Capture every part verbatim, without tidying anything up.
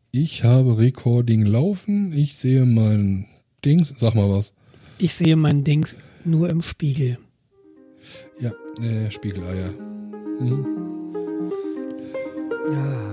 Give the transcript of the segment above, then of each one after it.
Ich habe Recording laufen. Ich sehe mein Dings. Sag mal was. Ich sehe mein Dings nur im Spiegel. Ja, äh, Spiegeleier. Hm. Ja.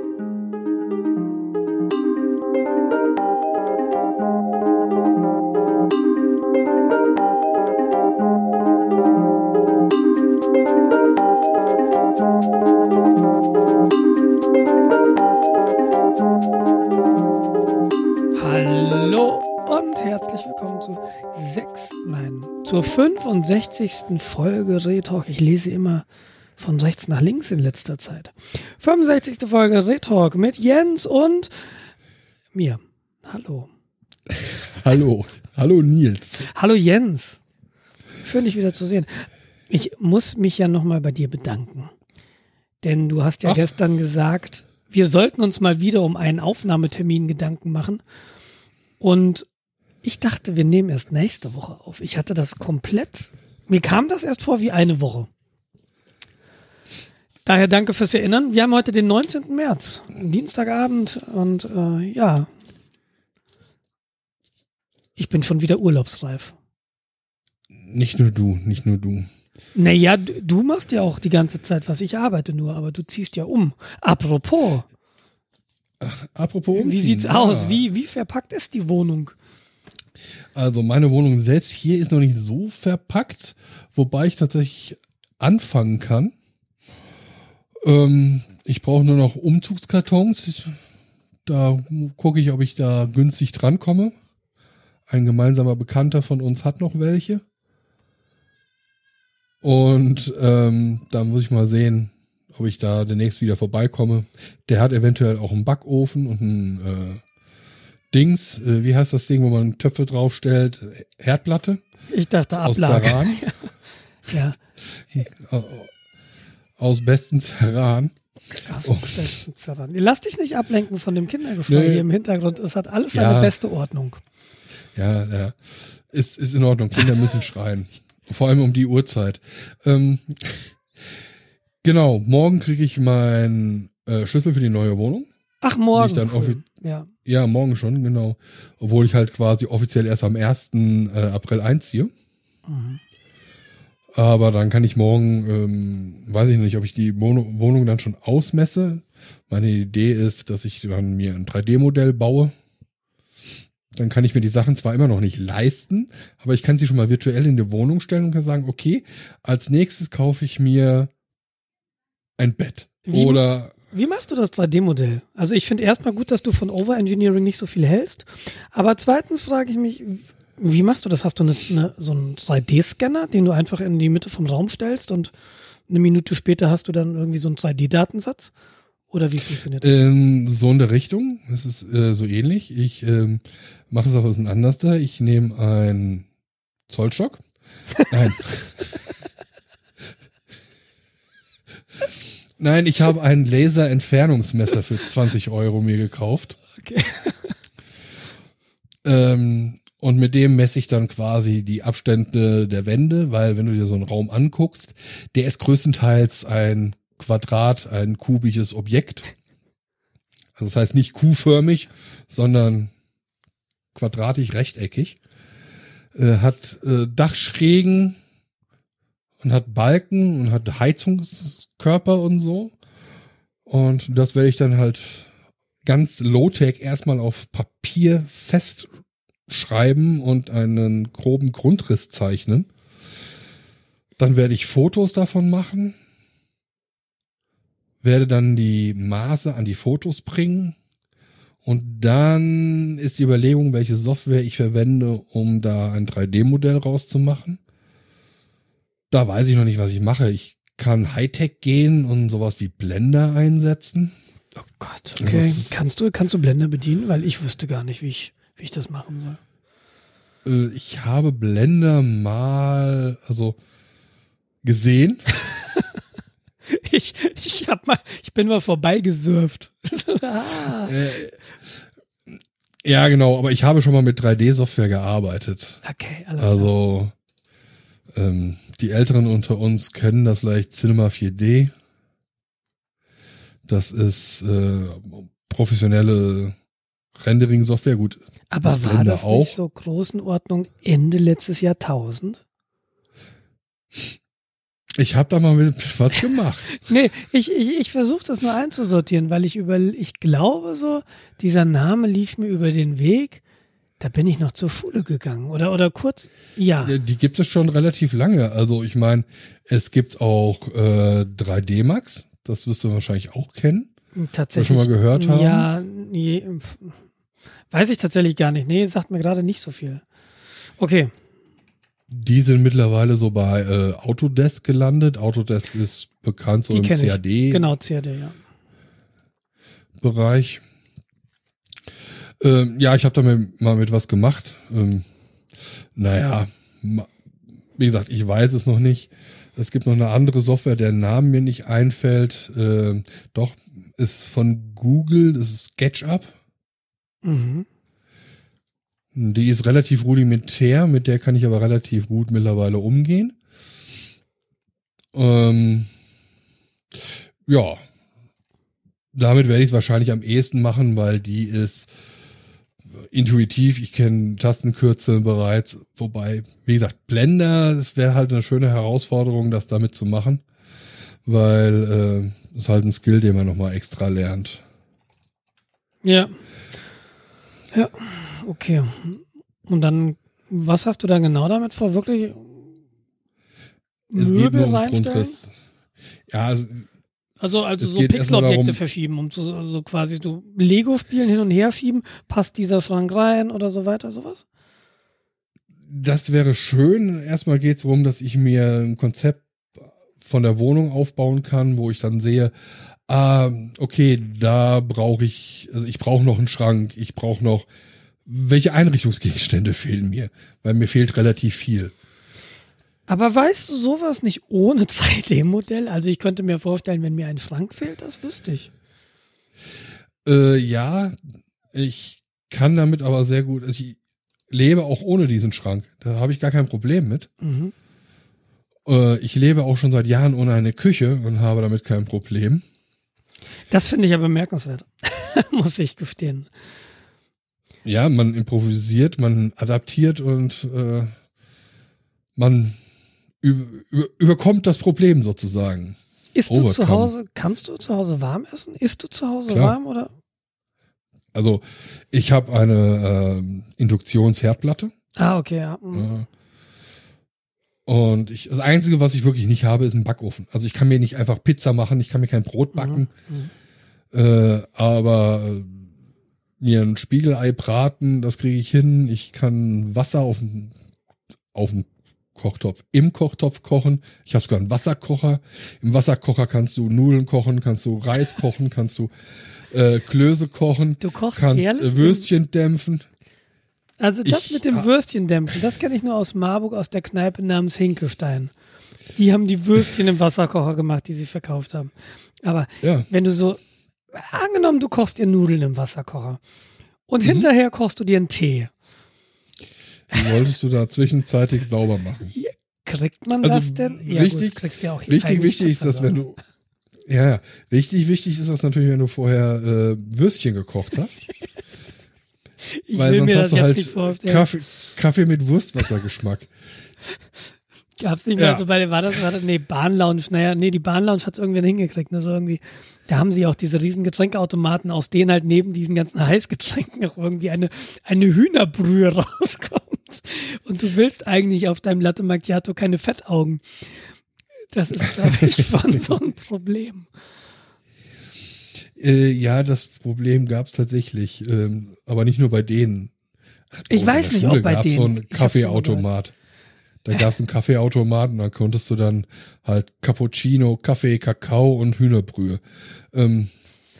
Zur fünfundsechzigsten Folge Retalk. Ich lese immer von rechts nach links in letzter Zeit. fünfundsechzigste Folge Retalk mit Jens und mir. Hallo. Hallo. Hallo Nils. Hallo Jens. Schön, dich wieder zu sehen. Ich muss mich ja nochmal bei dir bedanken. Denn du hast ja Ach. gestern gesagt, wir sollten uns mal wieder um einen Aufnahmetermin Gedanken machen. Und ich dachte, wir nehmen erst nächste Woche auf. Ich hatte das komplett, mir kam das erst vor wie eine Woche. Daher danke fürs Erinnern. Wir haben heute den neunzehnten März, Dienstagabend und äh, ja, ich bin schon wieder urlaubsreif. Nicht nur du, nicht nur du. Naja, du, du machst ja auch die ganze Zeit was, ich arbeite nur, aber du ziehst ja um. Apropos. Ach, apropos umziehen. Wie sieht's ja. aus? Wie, wie verpackt ist die Wohnung? Also meine Wohnung selbst hier ist noch nicht so verpackt, wobei ich tatsächlich anfangen kann. Ähm, ich brauche nur noch Umzugskartons. Ich, da gucke ich, ob ich da günstig drankomme. Ein gemeinsamer Bekannter von uns hat noch welche. Und ähm, da muss ich mal sehen, ob ich da demnächst wieder vorbeikomme. Der hat eventuell auch einen Backofen und einen äh, Dings, äh, wie heißt das Ding, wo man Töpfe draufstellt? Herdplatte? Ich dachte aus Ablage. Ceran. Ja. Aus bestem Ceran. Aus oh. bestem Ceran. Lass dich nicht ablenken von dem Kindergeschrei nee. hier im Hintergrund. Es hat alles ja. seine beste Ordnung. Ja, ja. Ist, ist in Ordnung. Kinder müssen schreien. Vor allem um die Uhrzeit. Ähm, genau, morgen kriege ich meinen äh, Schlüssel für die neue Wohnung. Ach, morgen. Dann cool. Ja. ja, morgen schon, genau. Obwohl ich halt quasi offiziell erst am ersten April einziehe. Mhm. Aber dann kann ich morgen, ähm, weiß ich nicht, ob ich die Wohnung, Wohnung dann schon ausmesse. Meine Idee ist, dass ich dann mir ein drei D Modell baue. Dann kann ich mir die Sachen zwar immer noch nicht leisten, aber ich kann sie schon mal virtuell in die Wohnung stellen und kann sagen, okay, als nächstes kaufe ich mir ein Bett. Wie? Oder Wie machst du das drei D Modell? Also ich finde erstmal gut, dass du von Overengineering nicht so viel hältst. Aber zweitens frage ich mich, wie machst du das? Hast du eine, eine, so einen drei D Scanner, den du einfach in die Mitte vom Raum stellst und eine Minute später hast du dann irgendwie so einen drei D Datensatz? Oder wie funktioniert das? Ähm, so in der Richtung. Das ist äh, so ähnlich. Ich ähm, mache es auch ein bisschen anders da. Ich nehme einen Zollstock. Nein. Nein, ich habe ein Laser-Entfernungsmesser für zwanzig Euro mir gekauft. Okay. Ähm, und mit dem messe ich dann quasi die Abstände der Wände, weil wenn du dir so einen Raum anguckst, der ist größtenteils ein Quadrat, ein kubisches Objekt. Also das heißt nicht kuhförmig, sondern quadratisch, rechteckig. Äh, hat äh, Dachschrägen und hat Balken und hat Heizungskörper und so. Und das werde ich dann halt ganz low-tech erstmal auf Papier festschreiben und einen groben Grundriss zeichnen. Dann werde ich Fotos davon machen, werde dann die Maße an die Fotos bringen und dann ist die Überlegung, welche Software ich verwende, um da ein drei D Modell rauszumachen. Da weiß ich noch nicht, was ich mache. Ich kann Hightech gehen und sowas wie Blender einsetzen. Oh Gott, okay. Kannst du, kannst du Blender bedienen? Weil ich wüsste gar nicht, wie ich, wie ich das machen soll. Äh, ich habe Blender mal, also gesehen. ich, ich hab mal, ich bin mal vorbeigesurft. ah. äh, ja, genau, aber ich habe schon mal mit drei D Software gearbeitet. Okay, alles Also, ähm, die Älteren unter uns kennen das vielleicht Cinema vier D. Das ist äh, professionelle Rendering-Software, gut. Aber das war Blender das auch. nicht so Größenordnung Ende letztes Jahrtausend? Ich habe da mal mit was gemacht. Nee, ich, ich, ich versuche das nur einzusortieren, weil ich über, ich glaube so, dieser Name lief mir über den Weg. Da bin ich noch zur Schule gegangen oder oder kurz, ja. Die gibt es schon relativ lange. Also ich meine, es gibt auch äh, drei D Max. Das wirst du wahrscheinlich auch kennen. Tatsächlich. Schon mal gehört haben? Ja, je, weiß ich tatsächlich gar nicht. Nee, sagt mir gerade nicht so viel. Okay. Die sind mittlerweile so bei äh, Autodesk gelandet. Autodesk ist bekannt so Die im kenn C A D. Ich. Genau, C A D, ja. Bereich. Ähm, ja, ich habe da mal mit was gemacht. Ähm, naja, wie gesagt, ich weiß es noch nicht. Es gibt noch eine andere Software, deren Name mir nicht einfällt. Ähm, doch, ist von Google, das ist SketchUp. Mhm. Die ist relativ rudimentär, mit der kann ich aber relativ gut mittlerweile umgehen. Ähm, ja, damit werde ich es wahrscheinlich am ehesten machen, weil die ist intuitiv. Ich kenne Tastenkürzel bereits, wobei, wie gesagt, Blender, das wäre halt eine schöne Herausforderung, das damit zu machen, weil äh, ist halt ein Skill, den man nochmal extra lernt. Ja. Ja, okay. Und dann, was hast du da genau damit vor? Wirklich es Möbel geht nur um reinstellen? Grundriss. Ja, also, Also, also es so geht erstmal Pixelobjekte darum- verschieben, um so, so quasi so Lego-Spielen hin und her schieben, passt dieser Schrank rein oder so weiter, sowas? das wäre schön. Erstmal geht es darum, dass ich mir ein Konzept von der Wohnung aufbauen kann, wo ich dann sehe, ah, okay, da brauche ich, also ich brauche noch einen Schrank, ich brauche noch, welche Einrichtungsgegenstände fehlen mir? Weil mir fehlt relativ viel. Aber weißt du sowas nicht ohne drei D-Modell? Also ich könnte mir vorstellen, wenn mir ein Schrank fehlt, das wüsste ich. Äh, ja, ich kann damit aber sehr gut, also ich lebe auch ohne diesen Schrank. Da habe ich gar kein Problem mit. Mhm. Äh, ich lebe auch schon seit Jahren ohne eine Küche und habe damit kein Problem. Das finde ich ja bemerkenswert, muss ich gestehen. Ja, man improvisiert, man adaptiert und äh, man über, über, überkommt das Problem sozusagen. Isst du Overcome. zu Hause, kannst du zu Hause warm essen? Isst du zu Hause Klar. warm oder? Also ich habe eine äh, Induktionsherdplatte. Ah, okay, ja. Mhm. Äh, und ich, das Einzige, was ich wirklich nicht habe, ist ein Backofen. Also ich kann mir nicht einfach Pizza machen, ich kann mir kein Brot backen, Mhm. äh, aber äh, mir ein Spiegelei braten, das kriege ich hin. Ich kann Wasser auf dem auf dem Kochtopf, im Kochtopf kochen. Ich habe sogar einen Wasserkocher. Im Wasserkocher kannst du Nudeln kochen, kannst du Reis kochen, kannst du äh, Klöße kochen, Du kochst kannst ehrlich? äh, Würstchen dämpfen. Also das Ich- mit dem ah. Würstchendämpfen, das kenne ich nur aus Marburg, aus der Kneipe namens Hinkestein. Die haben die Würstchen im Wasserkocher gemacht, die sie verkauft haben. Aber Ja, wenn du so, angenommen, du kochst dir Nudeln im Wasserkocher und Mhm. hinterher kochst du dir einen Tee. die solltest du da zwischenzeitig sauber machen. Kriegt man Also das denn? Ja, richtig- gut, kriegst du ja auch Richtig eigentlich wichtig ist das, wenn du ja, ja, richtig wichtig ist das natürlich, wenn du vorher äh, Würstchen gekocht hast. Ich Weil will sonst mir das hast du jetzt halt nicht vorstellen. Kaffee, Kaffee mit Wurstwassergeschmack. Gab's nicht mal Ja. so bei der, war das, war das, nee, Bahnlounge, naja, nee, die Bahnlounge hat's irgendwann hingekriegt, ne, so irgendwie, da haben sie auch diese riesen Getränkeautomaten, aus denen halt neben diesen ganzen Heißgetränken auch irgendwie eine, eine Hühnerbrühe rauskommt. Und du willst eigentlich auf deinem Latte Macchiato keine Fettaugen. Das ist, glaube ich, schon so ein Problem. Äh, ja, das Problem gab's tatsächlich, ähm, aber nicht nur bei denen. Ich Bei uns weiß in der nicht, Schule ob bei gab's denen. so einen Ich hab's nur Kaffeeautomat. Da gab's einen Kaffeeautomat und da konntest du dann halt Cappuccino, Kaffee, Kakao und Hühnerbrühe. Ähm,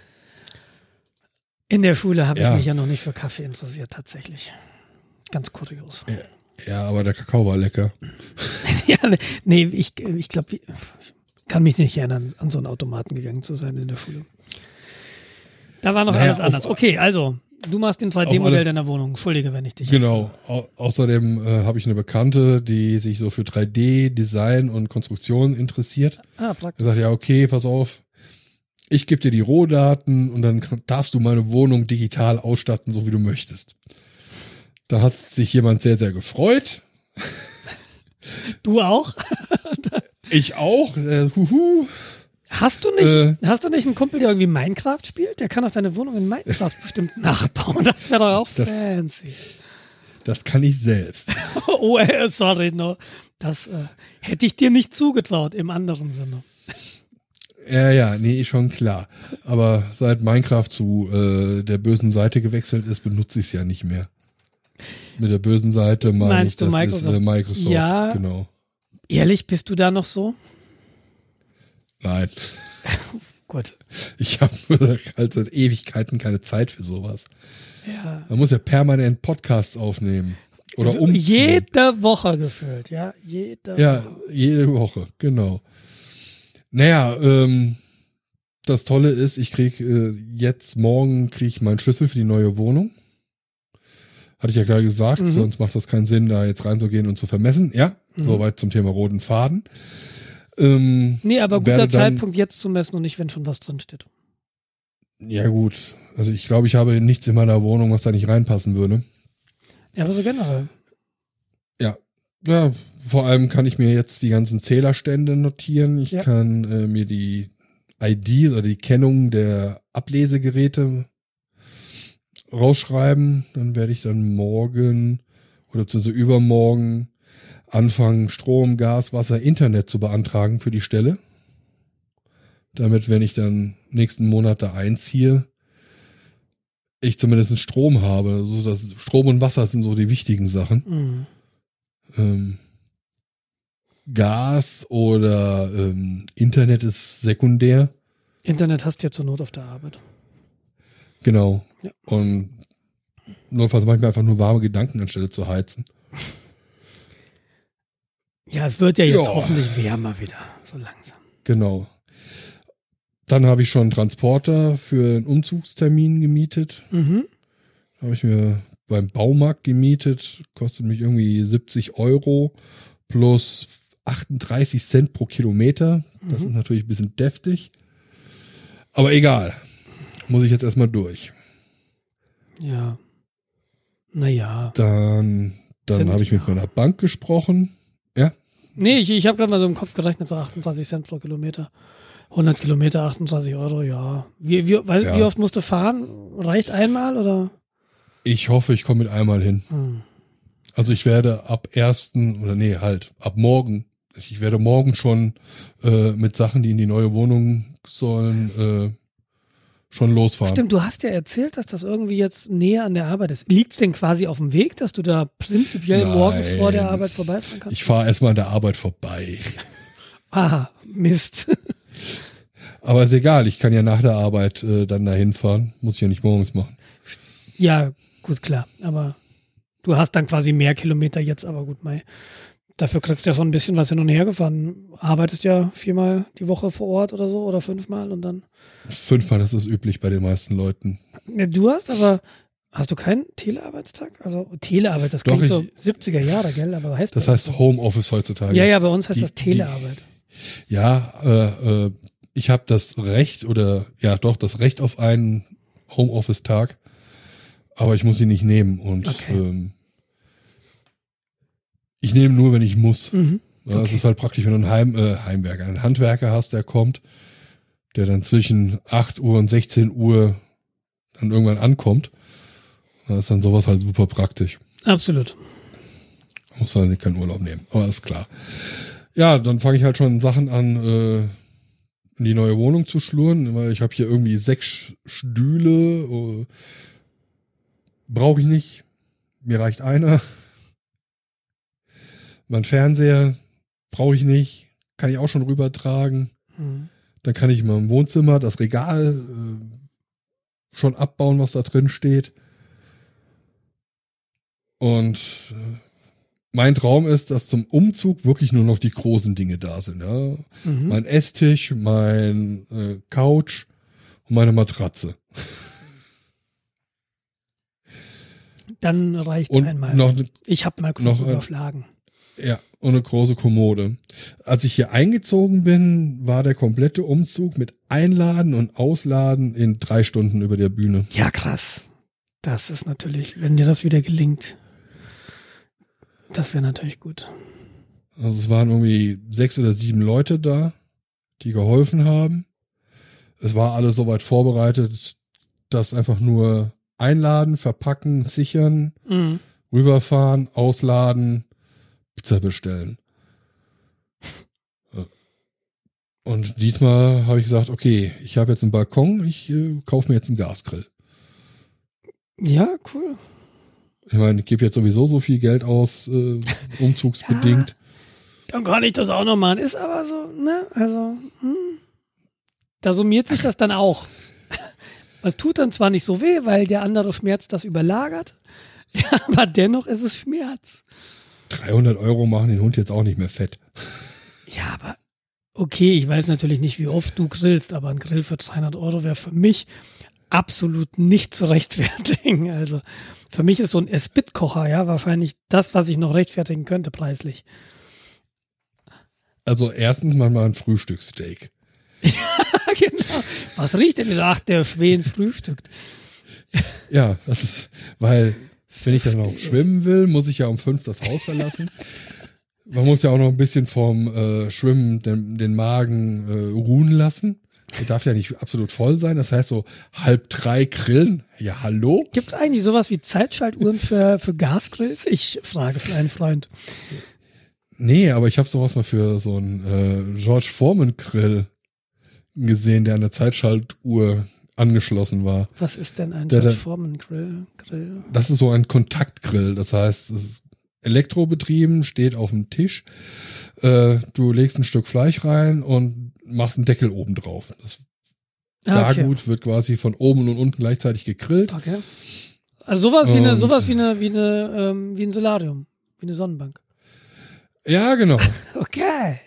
In der Schule habe Ja. ich mich ja noch nicht für Kaffee interessiert, tatsächlich. Ganz kurios. ja, aber der Kakao war lecker. Ja, nee, ich, ich glaube, ich kann mich nicht erinnern, an so einen Automaten gegangen zu sein in der Schule. Da war noch Naja, alles anders. auf- Okay, also, du machst den drei auf D-Modell alle- deiner Wohnung. Entschuldige, wenn ich dich Genau. Au außerdem äh, habe ich eine Bekannte, die sich so für drei D, Design und Konstruktion interessiert. Jetzt, ah, praktisch. Er sagt, ja, okay, pass auf. ich gebe dir die Rohdaten und dann darfst du meine Wohnung digital ausstatten, so wie du möchtest. Da hat sich jemand sehr, sehr gefreut. Du auch? Ich auch. Äh, huhu. Hast du nicht, äh, hast du nicht einen Kumpel, der irgendwie Minecraft spielt? Der kann doch deine Wohnung in Minecraft bestimmt nachbauen. Das wäre doch auch das, fancy. Das kann ich selbst. Oh, äh, sorry, no. Das äh, hätte ich dir nicht zugetraut im anderen Sinne. Ja, ja, nee, schon klar. Aber seit Minecraft zu äh, der bösen Seite gewechselt ist, benutze ich es ja nicht mehr. Mit der bösen Seite meine Meinst ich, du das Microsoft? ist äh, Microsoft, Ja. Genau. Ehrlich, bist du da noch so? Nein. Gut. Ich habe halt seit Ewigkeiten keine Zeit für sowas. Ja. Man muss ja permanent Podcasts aufnehmen. Oder umziehen. Jede Woche gefühlt, ja. Jede Ja, Woche. jede Woche, genau. Naja, ähm, das Tolle ist, ich krieg äh, jetzt morgen krieg ich meinen Schlüssel für die neue Wohnung. Hatte ich ja gerade gesagt, Mhm. sonst macht das keinen Sinn, da jetzt reinzugehen und zu vermessen. Ja, Mhm. soweit zum Thema roten Faden. Ähm, Nee, aber werde guter dann- Zeitpunkt jetzt zu messen und nicht, wenn schon was drin steht. Ja gut, also ich glaube, ich habe nichts in meiner Wohnung, was da nicht reinpassen würde. Ja, aber so generell. Ja, ja, vor allem kann ich mir jetzt die ganzen Zählerstände notieren. Ich Ja. kann äh, mir die I D oder die Kennung der Ablesegeräte rausschreiben. Dann werde ich dann morgen oder beziehungsweise übermorgen anfangen, Strom, Gas, Wasser, Internet zu beantragen für die Stelle. Damit, wenn ich dann nächsten Monat da einziehe, ich zumindest einen Strom habe. Also das Strom und Wasser sind so die wichtigen Sachen. Mhm. Ähm, Gas oder ähm, Internet ist sekundär. Internet hast du ja zur Not auf der Arbeit. Genau. Ja. Und notfalls mache ich mir einfach nur warme Gedanken, anstelle zu heizen. Ja, es wird ja jetzt Ja. hoffentlich wärmer wieder, so langsam. Genau. Dann habe ich schon einen Transporter für einen Umzugstermin gemietet. Mhm. Habe ich mir beim Baumarkt gemietet. Kostet mich irgendwie siebzig Euro plus achtunddreißig Cent pro Kilometer. Das Mhm. ist natürlich ein bisschen deftig. Aber egal. Muss ich jetzt erstmal durch. Ja. Naja. Dann, dann Sind- habe ich mit ja. meiner Bank gesprochen. Ja, Nee, ich, ich habe gerade mal so im Kopf gerechnet, so achtunddreißig Cent pro Kilometer. hundert Kilometer, achtunddreißig Euro, ja. Wie, wie, weil, Ja. wie oft musst du fahren? Reicht einmal oder? ich hoffe, ich komme mit einmal hin. Hm. Also ich werde ab ersten oder nee, halt, ab morgen. Ich werde morgen schon äh, mit Sachen, die in die neue Wohnung sollen, äh, schon losfahren. Stimmt, du hast ja erzählt, dass das irgendwie jetzt näher an der Arbeit ist. Liegt's denn quasi auf dem Weg, dass du da prinzipiell Nein. morgens vor der Arbeit vorbeifahren kannst? Ich fahre erstmal an der Arbeit vorbei. Aha, Mist. Aber ist egal, ich kann ja nach der Arbeit äh, dann dahin fahren. Muss ich ja nicht morgens machen. Ja, gut, klar. Aber du hast dann quasi mehr Kilometer jetzt, aber gut, Mai. Dafür kriegst du ja schon ein bisschen was hin und her gefahren. Arbeitest ja viermal die Woche vor Ort oder so oder fünfmal und dann. Fünfmal, das ist üblich bei den meisten Leuten. Ja, du hast aber, hast du keinen Telearbeitstag? Also Telearbeit, das Doch, klingt so ich- siebziger Jahre, gell? Aber heißt Das bei heißt uns so? Homeoffice heutzutage. Ja, ja, bei uns heißt Die- das Telearbeit. Ja, äh, äh, ich habe das Recht oder ja doch das Recht auf einen Homeoffice-Tag, aber ich muss ihn nicht nehmen und Okay. ähm, ich nehme nur, wenn ich muss. Mhm. Ja, Es Okay. ist halt praktisch, wenn du einen Heim, äh, Heimwerker, einen Handwerker hast, der kommt, der dann zwischen acht Uhr und sechzehn Uhr dann irgendwann ankommt. Da ist dann sowas halt super praktisch. Absolut. Muss halt keinen Urlaub nehmen, aber ist klar. Ja, dann fange ich halt schon Sachen an, äh, in die neue Wohnung zu schlurren, weil ich habe hier irgendwie sechs Stühle. Äh, Brauche ich nicht. Mir reicht einer. Mein Fernseher brauche ich nicht. Kann ich auch schon rübertragen. Mhm. Dann kann ich in meinem Wohnzimmer das Regal äh, schon abbauen, was da drin steht. Und äh, mein Traum ist, dass zum Umzug wirklich nur noch die großen Dinge da sind. Ja? Mhm. Mein Esstisch, mein äh, Couch und meine Matratze. Dann reicht Und einmal. noch, ne- Ich habe mal noch kurz ein- überschlagen. Ja, und eine große Kommode. Als ich hier eingezogen bin, war der komplette Umzug mit Einladen und Ausladen in drei Stunden über der Bühne. Ja, krass. Das ist natürlich, wenn dir das wieder gelingt, das wäre natürlich gut. Also es waren irgendwie sechs oder sieben Leute da, die geholfen haben. Es war alles soweit vorbereitet, dass einfach nur einladen, verpacken, sichern, Mhm. rüberfahren, ausladen, Pizza bestellen. Und diesmal habe ich gesagt, okay, ich habe jetzt einen Balkon, ich äh, kaufe mir jetzt einen Gasgrill. Ja, cool. Ich meine, ich gebe jetzt sowieso so viel Geld aus, äh, umzugsbedingt. Ja, dann kann ich das auch noch machen. Ist aber so, ne? Also, hm. Da summiert sich das dann auch. Es tut dann zwar nicht so weh, weil der andere Schmerz das überlagert, ja, aber dennoch ist es Schmerz. dreihundert Euro machen den Hund jetzt auch nicht mehr fett. Ja, aber okay, ich weiß natürlich nicht, wie oft du grillst, aber ein Grill für dreihundert Euro wäre für mich absolut nicht zu rechtfertigen. Also für mich ist so ein Esprit-Kocher ja wahrscheinlich das, was ich noch rechtfertigen könnte preislich. Also erstens mal ein Frühstückssteak. Ja, genau. Was riecht denn? Ach, der Schweden frühstückt. Ja, das ist, weil wenn ich dann noch schwimmen will, muss ich ja um fünf das Haus verlassen. Man muss ja auch noch ein bisschen vom äh, Schwimmen den, den Magen äh, ruhen lassen. Der darf ja nicht absolut voll sein. Das heißt so halb drei grillen. Ja, hallo? Gibt es eigentlich sowas wie Zeitschaltuhren für, für Gasgrills? Ich frage für einen Freund. Nee, aber ich habe sowas mal für so einen äh, George Foreman Grill gesehen, der an der Zeitschaltuhr angeschlossen war. Was ist denn ein der, George der, Foreman Grill? Grill? Das ist so ein Kontaktgrill. Das heißt, es ist elektrobetrieben, steht auf dem Tisch. Äh, du legst ein Stück Fleisch rein und machst einen Deckel oben drauf. Das Ah, okay. Gargut wird quasi von oben und unten gleichzeitig gegrillt. Okay. Also sowas wie eine, Und- sowas wie eine, wie eine, ähm, wie ein Solarium, wie eine Sonnenbank. Ja, genau. Okay.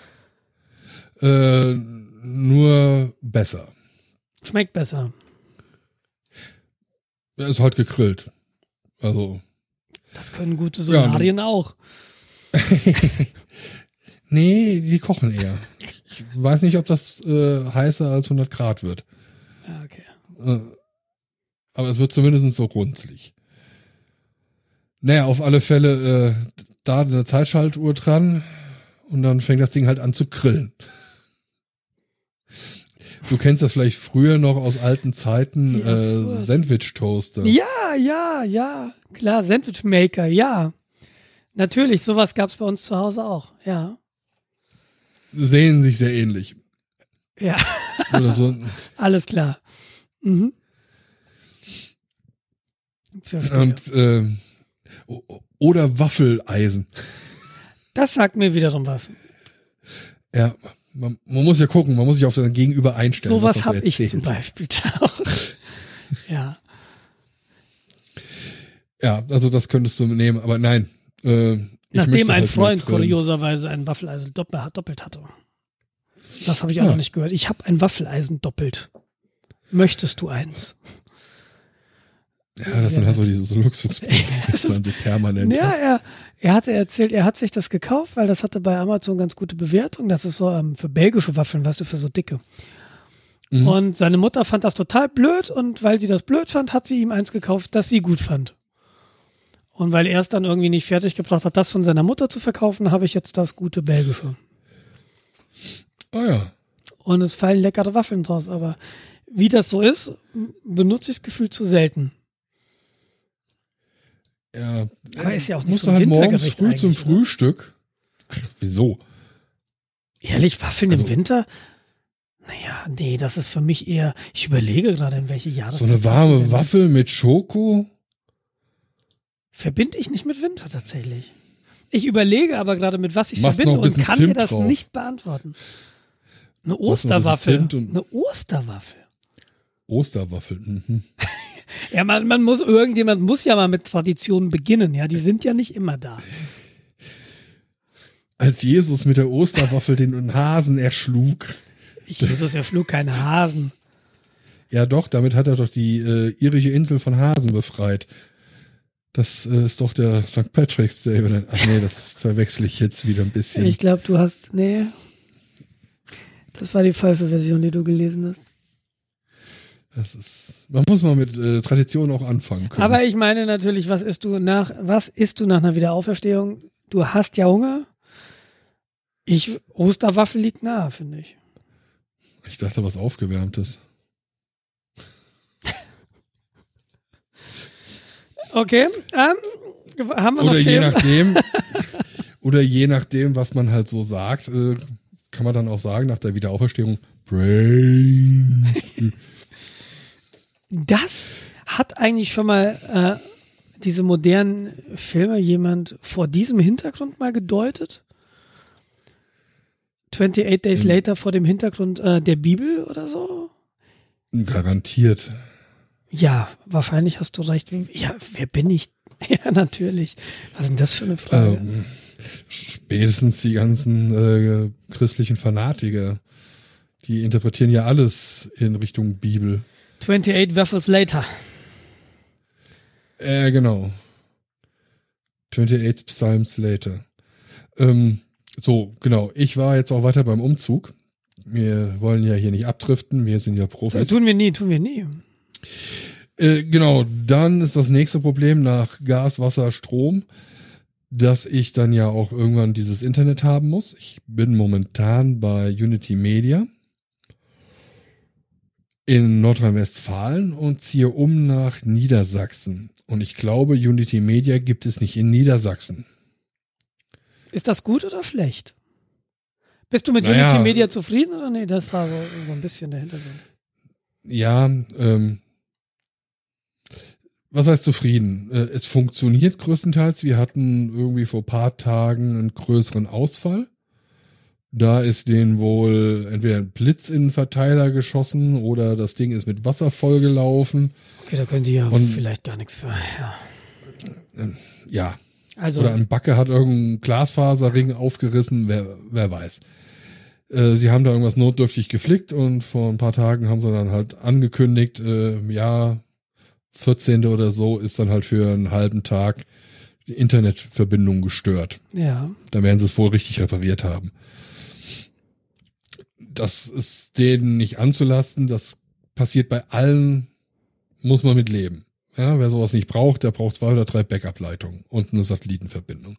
äh, nur besser. Schmeckt besser. Er ist halt gegrillt. Also. Das können gute Solarien auch. Nee, die kochen eher. Ich weiß nicht, ob das äh, heißer als hundert Grad wird. Ja, okay. Äh, aber es wird zumindest so runzlig. Naja, auf alle Fälle äh, da eine Zeitschaltuhr dran und dann fängt das Ding halt an zu grillen. Du kennst das vielleicht früher noch aus alten Zeiten, Wie äh, absurd. Sandwich-Toaster. Ja, ja, ja. Klar, Sandwich Maker, ja. Natürlich, sowas gab's bei uns zu Hause auch. Ja. Sehen sich sehr ähnlich. Ja, Oder so. alles klar. Mhm. Verstehe. Und, äh, o- oder Waffeleisen. Das sagt mir wiederum was. Ja, man, man muss ja gucken, man muss sich auf sein Gegenüber einstellen. Sowas was habe man so ich erzählt. zum Beispiel auch. Ja. Ja, also das könntest du nehmen, aber nein. Äh, ich Nachdem möchte ein halt Freund mit, ähm, kurioserweise ein Waffeleisen doppelt, doppelt hatte. Das habe ich auch Ja. noch nicht gehört. Ich habe ein Waffeleisen doppelt. Möchtest du eins? Ja, das sind halt so diese so Luxusprodukte, die man so permanent Ja, hat. er, er hatte erzählt, er hat sich das gekauft, weil das hatte bei Amazon ganz gute Bewertung. Das ist so ähm, für belgische Waffeln, weißt du, für so dicke. Mhm. Und seine Mutter fand das total blöd und weil sie das blöd fand, hat sie ihm eins gekauft, das sie gut fand. Und weil er es dann irgendwie nicht fertig gebracht hat, das von seiner Mutter zu verkaufen, habe ich jetzt das gute belgische. Ah ja. Und es fallen leckere Waffeln draus, aber wie das so ist, benutze ich es gefühlt zu selten. Ja. Aber ist ja auch nicht Musst so du ein halt morgens Wintergericht früh zum eigentlich, oder? Frühstück. Ach, wieso? Ehrlich, Waffeln Also- im Winter? Naja, nee, das ist für mich eher, ich überlege gerade, in welche So Jahreszeit. eine das warme denn- Waffel mit Schoko? Verbinde ich nicht mit Winter tatsächlich. Ich überlege aber gerade, mit was ich Machst verbinde noch ein und bisschen kann dir Zimt das drauf. nicht beantworten. Eine Machst noch ein bisschen Osterwaffel. Zimt und- Eine Osterwaffel. Osterwaffel. Mhm. Ja, man, man muss, irgendjemand muss ja mal mit Traditionen beginnen, ja, die sind ja nicht immer da. Als Jesus mit der Osterwaffel den Hasen erschlug. Jesus erschlug keine Hasen. Ja doch, damit hat er doch die äh, irische Insel von Hasen befreit. Das äh, ist doch der Sankt Patrick's Day. Oder? Ach nee, das verwechsel ich jetzt wieder ein bisschen. Ich glaube, du hast, nee, das war die falsche Version, die du gelesen hast. Das ist, man muss mal mit äh, Tradition auch anfangen können. Aber ich meine natürlich, was isst du nach, was isst du nach einer Wiederauferstehung? Du hast ja Hunger. Ich, Osterwaffel liegt nahe, finde ich. Ich dachte, was Aufgewärmtes. Okay, ähm, haben wir oder noch je Themen? nachdem, oder je nachdem, was man halt so sagt, äh, kann man dann auch sagen, nach der Wiederauferstehung, Brain. Das hat eigentlich schon mal äh, diese modernen Filme jemand vor diesem Hintergrund mal gedeutet? achtundachtzig Days Hm. Later vor dem Hintergrund äh, der Bibel oder so? Garantiert. Ja, wahrscheinlich hast du recht. Ja, wer bin ich? Ja, natürlich. Was ist denn das für eine Frage? Ähm, spätestens die ganzen äh, christlichen Fanatiker, die interpretieren ja alles in Richtung Bibel. achtundachtzig Waffles Later. Äh, genau. achtundachtzig Psalms Later. Ähm, so, genau. Ich war jetzt auch weiter beim Umzug. Wir wollen ja hier nicht abdriften. Wir sind ja Profis. Tun wir nie, tun wir nie. Äh, genau. Dann ist das nächste Problem nach Gas, Wasser, Strom, dass ich dann ja auch irgendwann dieses Internet haben muss. Ich bin momentan bei Unity Media in Nordrhein-Westfalen und ziehe um nach Niedersachsen. Und ich glaube, Unity Media gibt es nicht in Niedersachsen. Ist das gut oder schlecht? Bist du mit Naja, Unity Media zufrieden oder nee? Das war so, so ein bisschen der Hintergrund. Ja, ähm, was heißt zufrieden? Äh, es funktioniert größtenteils. Wir hatten irgendwie vor ein paar Tagen einen größeren Ausfall. Da ist denen wohl entweder ein Blitz in den Verteiler geschossen oder das Ding ist mit Wasser vollgelaufen. Okay, da können die ja Und- vielleicht gar nichts für. Ja. Ja. Also, Oder ein Backe hat irgendeinen Glasfaserring aufgerissen, wer, wer weiß. Äh, sie haben da irgendwas notdürftig geflickt und vor ein paar Tagen haben sie dann halt angekündigt, äh, ja, vierzehnte oder so ist dann halt für einen halben Tag die Internetverbindung gestört. ja. Dann werden sie es wohl richtig repariert haben. Das ist denen nicht anzulasten, das passiert bei allen, muss man mit leben. Ja, wer sowas nicht braucht, der braucht zwei oder drei Backup-Leitungen und eine Satellitenverbindung.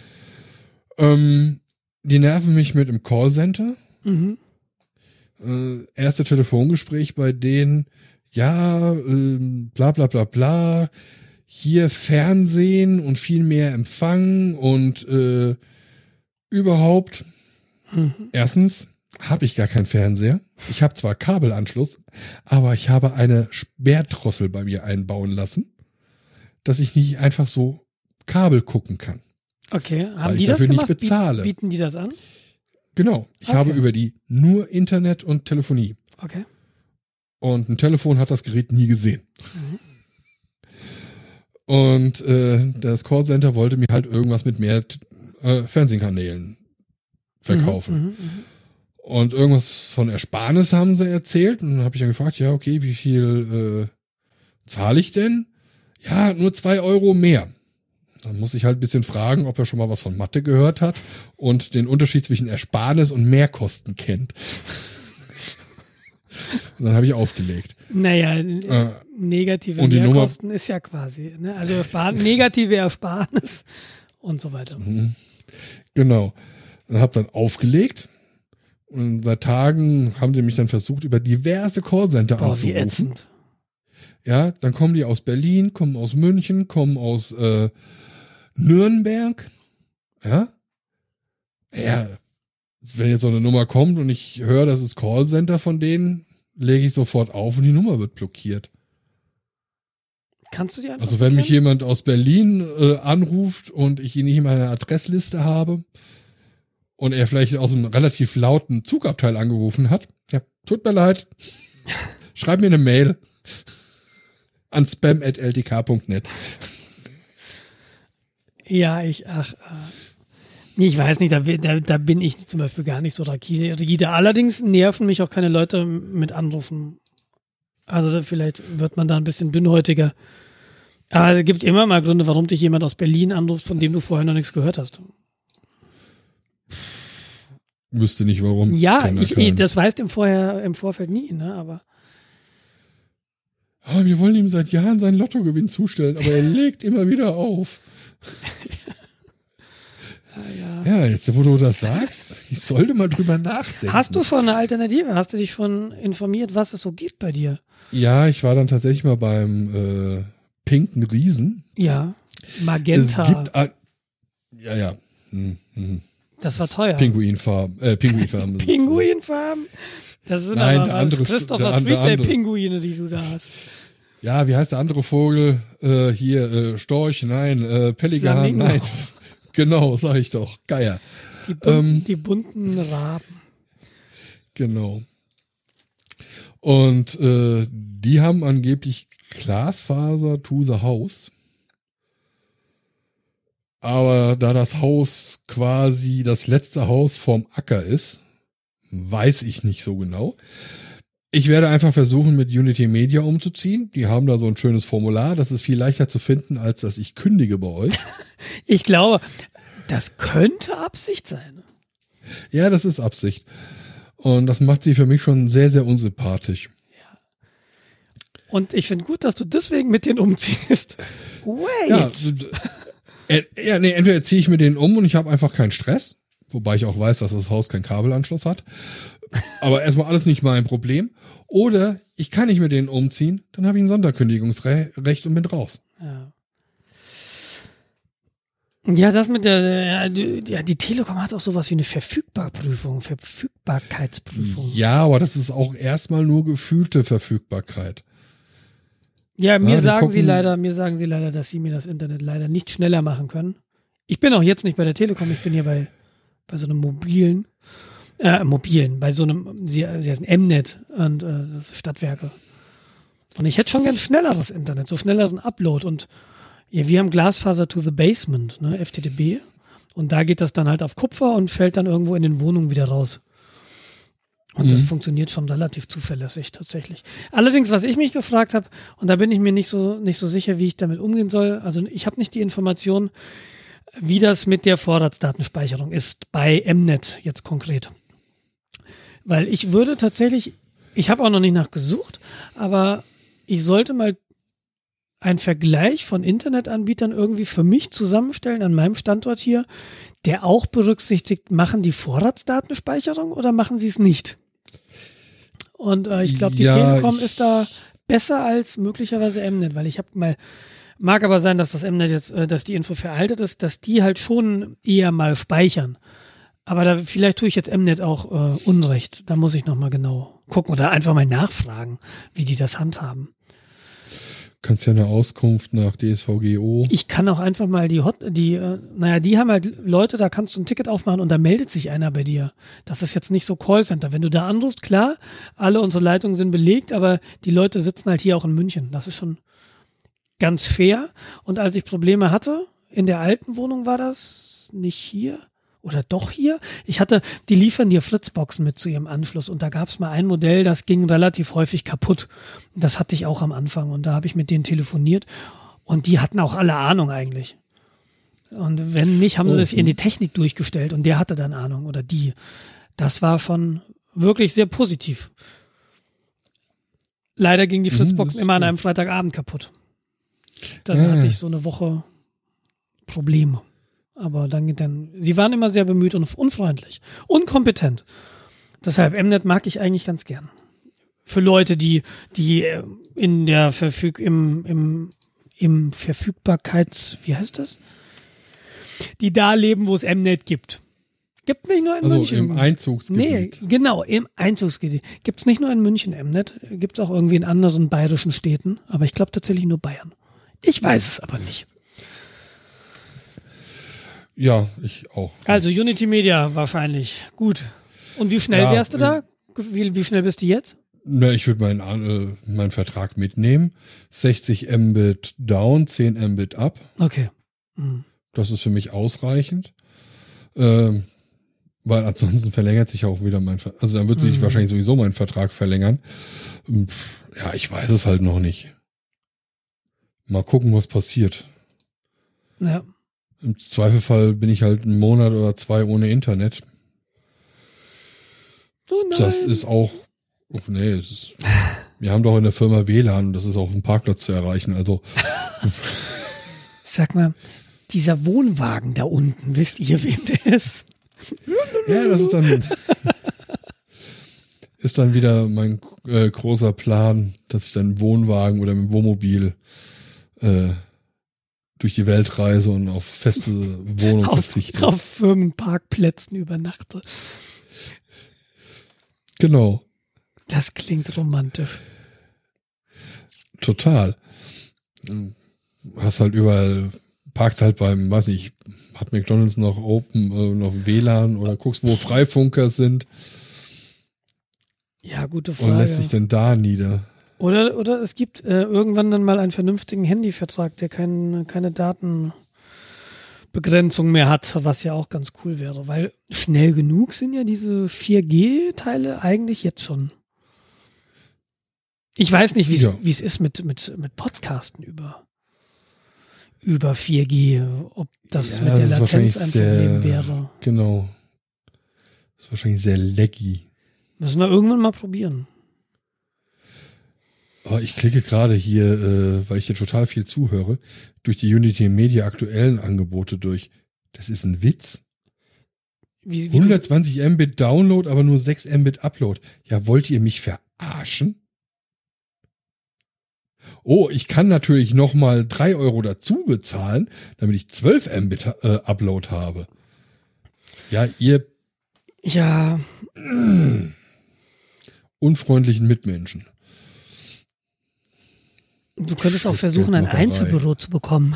Ähm, die nerven mich mit im Callcenter. Mhm. Äh, erste Telefongespräch bei denen, ja, ähm, bla bla bla bla, hier Fernsehen und viel mehr Empfang und äh, überhaupt. Mhm. Erstens habe ich gar keinen Fernseher. Ich habe zwar Kabelanschluss, aber ich habe eine Sperrdrossel bei mir einbauen lassen, dass ich nicht einfach so Kabel gucken kann. Okay, Weil haben ich die das dafür nicht gemacht? bezahle. Bieten, bieten die das an? Genau, ich Okay. habe über die nur Internet und Telefonie. Okay. Und ein Telefon hat das Gerät nie gesehen. Und äh, das Callcenter wollte mir halt irgendwas mit mehr äh, Fernsehkanälen verkaufen. Mhm, mhm, mhm. Und irgendwas von Ersparnis haben sie erzählt. Und dann habe ich dann gefragt, ja, okay, wie viel äh, zahle ich denn? Ja, nur zwei Euro mehr. Dann muss ich halt ein bisschen fragen, ob er schon mal was von Mathe gehört hat und den Unterschied zwischen Ersparnis und Mehrkosten kennt. Und dann habe ich aufgelegt. Naja, Äh, negative und die Mehrkosten ist ja quasi, ne? Also Erspar negative Ersparnis und so weiter. Mhm. Genau. Dann habe dann aufgelegt. Und seit Tagen haben die mich dann versucht, über diverse Callcenter Boah, wie anzurufen. ätzend. Ja, dann kommen die aus Berlin, kommen aus München, kommen aus äh, Nürnberg. Ja. Ja, wenn jetzt so eine Nummer kommt und ich höre, das ist Callcenter von denen, lege ich sofort auf und die Nummer wird blockiert. Kannst du die einfach Also wenn mich blockieren? jemand aus Berlin äh, anruft und ich ihn nicht in meiner Adressliste habe und er vielleicht aus einem relativ lauten Zugabteil angerufen hat, ja, tut mir leid. Schreib mir eine Mail an spam at l t k punkt net. Ja, ich, ach, äh, nee, ich weiß nicht, da, da, da bin ich zum Beispiel gar nicht so rigide. Allerdings nerven mich auch keine Leute mit Anrufen. Also da, vielleicht wird man da ein bisschen dünnhäutiger. Aber es gibt immer mal Gründe, warum dich jemand aus Berlin anruft, von dem du vorher noch nichts gehört hast. Wüsste nicht, warum. Ja, ich, ich, das weißt du im, Vorher, im Vorfeld nie, ne? Aber. Oh, wir wollen ihm seit Jahren seinen Lottogewinn zustellen, aber er legt immer wieder auf. ja, ja. ja, jetzt wo du das sagst, ich sollte mal drüber nachdenken. Hast du schon eine Alternative? Hast du dich schon informiert, was es so gibt bei dir? Ja, ich war dann tatsächlich mal beim äh, Pinken Riesen. Ja, Magenta. Es gibt ein, ja, ja. Hm, hm. Das war teuer. Pinguinfarben. Äh, Pinguinfarben. Pinguinfarben? Das sind Nein, aber der andere, Christopher der, Street der andere. Pinguine, die du da hast. Ja, wie heißt der andere Vogel? Äh, hier, äh, Storch, nein, äh, Pelikan, Flamingo. nein. Genau, sag ich doch. Geier. Die bunten, ähm, die bunten Raben. Genau. Und äh, die haben angeblich Glasfaser to the house. Aber da das Haus quasi das letzte Haus vom Acker ist, weiß ich nicht so genau. Ich werde einfach versuchen, mit Unity Media umzuziehen. Die haben da so ein schönes Formular. Das ist viel leichter zu finden, als dass ich kündige bei euch. Ich glaube, das könnte Absicht sein. Ja, das ist Absicht. Und das macht sie für mich schon sehr, sehr unsympathisch. Ja. Und ich finde gut, dass du deswegen mit denen umziehst. Wait. Ja, äh, ja nee, entweder ziehe ich mit denen um und ich habe einfach keinen Stress. Wobei ich auch weiß, dass das Haus keinen Kabelanschluss hat. Aber erstmal alles nicht mein Problem. Oder ich kann nicht mit denen umziehen, dann habe ich ein Sonderkündigungsrecht und bin raus. Ja. Ja, das mit der, ja, die, ja, die Telekom hat auch sowas wie eine Verfügbarprüfung, Verfügbarkeitsprüfung. Ja, aber das ist auch erstmal nur gefühlte Verfügbarkeit. Ja, mir Ja, die sagen gucken- sie leider, mir sagen sie leider, dass sie mir das Internet leider nicht schneller machen können. Ich bin auch jetzt nicht bei der Telekom, ich bin hier bei, bei so einem mobilen, äh, mobilen, bei so einem, sie, sie heißen M-Net und äh, das ist Stadtwerke. Und ich hätte schon gern schnelleres Internet, so schnelleren Upload und ja, wir haben Glasfaser to the Basement, ne, F T T B. Und da geht das dann halt auf Kupfer und fällt dann irgendwo in den Wohnungen wieder raus. Und Mhm. das funktioniert schon relativ zuverlässig tatsächlich. Allerdings, was ich mich gefragt habe, und da bin ich mir nicht so nicht so sicher, wie ich damit umgehen soll. Also ich habe nicht die Information, wie das mit der Vorratsdatenspeicherung ist bei M-Net jetzt konkret. Weil ich würde tatsächlich, ich habe auch noch nicht nachgesucht, aber ich sollte mal einen Vergleich von Internetanbietern irgendwie für mich zusammenstellen an meinem Standort hier, der auch berücksichtigt, machen die Vorratsdatenspeicherung oder machen sie es nicht? Und äh, ich glaube, die Ja, Telekom ich- ist da besser als möglicherweise M-Net, weil ich habe mal, mag aber sein, dass das M-Net jetzt, äh, dass die Info veraltet ist, dass die halt schon eher mal speichern. Aber da vielleicht tue ich jetzt M-Net auch äh, Unrecht. Da muss ich nochmal genau gucken oder einfach mal nachfragen, wie die das handhaben. Kannst ja eine Auskunft nach D S V G O. Ich kann auch einfach mal die Hot, die, äh, naja, die haben halt Leute, da kannst du ein Ticket aufmachen und da meldet sich einer bei dir. Das ist jetzt nicht so Callcenter. Wenn du da anrufst, klar, alle unsere Leitungen sind belegt, aber die Leute sitzen halt hier auch in München. Das ist schon ganz fair. Und als ich Probleme hatte, in der alten Wohnung war das nicht hier oder doch hier. Ich hatte, die liefern dir Fritzboxen mit zu ihrem Anschluss und da gab es mal ein Modell, das ging relativ häufig kaputt. Das hatte ich auch am Anfang und da habe ich mit denen telefoniert und die hatten auch alle Ahnung eigentlich. Und wenn nicht, haben sie Oh, das in die Technik durchgestellt und der hatte dann Ahnung oder die. Das war schon wirklich sehr positiv. Leider gingen die Mhm, Fritzboxen das ist immer an gut. einem Freitagabend kaputt. Dann Ah. hatte ich so eine Woche Probleme. Aber dann, dann, sie waren immer sehr bemüht und unfreundlich, unkompetent. Deshalb M-Net mag ich eigentlich ganz gern. Für Leute, die, die äh, in der Verfüg, im, im, im Verfügbarkeits, wie heißt das? Die da leben, wo es M-Net gibt. Gibt nicht nur in Also München. im Einzugsgebiet. Nee, genau, im Einzugsgebiet. Gibt's nicht nur in München M-Net, gibt's auch irgendwie in anderen bayerischen Städten, aber ich glaube tatsächlich nur Bayern. Ich weiß es aber nicht. Ja, ich auch. Also Unity Media wahrscheinlich. Gut. Und wie schnell Ja, wärst du da? Wie, wie schnell bist du jetzt? Na, ich würde meinen, äh, meinen Vertrag mitnehmen. sechzig Mbit down, zehn Mbit up. Okay. Hm. Das ist für mich ausreichend. Ähm, weil ansonsten verlängert sich auch wieder mein Vertrag. Also dann wird sich Mhm. wahrscheinlich sowieso mein Vertrag verlängern. Ja, ich weiß es halt noch nicht. mal gucken, was passiert. Ja. Im Zweifelfall bin ich halt einen Monat oder zwei ohne Internet. Oh nein. Das ist auch, oh nee, es ist, wir haben doch in der Firma W L A N und das ist auf dem Parkplatz zu erreichen, also. Sag mal, dieser Wohnwagen da unten, wisst ihr, wem der ist? Ja, das ist dann, ist dann wieder mein äh, großer Plan, dass ich dann im Wohnwagen oder im Wohnmobil äh, durch die Welt reise und auf feste Wohnung auf, verzichte. Auf Firmenparkplätzen übernachte. Genau. Das klingt romantisch. Total. Hast halt überall, parkst halt beim, weiß nicht, hat McDonald's noch Open, äh, noch W L A N oder guckst, wo Freifunker sind. Ja, gute Frage. Und lässt sich denn da nieder. Oder, oder es gibt äh, irgendwann dann mal einen vernünftigen Handyvertrag, der kein, keine Datenbegrenzung mehr hat, was ja auch ganz cool wäre, weil schnell genug sind ja diese vier G-Teile eigentlich jetzt schon. Ich weiß nicht, wie es Ja. wie es ist mit, mit, mit Podcasten über, über vier G, ob das Ja, mit der das ist wahrscheinlich Latenz ein Problem sehr- wäre. Genau. Das ist wahrscheinlich sehr laggy. Müssen wir irgendwann mal probieren. Aber ich klicke gerade hier, äh, weil ich hier total viel zuhöre, durch die Unity Media aktuellen Angebote durch. Das ist ein Witz. Wie, wie du, hundertzwanzig Mbit Download, aber nur sechs Mbit Upload. Ja, wollt ihr mich verarschen? Oh, ich kann natürlich nochmal drei Euro dazu bezahlen, damit ich zwölf Mbit äh, Upload habe. Ja, ihr ja, unfreundlichen Mitmenschen. du könntest auch Scheiß versuchen, ein Geldmacherei. Einzelbüro zu bekommen.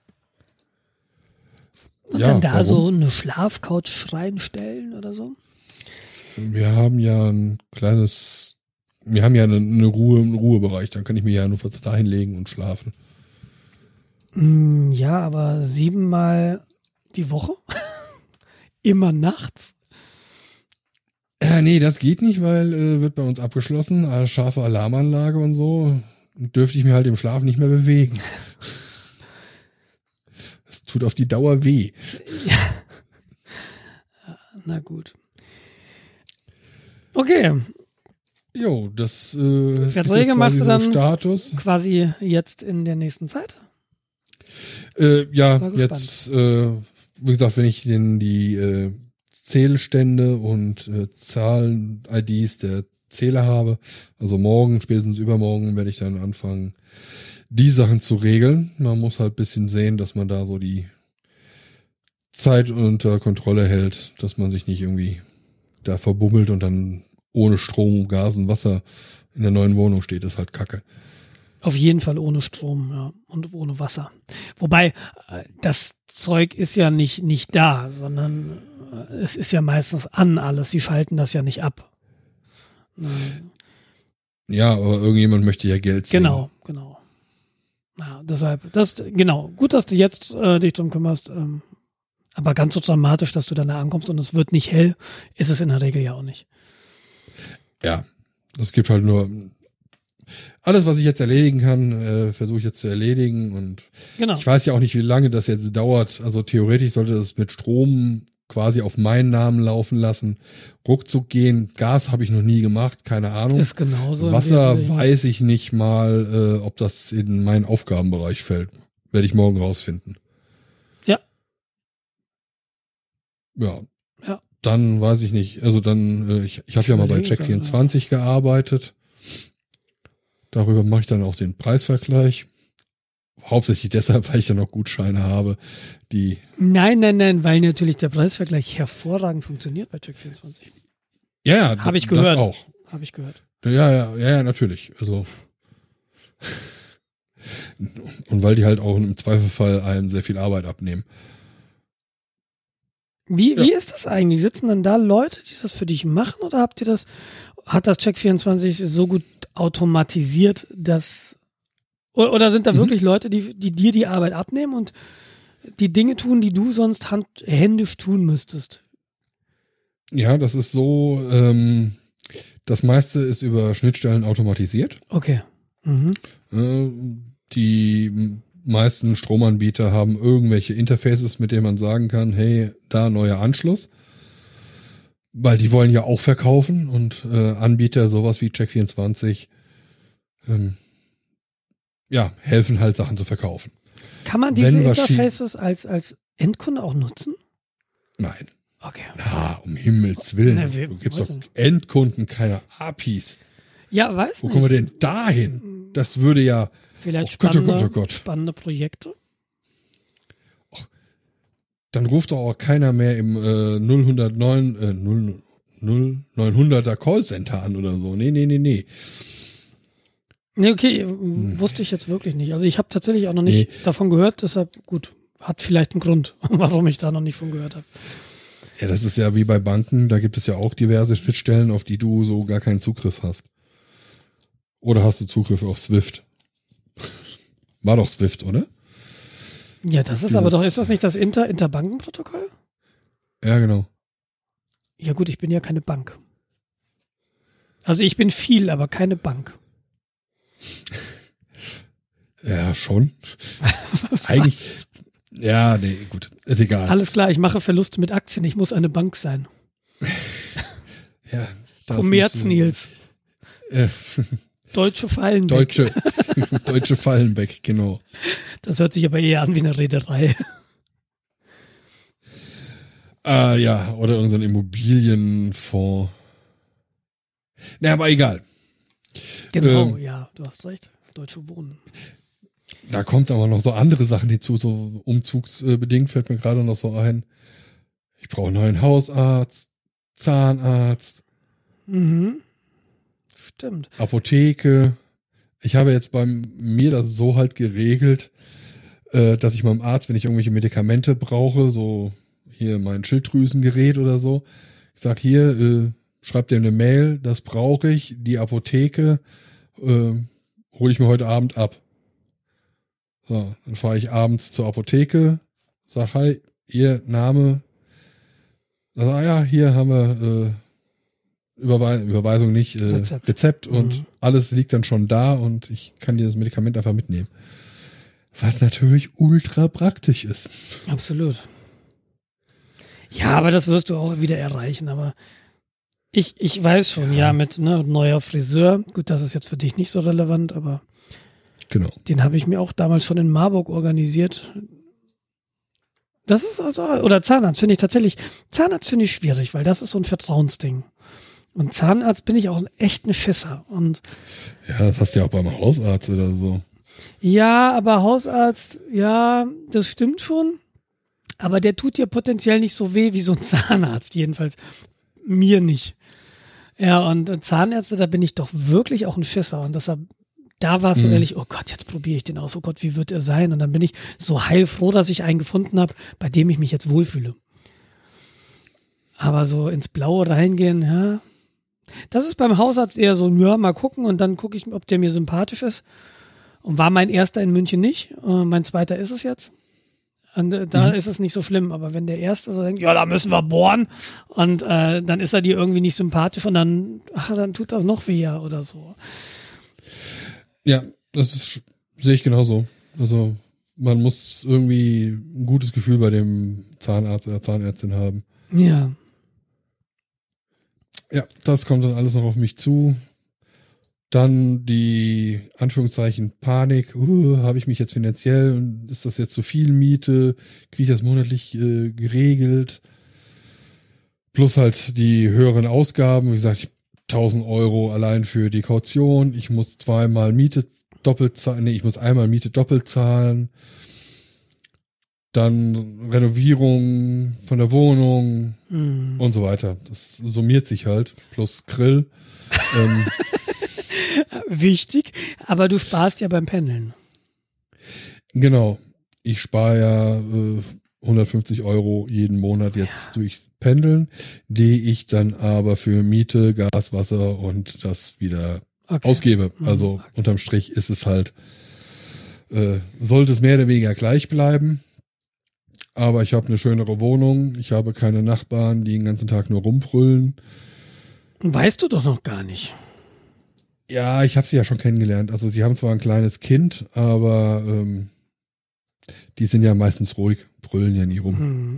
Und Ja, dann da warum? so eine Schlafcouch reinstellen oder so? Wir haben ja ein kleines, wir haben ja eine, eine Ruhe, einen Ruhebereich, dann kann ich mich ja nur da hinlegen und schlafen. Mm, ja, aber siebenmal die Woche? Immer nachts? Ja, nee, das geht nicht, weil äh, wird bei uns abgeschlossen, äh, scharfe Alarmanlage und so, dürfte ich mir halt im Schlaf nicht mehr bewegen. Das tut auf die Dauer weh. Na gut. Okay, Jo, das äh, Verträge ist jetzt machst quasi du so dann Status. quasi jetzt in der nächsten Zeit. Äh, ja, Mal gespannt. jetzt, äh, wie gesagt, wenn ich den die äh, Zählstände und äh, Zahlen-I Ds der Zähler habe, also morgen, spätestens übermorgen, werde ich dann anfangen, die Sachen zu regeln. Man muss halt bisschen sehen, dass man da so die Zeit unter Kontrolle hält, dass man sich nicht irgendwie da verbummelt und dann ohne Strom, Gas und Wasser in der neuen Wohnung steht, ist halt Kacke. Auf jeden Fall ohne Strom, ja, und ohne Wasser. Wobei, äh, das Zeug ist ja nicht, nicht da, sondern äh, es ist ja meistens an alles. Sie schalten das ja nicht ab. Ähm, Ja, aber irgendjemand möchte ja Geld sehen. Genau, genau. Ja, deshalb, das, genau. Gut, dass du jetzt äh, dich drum kümmerst. Ähm, aber ganz so dramatisch, dass du dann da ankommst und es wird nicht hell, ist es in der Regel ja auch nicht. Ja, es gibt halt nur alles, was ich jetzt erledigen kann, äh, versuche ich jetzt zu erledigen und Genau. ich weiß ja auch nicht, wie lange das jetzt dauert. Also theoretisch sollte das mit Strom quasi auf meinen Namen laufen lassen, ruckzuck gehen. Gas habe ich noch nie gemacht, keine Ahnung. Ist genauso. im Wasser Wesentlichen. weiß ich nicht mal, äh, ob das in meinen Aufgabenbereich fällt. Werde ich morgen rausfinden. Ja. Ja. Ja. Dann weiß ich nicht. Also dann, äh, ich, ich habe Ich ja mal bei überlege Check gerade. vierundzwanzig gearbeitet. Darüber mache ich dann auch den Preisvergleich. Hauptsächlich deshalb, weil ich dann auch Gutscheine habe, die, Nein, nein, nein, weil natürlich der Preisvergleich hervorragend funktioniert bei Check vierundzwanzig. ja, ja, Hab ich das gehört. auch. Habe ich gehört. Ja, ja, ja, ja, natürlich. Also, und weil die halt auch im Zweifelfall einem sehr viel Arbeit abnehmen. Wie, Ja. wie ist das eigentlich? Sitzen dann da Leute, die das für dich machen oder habt ihr das, hat das Check vierundzwanzig so gut automatisiert, dass, oder, oder sind da Mhm. wirklich Leute, die, die dir die Arbeit abnehmen und die Dinge tun, die du sonst hand, händisch tun müsstest? Ja, das ist so, ähm, das meiste ist über Schnittstellen automatisiert. Okay. Mhm. Äh, die meisten Stromanbieter haben irgendwelche Interfaces, mit denen man sagen kann, hey, da neuer Anschluss. Weil die wollen ja auch verkaufen und äh, Anbieter, sowas wie Check vierundzwanzig, ähm, ja, helfen halt Sachen zu verkaufen. Kann man diese Interfaces als, als Endkunde auch nutzen? Nein. Okay. Na, um Himmels Willen. Na, wir, du gibst doch Endkunden keine A P Is. Ja, weiß Wo nicht. kommen wir denn dahin? Das würde ja... Vielleicht oh spannende, Gott, oh Gott, oh Gott. spannende Projekte. Dann ruft doch auch keiner mehr im äh, null null neun äh, null null neunhunderter Callcenter an oder so. Nee, nee, nee, nee. Nee, okay, hm. wusste ich jetzt wirklich nicht. Also ich habe tatsächlich auch noch nicht nee. davon gehört, deshalb, gut, hat vielleicht einen Grund, warum ich da noch nicht von gehört habe. Ja, das ist ja wie bei Banken, da gibt es ja auch diverse Schnittstellen, auf die du so gar keinen Zugriff hast. Oder hast du Zugriff auf Swift? War doch Swift, oder? Ja, das ist Dieses, aber doch, ist das nicht das Inter Interbankenprotokoll? Ja, genau. Ja gut, ich bin ja keine Bank. Also ich bin viel, aber keine Bank. Ja, schon. Eigentlich. Ja, nee, gut. Ist egal. Alles klar, ich mache Verluste mit Aktien, ich muss eine Bank sein. Ja. Kommerz, Nils. Äh, Deutsche Fallenbeck. Deutsche, Deutsche Fallenbeck, genau. Das hört sich aber eher an wie eine Reederei. Ah, ja, oder irgendein Immobilienfonds. Na, aber egal. Genau, ähm, ja, du hast recht. Deutsche Wohnen. Da kommt aber noch so andere Sachen hinzu, so umzugsbedingt fällt mir gerade noch so ein. Ich brauche einen neuen Hausarzt, Zahnarzt. Mhm. Stimmt. Apotheke. Ich habe jetzt bei mir das so halt geregelt, äh, dass ich meinem Arzt, wenn ich irgendwelche Medikamente brauche, so hier mein Schilddrüsengerät oder so, ich sag hier, äh, schreib dir eine Mail, das brauche ich, die Apotheke äh, hole ich mir heute Abend ab. So, dann fahre ich abends zur Apotheke, sag, hi, ihr Name, sag, ah ja, hier haben wir äh, Überwe- Überweisung nicht, äh, Rezept, Rezept und mhm. alles liegt dann schon da und ich kann dir das Medikament einfach mitnehmen. Was natürlich ultra praktisch ist. Absolut. Ja, aber das wirst du auch wieder erreichen, aber ich, ich weiß schon, ja, ja mit ne, neuer Friseur, gut, das ist jetzt für dich nicht so relevant, aber genau. Den habe ich mir auch damals schon in Marburg organisiert. Das ist also, oder Zahnarzt finde ich tatsächlich, Zahnarzt finde ich schwierig, weil das ist so ein Vertrauensding. Und Zahnarzt bin ich auch echt ein Schisser. Und ja, das hast du ja auch beim Hausarzt oder so. Ja, aber Hausarzt, ja, das stimmt schon. Aber der tut dir potenziell nicht so weh wie so ein Zahnarzt, jedenfalls mir nicht. Ja, und Zahnärzte, da bin ich doch wirklich auch ein Schisser. Und deshalb, da war es so mhm. ehrlich, oh Gott, jetzt probiere ich den aus. Oh Gott, wie wird er sein? Und dann bin ich so heilfroh, dass ich einen gefunden habe, bei dem ich mich jetzt wohlfühle. Aber so ins Blaue reingehen, ja. Das ist beim Hausarzt eher so, ja, mal gucken und dann gucke ich, ob der mir sympathisch ist. Und war mein erster in München nicht. Äh, mein zweiter ist es jetzt. Und äh, da mhm. ist es nicht so schlimm. Aber wenn der erste so denkt, ja, da müssen wir bohren und äh, dann ist er dir irgendwie nicht sympathisch und dann, ach, dann tut das noch weh oder so. Ja, das ist, sehe ich genauso. Also man muss irgendwie ein gutes Gefühl bei dem Zahnarzt oder Zahnärztin haben. Ja. Ja, das kommt dann alles noch auf mich zu. Dann die Anführungszeichen Panik. Uh, habe ich mich jetzt finanziell, ist das jetzt zu viel Miete? Kriege ich das monatlich äh, geregelt? Plus halt die höheren Ausgaben. Wie gesagt, tausend Euro allein für die Kaution. Ich muss zweimal Miete doppelt zahlen. Nee, ich muss einmal Miete doppelt zahlen. Dann Renovierung von der Wohnung mm. und so weiter. Das summiert sich halt. Plus Grill. ähm, Wichtig, aber du sparst ja beim Pendeln. Genau. Ich spare ja äh, hundertfünfzig Euro jeden Monat jetzt ja. durchs Pendeln, die ich dann aber für Miete, Gas, Wasser und das wieder okay. ausgebe. Also okay. unterm Strich ist es halt, äh, sollte es mehr oder weniger gleich bleiben. Aber ich habe eine schönere Wohnung. Ich habe keine Nachbarn, die den ganzen Tag nur rumbrüllen. Weißt du doch noch gar nicht. Ja, ich habe sie ja schon kennengelernt. Also sie haben zwar ein kleines Kind, aber ähm, Die sind ja meistens ruhig, brüllen ja nie rum. Hm.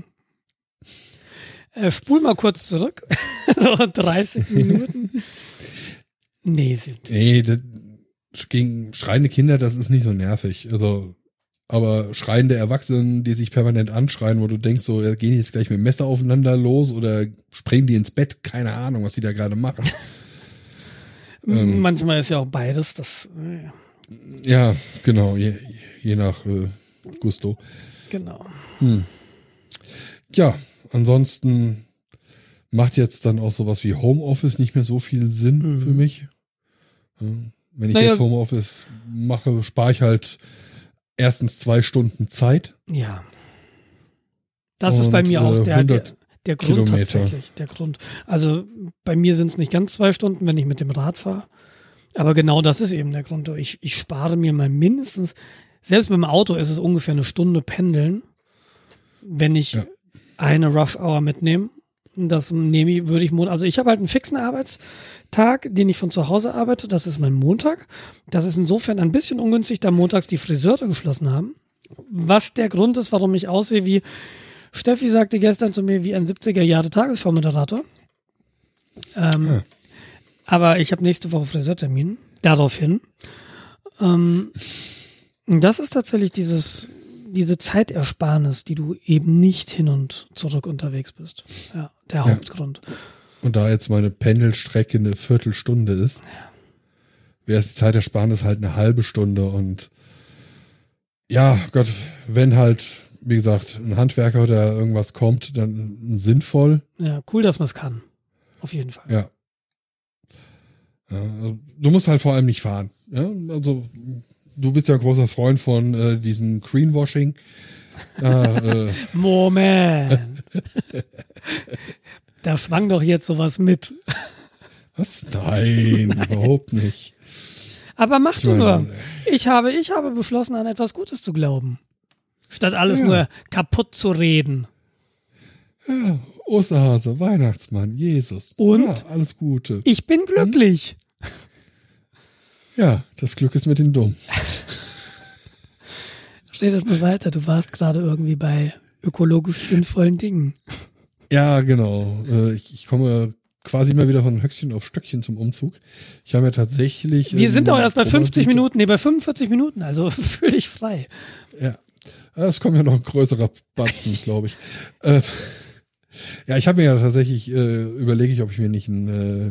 Äh, spul mal kurz zurück. So dreißig Minuten. Nee, sind. Nee, das, gegen schreiende Kinder, das ist nicht so nervig. Also, aber schreiende Erwachsene, die sich permanent anschreien, wo du denkst, so, ja, gehen die jetzt gleich mit dem Messer aufeinander los oder springen die ins Bett? Keine Ahnung, was die da gerade machen. ähm, Manchmal ist ja auch beides. Das, äh, ja, genau, je, je nach äh, Gusto. Genau. Hm. Ja, ansonsten macht jetzt dann auch sowas wie Homeoffice nicht mehr so viel Sinn mhm. für mich. Ja, wenn ich naja, jetzt Homeoffice mache, spare ich halt erstens zwei Stunden Zeit. Ja. Das ist bei mir auch der, der, der Grund Kilometer. tatsächlich. Der Grund. Also bei mir sind es nicht ganz zwei Stunden, wenn ich mit dem Rad fahre. Aber genau das ist eben der Grund. Ich, ich spare mir mal mindestens, selbst mit dem Auto ist es ungefähr eine Stunde pendeln, wenn ich ja. eine Rush-Hour mitnehme. Das nehme ich, würde ich, also ich habe halt einen fixen Arbeitstag, den ich von zu Hause arbeite. Das ist mein Montag. Das ist insofern ein bisschen ungünstig, da montags die Friseure geschlossen haben. Was der Grund ist, warum ich aussehe wie, Steffi sagte gestern zu mir, wie ein siebziger-Jahre-Tagesschau-Moderator. Ähm, ja. Aber ich habe nächste Woche Friseurtermin. Daraufhin. Ähm, das ist tatsächlich dieses, diese Zeitersparnis, die du eben nicht hin und zurück unterwegs bist. Ja, der ja. Hauptgrund. Und da jetzt meine Pendelstrecke eine Viertelstunde ist, ja. wäre es die Zeitersparnis halt eine halbe Stunde. Und ja, Gott, wenn halt, wie gesagt, ein Handwerker oder irgendwas kommt, dann sinnvoll. Ja, cool, dass man es kann. Auf jeden Fall. Ja. ja also, du musst halt vor allem nicht fahren. Ja, also du bist ja ein großer Freund von äh, diesem Greenwashing. Ah, äh. Moment. Da schwang doch jetzt sowas mit. Was? Nein, überhaupt nicht. Aber mach ich du meine, nur. Ich habe, ich habe beschlossen, an etwas Gutes zu glauben. Statt alles ja. nur kaputt zu reden. Ja, Osterhase, Weihnachtsmann, Jesus. Und? Ja, alles Gute. Ich bin glücklich. Ja, das Glück ist mit den Dummen. Redet mal weiter, du warst gerade irgendwie bei ökologisch sinnvollen Dingen. Ja, genau. Ich komme quasi mal wieder von Höchstchen auf Stöckchen zum Umzug. Ich habe ja tatsächlich... Wir sind doch erst bei fünfzig Minuten, nee, bei fünfundvierzig Minuten, also fühl dich frei. Ja, es kommt ja noch ein größerer Batzen, glaube ich. Äh, ja, ich habe mir ja tatsächlich, äh, überlege ich, ob ich mir nicht einen äh,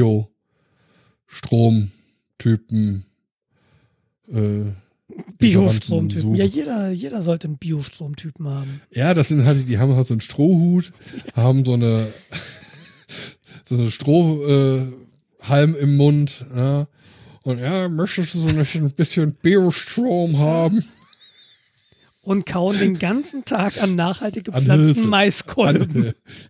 Bio-Strom-Typen äh, Biostromtypen. Ja, jeder, jeder sollte einen Biostromtypen haben. Ja, das sind halt, die haben halt so einen Strohhut, haben so eine so eine Strohhalm äh, im Mund, ja. Und ja, möchtest du so ein bisschen Biostrom haben? Und kauen den ganzen Tag an nachhaltig gepflanzten Maiskolben.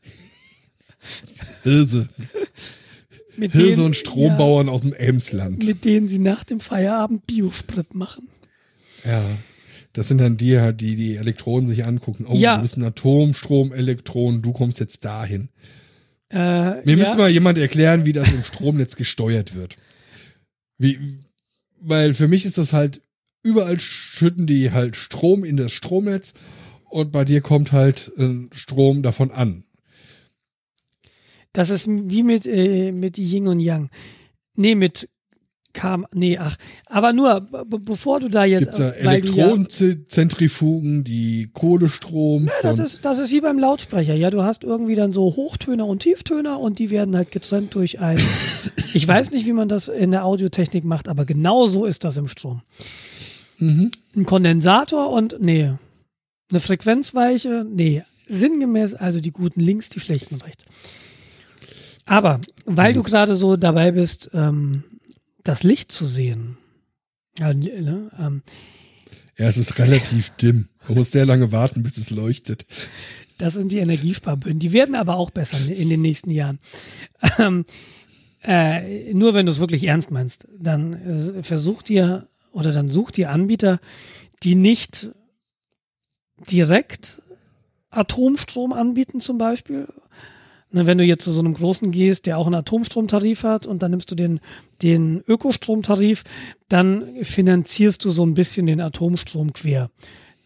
Hirse. Mit Hirse denen, und Strombauern ja, aus dem Emsland. Mit denen sie nach dem Feierabend Biosprit machen. Ja, das sind dann die, die die Elektronen sich angucken. Oh, ja. Du bist ein Atomstrom-Elektron, du kommst jetzt dahin. Äh, Mir ja. müsste mal jemand erklären, wie das im Stromnetz gesteuert wird. Wie, weil für mich ist das halt, überall schütten die halt Strom in das Stromnetz und bei dir kommt halt äh, Strom davon an. Das ist wie mit, äh, mit Yin und Yang. Nee, mit kam, nee, ach, aber nur, be bevor du da jetzt... Gibt's da Elektronenzentrifugen, ja, die Kohlestrom... Ja, das ist, das ist wie beim Lautsprecher, ja, du hast irgendwie dann so Hochtöner und Tieftöner und die werden halt getrennt durch ein... Ich weiß nicht, wie man das in der Audiotechnik macht, aber genau so ist das im Strom. Mhm. Ein Kondensator und, nee, eine Frequenzweiche, nee, sinngemäß also die guten links, die schlechten rechts. Aber, weil mhm. du gerade so dabei bist, ähm, das Licht zu sehen. Ja, ne, ähm, ja, es ist relativ dimm. Man muss sehr lange warten, bis es leuchtet. Das sind die Energiesparböden. Die werden aber auch besser in den nächsten Jahren. Ähm, äh, nur wenn du es wirklich ernst meinst, dann äh, versuch dir oder dann such dir Anbieter, die nicht direkt Atomstrom anbieten zum Beispiel. Wenn du jetzt zu so einem Großen gehst, der auch einen Atomstromtarif hat und dann nimmst du den, den Ökostromtarif, dann finanzierst du so ein bisschen den Atomstrom quer.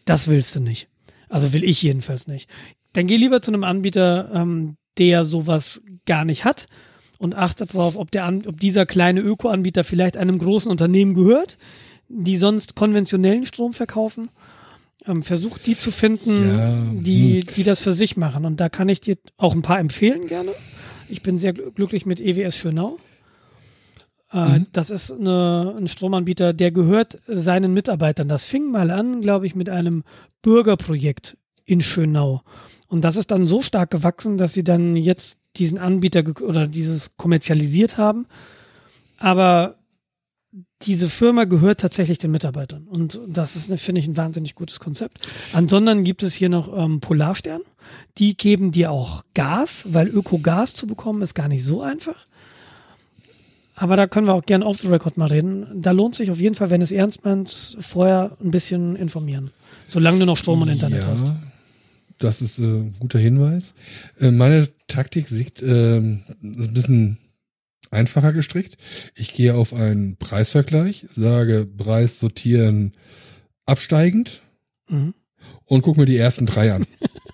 Das willst du nicht. Also will ich jedenfalls nicht. Dann geh lieber zu einem Anbieter, ähm, der sowas gar nicht hat und achte darauf, ob, der An- ob dieser kleine Öko-Anbieter vielleicht einem großen Unternehmen gehört, die sonst konventionellen Strom verkaufen. Ähm, versuch die zu finden, Ja, die, hm. die das für sich machen. Und da kann ich dir auch ein paar empfehlen gerne. Ich bin sehr gl- glücklich mit E W S Schönau. Äh, Mhm. Das ist eine, ein Stromanbieter, der gehört seinen Mitarbeitern. Das fing mal an, glaube ich, mit einem Bürgerprojekt in Schönau. Und das ist dann so stark gewachsen, dass sie dann jetzt diesen Anbieter ge- oder dieses kommerzialisiert haben. Aber diese Firma gehört tatsächlich den Mitarbeitern. Und das ist, finde ich, ein wahnsinnig gutes Konzept. Ansonsten gibt es hier noch ähm, Polarstern. Die geben dir auch Gas, weil Ökogas zu bekommen ist gar nicht so einfach. Aber da können wir auch gerne off the record mal reden. Da lohnt sich auf jeden Fall, wenn es ernst meint, vorher ein bisschen informieren. Solange du noch Strom und Internet ja, hast. Das ist äh, ein guter Hinweis. Äh, meine Taktik sieht äh, ein bisschen einfacher gestrickt. Ich gehe auf einen Preisvergleich, sage Preis sortieren absteigend Mhm. und gucke mir die ersten drei an.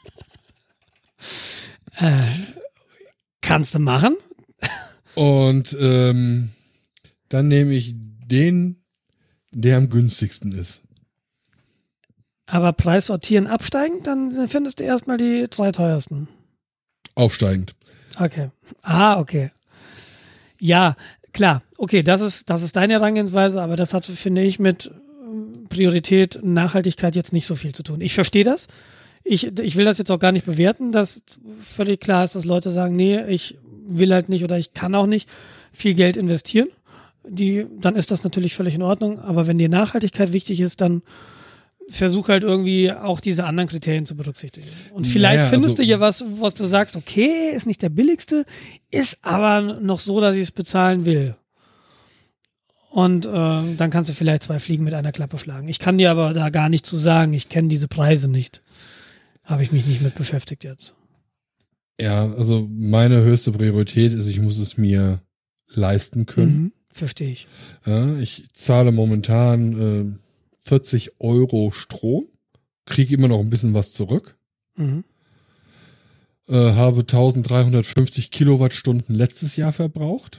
Äh, kannst du machen? Und ähm, dann nehme ich den, der am günstigsten ist. Aber Preis sortieren absteigend, dann findest du erstmal die drei teuersten. Aufsteigend. Okay. Ah, okay. Ja, klar. Okay, das ist, das ist deine Herangehensweise, aber das hat, finde ich, mit ähm, Priorität Nachhaltigkeit jetzt nicht so viel zu tun. Ich verstehe das. Ich, ich will das jetzt auch gar nicht bewerten, dass völlig klar ist, dass Leute sagen, nee, ich will halt nicht oder ich kann auch nicht viel Geld investieren. Die, dann ist das natürlich völlig in Ordnung. Aber wenn dir Nachhaltigkeit wichtig ist, dann versuch halt irgendwie auch diese anderen Kriterien zu berücksichtigen. Und vielleicht Naja, findest also- du ja was, was du sagst, okay, ist nicht der billigste, ist aber noch so, dass ich es bezahlen will. Und äh, dann kannst du vielleicht zwei Fliegen mit einer Klappe schlagen. Ich kann dir aber da gar nicht zu sagen, ich kenne diese Preise nicht. Habe ich mich nicht mit beschäftigt jetzt. Ja, also meine höchste Priorität ist, ich muss es mir leisten können. Mhm, verstehe ich. Ja, ich zahle momentan äh, vierzig Euro Strom, kriege immer noch ein bisschen was zurück, Mhm. äh, habe dreizehnhundertfünfzig Kilowattstunden letztes Jahr verbraucht.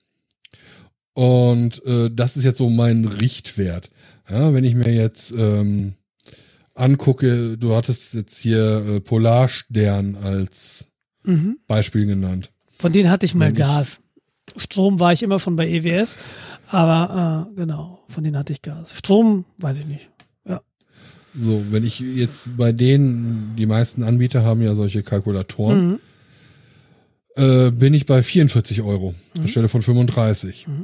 Und äh, das ist jetzt so mein Richtwert. Ja, wenn ich mir jetzt ähm, angucke, du hattest jetzt hier äh, Polarstern als Mhm. Beispiel genannt. Von denen hatte ich mal Wenn ich- Gas. Strom war ich immer schon bei E W S, aber äh, genau, von denen hatte ich Gas. Strom, weiß ich nicht. Ja. So, wenn ich jetzt bei denen, die meisten Anbieter haben ja solche Kalkulatoren, Mhm. äh, bin ich bei vierundvierzig Euro anstelle von fünfunddreißig. Mhm.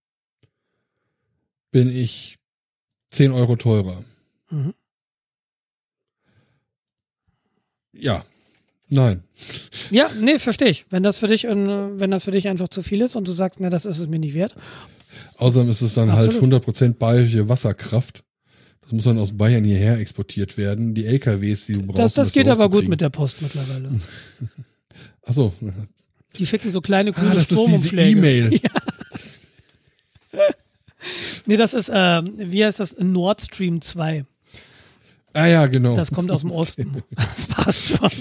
Bin ich zehn Euro teurer. Mhm. Ja, nein. Ja, nee, verstehe ich. Wenn das für dich, äh, wenn das für dich einfach zu viel ist und du sagst, ne, das ist es mir nicht wert. Außerdem ist es dann Absolut. halt hundert Prozent bayerische Wasserkraft. Das muss dann aus Bayern hierher exportiert werden. Die L K Ws, die du brauchst. Das, das um geht hier aber gut hochzukriegen. mit der Post mittlerweile. Ach so. Die schicken so kleine Ah, grüne das ist diese Stromumschläge. E-Mail. Nee, das ist, äh, wie heißt das? Nord Stream zwei. Ah ja, genau. Das kommt aus dem Osten. Das passt schon.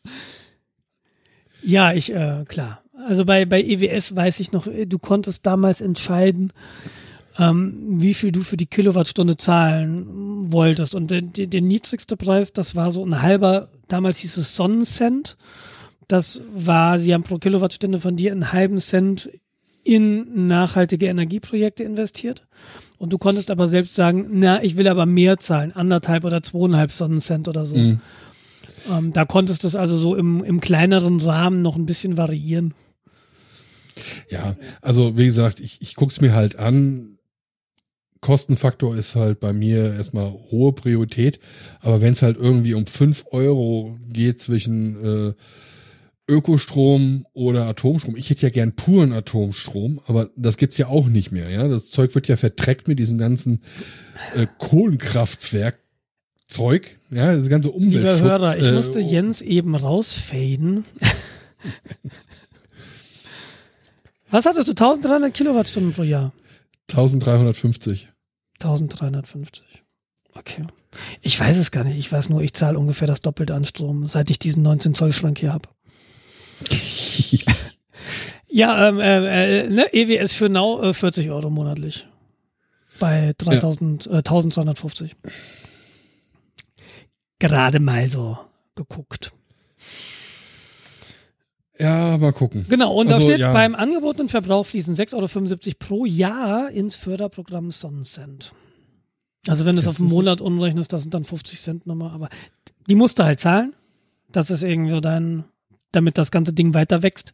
Ja, ich, äh, klar. Also bei, bei E W S weiß ich noch, du konntest damals entscheiden, ähm, wie viel du für die Kilowattstunde zahlen wolltest. Und der, der, der niedrigste Preis, das war so ein halber, damals hieß es Sonnencent. Das war, sie haben pro Kilowattstunde von dir einen halben Cent in nachhaltige Energieprojekte investiert. Und du konntest aber selbst sagen, na, ich will aber mehr zahlen, anderthalb oder zweieinhalb Sonnencent oder so. Mhm. Ähm, da konntest du es also so im, im kleineren Rahmen noch ein bisschen variieren. Ja, also wie gesagt, ich, ich guck's mir halt an. Kostenfaktor ist halt bei mir erstmal hohe Priorität. Aber wenn es halt irgendwie um fünf Euro geht zwischen äh, Ökostrom oder Atomstrom, ich hätte ja gern puren Atomstrom, aber das gibt's ja auch nicht mehr. Ja, das Zeug wird ja verdreckt mit diesem ganzen äh, Kohlenkraftwerk-Zeug. Ja, das ganze Umweltschutz. Lieber Hörer, ich äh, musste Jens eben rausfaden. Was hattest du? dreizehnhundert Kilowattstunden pro Jahr? dreizehnhundertfünfzig. dreizehnhundertfünfzig. Okay. Ich weiß es gar nicht. Ich weiß nur, ich zahle ungefähr das Doppelte an Strom, seit ich diesen neunzehn Zoll Schrank hier habe. Ja, ähm, äh, ne, E W S Schönau, äh, vierzig Euro monatlich. Bei dreitausend, ja. äh, eintausendzweihundertfünfzig. Gerade mal so geguckt. Ja, mal gucken. Genau, und also, da steht, ja. beim angebotenen Verbrauch fließen sechs Euro fünfundsiebzig pro Jahr ins Förderprogramm Sonnencent. Also wenn du es auf einen Monat umrechnest, das sind dann fünfzig Cent nochmal, aber die musst du halt zahlen. Das ist irgendwie so dein, damit das ganze Ding weiter wächst.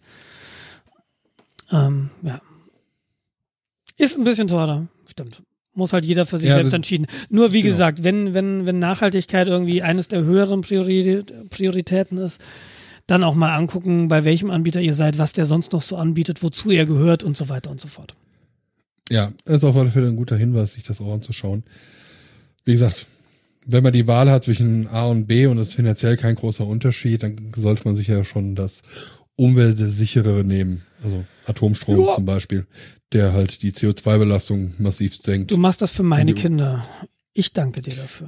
Ähm, ja. Ist ein bisschen teurer, stimmt. Muss halt jeder für sich ja, selbst das, entschieden. Nur wie genau. gesagt, wenn, wenn, wenn Nachhaltigkeit irgendwie eines der höheren Priori- Prioritäten ist, dann auch mal angucken, bei welchem Anbieter ihr seid, was der sonst noch so anbietet, wozu er gehört und so weiter und so fort. Ja, ist auf alle Fälle ein guter Hinweis, sich das auch anzuschauen. Wie gesagt, wenn man die Wahl hat zwischen A und B und es ist finanziell kein großer Unterschied, dann sollte man sich ja schon das umweltsicherere nehmen. Also Atomstrom ja. zum Beispiel, der halt die C O zwei Belastung massiv senkt. Du machst das für meine Kinder. Ich danke dir dafür.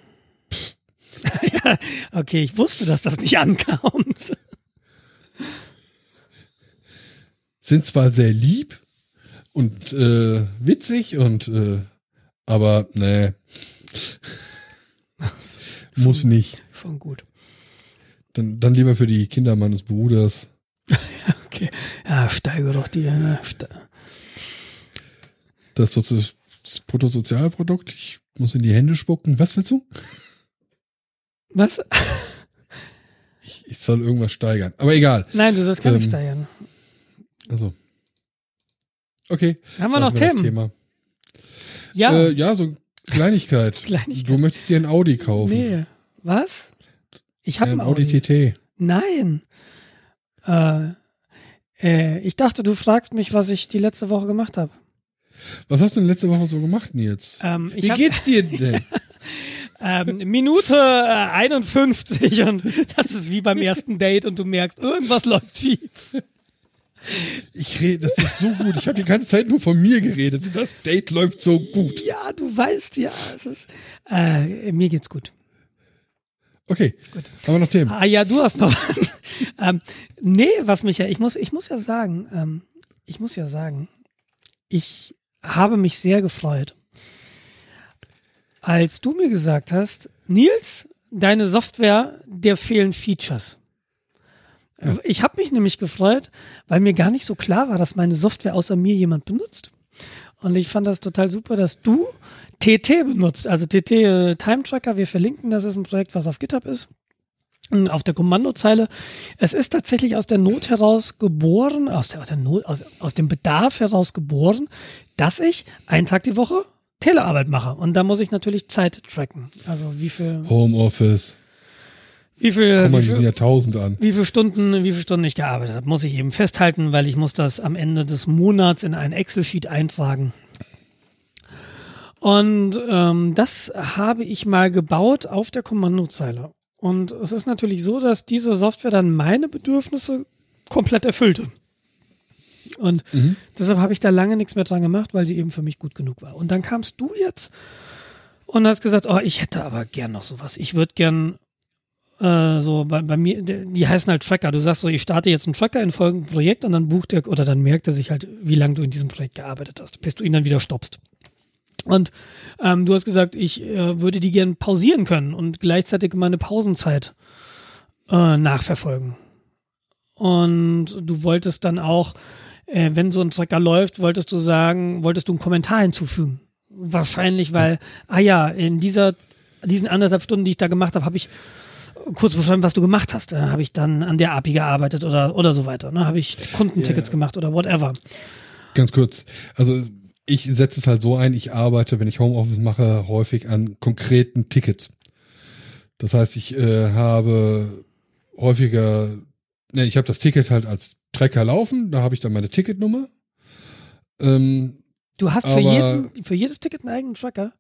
Ja, okay, ich wusste, dass das nicht ankam. Sind zwar sehr lieb und äh, witzig und äh, aber nee, muss nicht. Schon gut. Dann, dann lieber für die Kinder meines Bruders. Okay, ja, steige doch die. Ne? Ste- das, Sozi- das Bruttosozialprodukt, ich muss in die Hände spucken. Was willst du? Was? Ich, ich soll irgendwas steigern. Aber egal. Nein, du sollst gar nicht ähm, steigern. Also. Okay. Haben wir noch Themen? Thema. Ja. Äh, ja, so Kleinigkeit. Kleinigkeit. Du möchtest dir ein Audi kaufen. Nee. Was? Ich habe ja, ein ein Audi. Audi T T. Nein. Äh, äh, ich dachte, du fragst mich, was ich die letzte Woche gemacht habe. Was hast du denn letzte Woche so gemacht, Nils? Ähm, ich Wie hab, geht's dir denn? ähm, Minute äh, einundfünfzig und das ist wie beim ersten Date und du merkst, irgendwas läuft schief. Ich rede, das ist so gut. Ich habe die ganze Zeit nur von mir geredet. Das Date läuft so gut. Ja, du weißt ja, es ist, äh, mir geht's gut. Okay, gut. Haben wir noch Themen? Ah ja, du hast noch. ähm, nee, was mich ja, ich muss, ich muss ja sagen, ähm, ich muss ja sagen, ich habe mich sehr gefreut, als du mir gesagt hast, Nils, deine Software, der fehlen Features. Ja. Ich habe mich nämlich gefreut, weil mir gar nicht so klar war, dass meine Software außer mir jemand benutzt. Und ich fand das total super, dass du T T benutzt, also T T äh, Time Tracker. Wir verlinken, das ist ein Projekt, was auf GitHub ist. Auf der Kommandozeile. Es ist tatsächlich aus der Not heraus geboren, aus der, aus der Not, aus, aus dem Bedarf heraus geboren, dass ich einen Tag die Woche Telearbeit mache. Und da muss ich natürlich Zeit tracken. Also wie viel Homeoffice. Wie viel, Komm mal, wie, viel, ja tausend an. wie viele Stunden, wie viele Stunden ich gearbeitet habe, muss ich eben festhalten, weil ich muss das am Ende des Monats in ein Excel-Sheet eintragen. Und ähm, das habe ich mal gebaut auf der Kommandozeile. Und es ist natürlich so, dass diese Software dann meine Bedürfnisse komplett erfüllte. Und mhm. deshalb habe ich da lange nichts mehr dran gemacht, weil sie eben für mich gut genug war. Und dann kamst du jetzt und hast gesagt, oh, ich hätte aber gern noch sowas. Ich würde gern äh, so bei, bei mir, die heißen halt Tracker. Du sagst so, ich starte jetzt einen Tracker in folgendem Projekt und dann bucht er oder dann merkt er sich halt, wie lange du in diesem Projekt gearbeitet hast, bis du ihn dann wieder stoppst. Und ähm, du hast gesagt, ich äh, würde die gern pausieren können und gleichzeitig meine Pausenzeit äh, nachverfolgen. Und du wolltest dann auch, äh, wenn so ein Tracker läuft, wolltest du sagen, wolltest du einen Kommentar hinzufügen. Wahrscheinlich, weil, ah ja, in dieser diesen anderthalb Stunden, die ich da gemacht habe, habe ich kurz beschreiben, was du gemacht hast. Da habe ich dann an der A P I gearbeitet oder oder so weiter. Ne? Habe ich Kundentickets ja. gemacht oder whatever. Ganz kurz, also ich setze es halt so ein, ich arbeite, wenn ich Homeoffice mache, häufig an konkreten Tickets. Das heißt, ich äh, habe häufiger, ne, ich habe das Ticket halt als Tracker laufen, da habe ich dann meine Ticketnummer. Ähm, du hast für, aber, jeden, für jedes Ticket einen eigenen Tracker?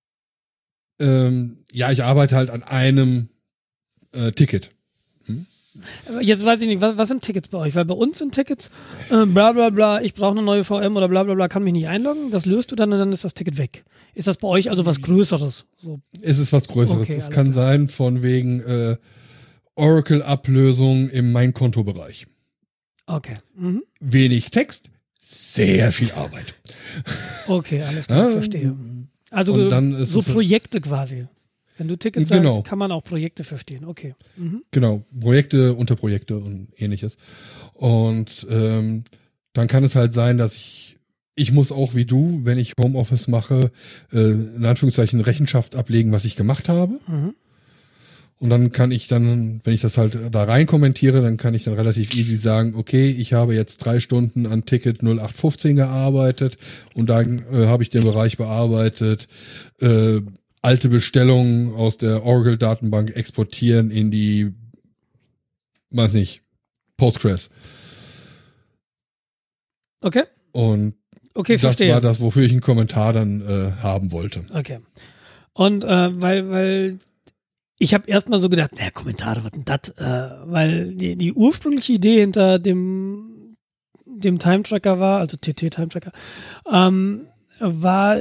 Ähm, ja, ich arbeite halt an einem äh, Ticket. Hm? Jetzt weiß ich nicht, was, was sind Tickets bei euch? Weil bei uns sind Tickets, äh, bla bla bla, ich brauche eine neue V M oder bla bla bla, kann mich nicht einloggen, das löst du dann und dann ist das Ticket weg. Ist das bei euch also was Größeres? So. Es ist was Größeres. Okay, es kann klar. sein von wegen äh, Oracle-Ablösung im Mein-Konto-Bereich. Okay. Mhm. Wenig Text, sehr viel Arbeit. Okay, alles klar, Ja, verstehe. Also und dann ist so es- Projekte quasi. Wenn du Tickets Genau. sagst, kann man auch Projekte verstehen. Okay. Mhm. Genau, Projekte, Unterprojekte und ähnliches. Und ähm, dann kann es halt sein, dass ich, ich muss auch wie du, wenn ich Homeoffice mache, äh, in Anführungszeichen Rechenschaft ablegen, was ich gemacht habe. Mhm. Und dann kann ich dann, wenn ich das halt da rein kommentiere, dann kann ich dann relativ easy sagen, okay, ich habe jetzt drei Stunden an Ticket null acht fünfzehn gearbeitet und dann äh, habe ich den Bereich bearbeitet, äh, alte Bestellungen aus der Oracle-Datenbank exportieren in die, weiß nicht, Postgres. Okay. Und Okay, das verstehe. war das, wofür ich einen Kommentar dann äh, haben wollte. Okay. Und äh, weil, weil ich habe erstmal so gedacht, naja, Kommentare, was denn das? Äh, weil die, die ursprüngliche Idee hinter dem, dem Time-Tracker war, also T T-Time-Tracker, ähm, war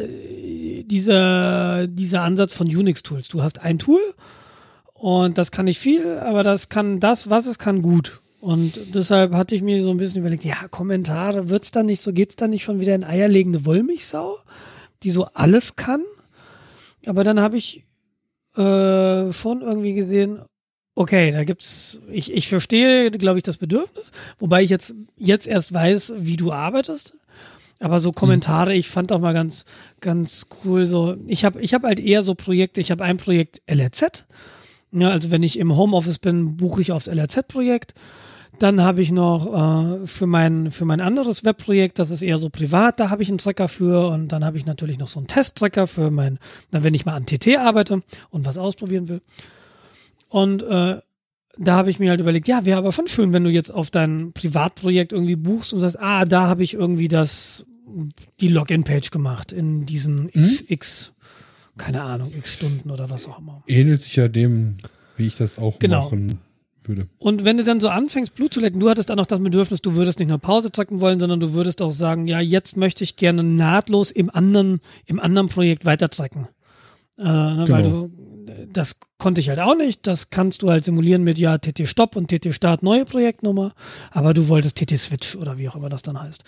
dieser, dieser Ansatz von Unix-Tools. Du hast ein Tool und das kann nicht viel, aber das kann das, was es kann, gut. Und deshalb hatte ich mir so ein bisschen überlegt, ja, Kommentare, wird's dann nicht so, geht's dann nicht schon wieder in eierlegende Wollmilchsau, die so alles kann? Aber dann habe ich äh, schon irgendwie gesehen, okay, da gibt's, ich, ich verstehe, glaube ich, das Bedürfnis, wobei ich jetzt, jetzt erst weiß, wie du arbeitest. Aber so Kommentare, ich fand auch mal ganz, ganz cool so, ich habe ich hab halt eher so Projekte, ich habe ein Projekt L R Z, ja, also wenn ich im Homeoffice bin, buche ich aufs L R Z-Projekt. Dann habe ich noch äh, für mein für mein anderes Webprojekt, das ist eher so privat, da habe ich einen Tracker für und dann habe ich natürlich noch so einen Test-Tracker für mein, dann wenn ich mal an T T arbeite und was ausprobieren will. Und äh, da habe ich mir halt überlegt, ja, wäre aber schon schön, wenn du jetzt auf dein Privatprojekt irgendwie buchst und sagst, ah, da habe ich irgendwie das, die Login-Page gemacht in diesen X, Hm? X, keine Ahnung, X Stunden oder was auch immer. Ähnelt sich ja dem, wie ich das auch Genau. machen würde. Und wenn du dann so anfängst, Blut zu lecken, du hattest dann noch das Bedürfnis, du würdest nicht nur Pause tracken wollen, sondern du würdest auch sagen, ja, jetzt möchte ich gerne nahtlos im anderen, im anderen Projekt weiter tracken. Äh, ne, weil Genau. du, das konnte ich halt auch nicht. Das kannst du halt simulieren mit, ja, T T-Stop und T T-Start, neue Projektnummer. Aber du wolltest T T-Switch oder wie auch immer das dann heißt.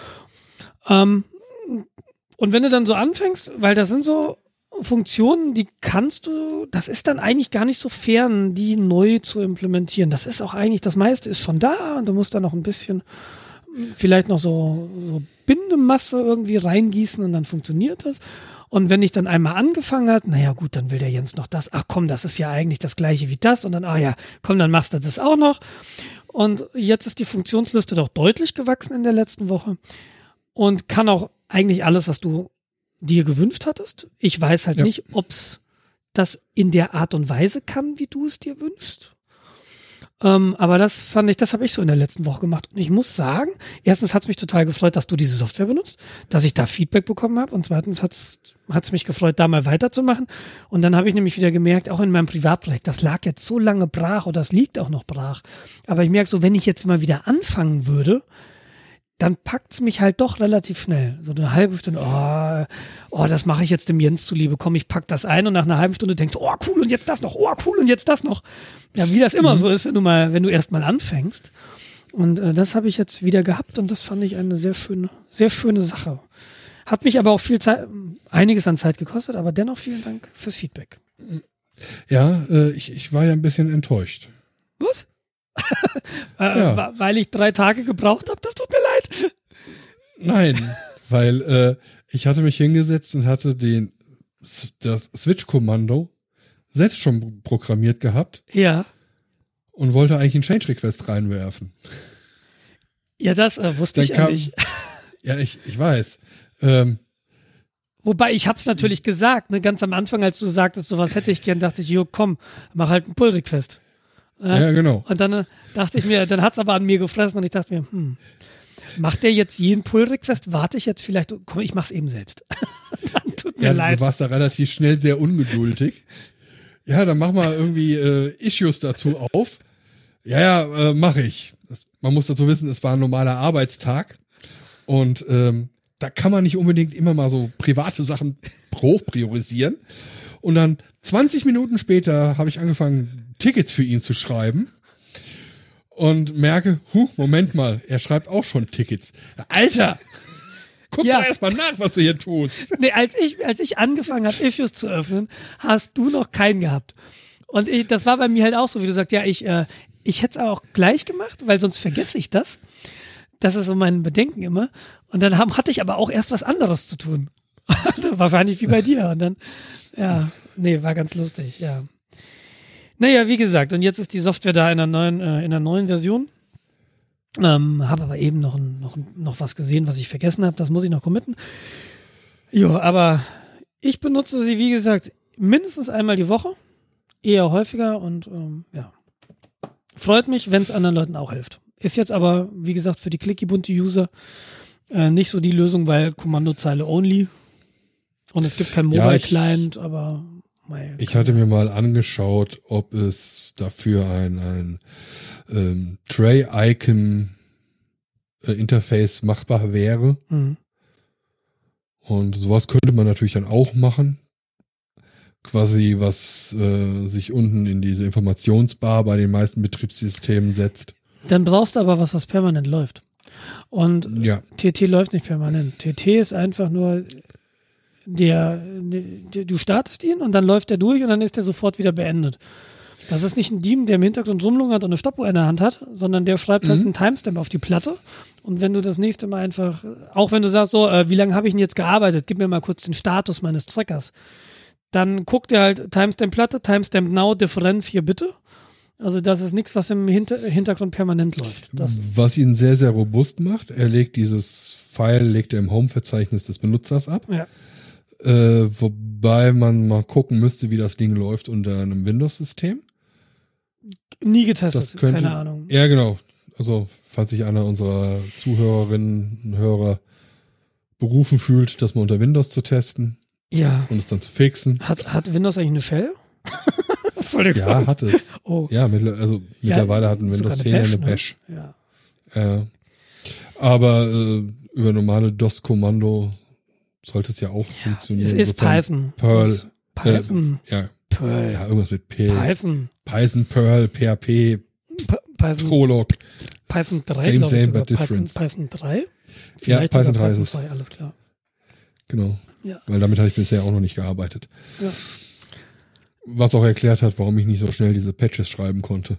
Ähm, und wenn du dann so anfängst, weil das sind so Funktionen, die kannst du, das ist dann eigentlich gar nicht so fern, die neu zu implementieren. Das ist auch eigentlich, das meiste ist schon da und du musst da noch ein bisschen, vielleicht noch so, so Bindemasse irgendwie reingießen und dann funktioniert das. Und wenn ich dann einmal angefangen hat, naja gut, dann will der Jens noch das. Ach komm, das ist ja eigentlich das gleiche wie das. Und dann, ah ja, komm, dann machst du das auch noch. Und jetzt ist die Funktionsliste doch deutlich gewachsen in der letzten Woche und kann auch eigentlich alles, was du dir gewünscht hattest. Ich weiß halt Ja. nicht, ob's das in der Art und Weise kann, wie du es dir wünschst. Ähm, aber das fand ich, das habe ich so in der letzten Woche gemacht. Und ich muss sagen, erstens hat's mich total gefreut, dass du diese Software benutzt, dass ich da Feedback bekommen habe. Und zweitens hat's hat's mich gefreut, da mal weiterzumachen. Und dann habe ich nämlich wieder gemerkt, auch in meinem Privatprojekt, das lag jetzt so lange brach oder das liegt auch noch brach. Aber ich merke so, wenn ich jetzt mal wieder anfangen würde, dann packt's mich halt doch relativ schnell. So eine halbe Stunde, oh, oh das mache ich jetzt dem Jens zuliebe. Komm, ich pack das ein und nach einer halben Stunde denkst du, oh cool und jetzt das noch, oh cool und jetzt das noch. Ja, wie das immer mhm. so ist, wenn du mal, wenn du erst mal anfängst. Und äh, das habe ich jetzt wieder gehabt und das fand ich eine sehr schöne, sehr schöne Sache. Hat mich aber auch viel Zeit, einiges an Zeit gekostet, aber dennoch vielen Dank fürs Feedback. Ja, äh, ich, ich war ja ein bisschen enttäuscht. Was? äh, Ja. Weil ich drei Tage gebraucht habe, das tut mir leid. Nein, weil äh, ich hatte mich hingesetzt und hatte den das Switch-Kommando selbst schon programmiert gehabt Ja. und wollte eigentlich einen Change-Request reinwerfen. Ja, das äh, wusste Dann ich ja kam, nicht. Ja, ich, ich weiß. Ähm, Wobei, ich hab's natürlich gesagt, ne, ganz am Anfang, als du sagtest, sowas hätte ich gern, dachte ich, jo, komm, mach halt einen Pull-Request. ja, ja, genau. Und dann äh, dachte ich mir, dann hat's aber an mir gefressen und ich dachte mir, hm, macht der jetzt jeden Pull-Request? Warte ich jetzt vielleicht, komm, ich mach's eben selbst. Dann tut mir Ja, leid. du warst da relativ schnell sehr ungeduldig. Ja, dann mach mal irgendwie äh, Issues dazu auf. Ja, ja, äh, mache ich. Das, man muss dazu wissen, es war ein normaler Arbeitstag und ähm, da kann man nicht unbedingt immer mal so private Sachen hochpriorisieren. Und dann zwanzig Minuten später habe ich angefangen, Tickets für ihn zu schreiben und merke, huh, Moment mal, er schreibt auch schon Tickets. Alter! Guck Ja. doch erstmal nach, was du hier tust. Nee, als ich, als ich angefangen habe, Issues zu öffnen, hast du noch keinen gehabt. Und ich, das war bei mir halt auch so, wie du sagst, ja, ich, äh, ich hätte es auch gleich gemacht, weil sonst vergesse ich das. Das ist so mein Bedenken immer. Und dann haben, hatte ich aber auch erst was anderes zu tun. Wahrscheinlich wie bei dir. Und dann, ja, nee, war ganz lustig, ja. Naja, wie gesagt, und jetzt ist die Software da in der neuen, äh, in der neuen Version. Ähm, habe aber eben noch, noch, noch was gesehen, was ich vergessen habe. Das muss ich noch committen. Jo, aber ich benutze sie, wie gesagt, mindestens einmal die Woche. Eher häufiger und ähm, ja. Freut mich, wenn es anderen Leuten auch hilft. Ist jetzt aber, wie gesagt, für die Clicky-Bunte-User äh, nicht so die Lösung, weil Kommandozeile only. Und es gibt kein Mobile-Client, aber mei, ich hatte mir mal angeschaut, ob es dafür ein, ein ähm, Tray-Icon-Interface machbar wäre. Mhm. Und sowas könnte man natürlich dann auch machen. Quasi, was äh, sich unten in diese Informationsbar bei den meisten Betriebssystemen setzt. Dann brauchst du aber was, was permanent läuft. Und Ja. T T läuft nicht permanent. T T ist einfach nur der, der, du startest ihn und dann läuft der durch und dann ist der sofort wieder beendet. Das ist nicht ein Daemon, der im Hintergrund rumlungert und eine Stoppuhr in der Hand hat, sondern der schreibt halt Mhm. einen Timestamp auf die Platte. Und wenn du das nächste Mal einfach, auch wenn du sagst so, äh, wie lange habe ich denn jetzt gearbeitet, gib mir mal kurz den Status meines Trackers, dann guckt er halt Timestamp Platte, Timestamp Now, Differenz hier bitte. Also das ist nichts, was im Hinter- Hintergrund permanent läuft. Das, Was ihn sehr, sehr robust macht, er legt dieses File, legt er im Home-Verzeichnis des Benutzers ab. ja. Äh, wobei man mal gucken müsste, wie das Ding läuft unter einem Windows-System. Nie getestet, Das könnte, keine Ahnung. Ja, genau. Also, falls sich einer unserer Zuhörerinnen und Hörer berufen fühlt, das mal unter Windows zu testen Ja. und es dann zu fixen. Hat, hat Windows eigentlich eine Shell? Völlig Ja, hat es. Oh. Ja, mittler, also mittlerweile hat ein sogar Windows eine zehn ja eine Bash, Bash. ne? Ja. Äh, aber äh, über normale DOS-Kommando sollte es ja auch funktionieren. Es ist Insofern Python. Perl. Es- Python. Äh, ja, Perl. ja, irgendwas mit P. Python. Python, Perl, P H P, P- Python. Prolog. Python drei, Same, glaube ich same, sogar. but Python, different. Python drei? Ja, Vielleicht Python sogar drei ist es. zwei, alles klar. Genau. Ja. Weil damit habe ich bisher auch noch nicht gearbeitet. Ja. Was auch erklärt hat, warum ich nicht so schnell diese Patches schreiben konnte.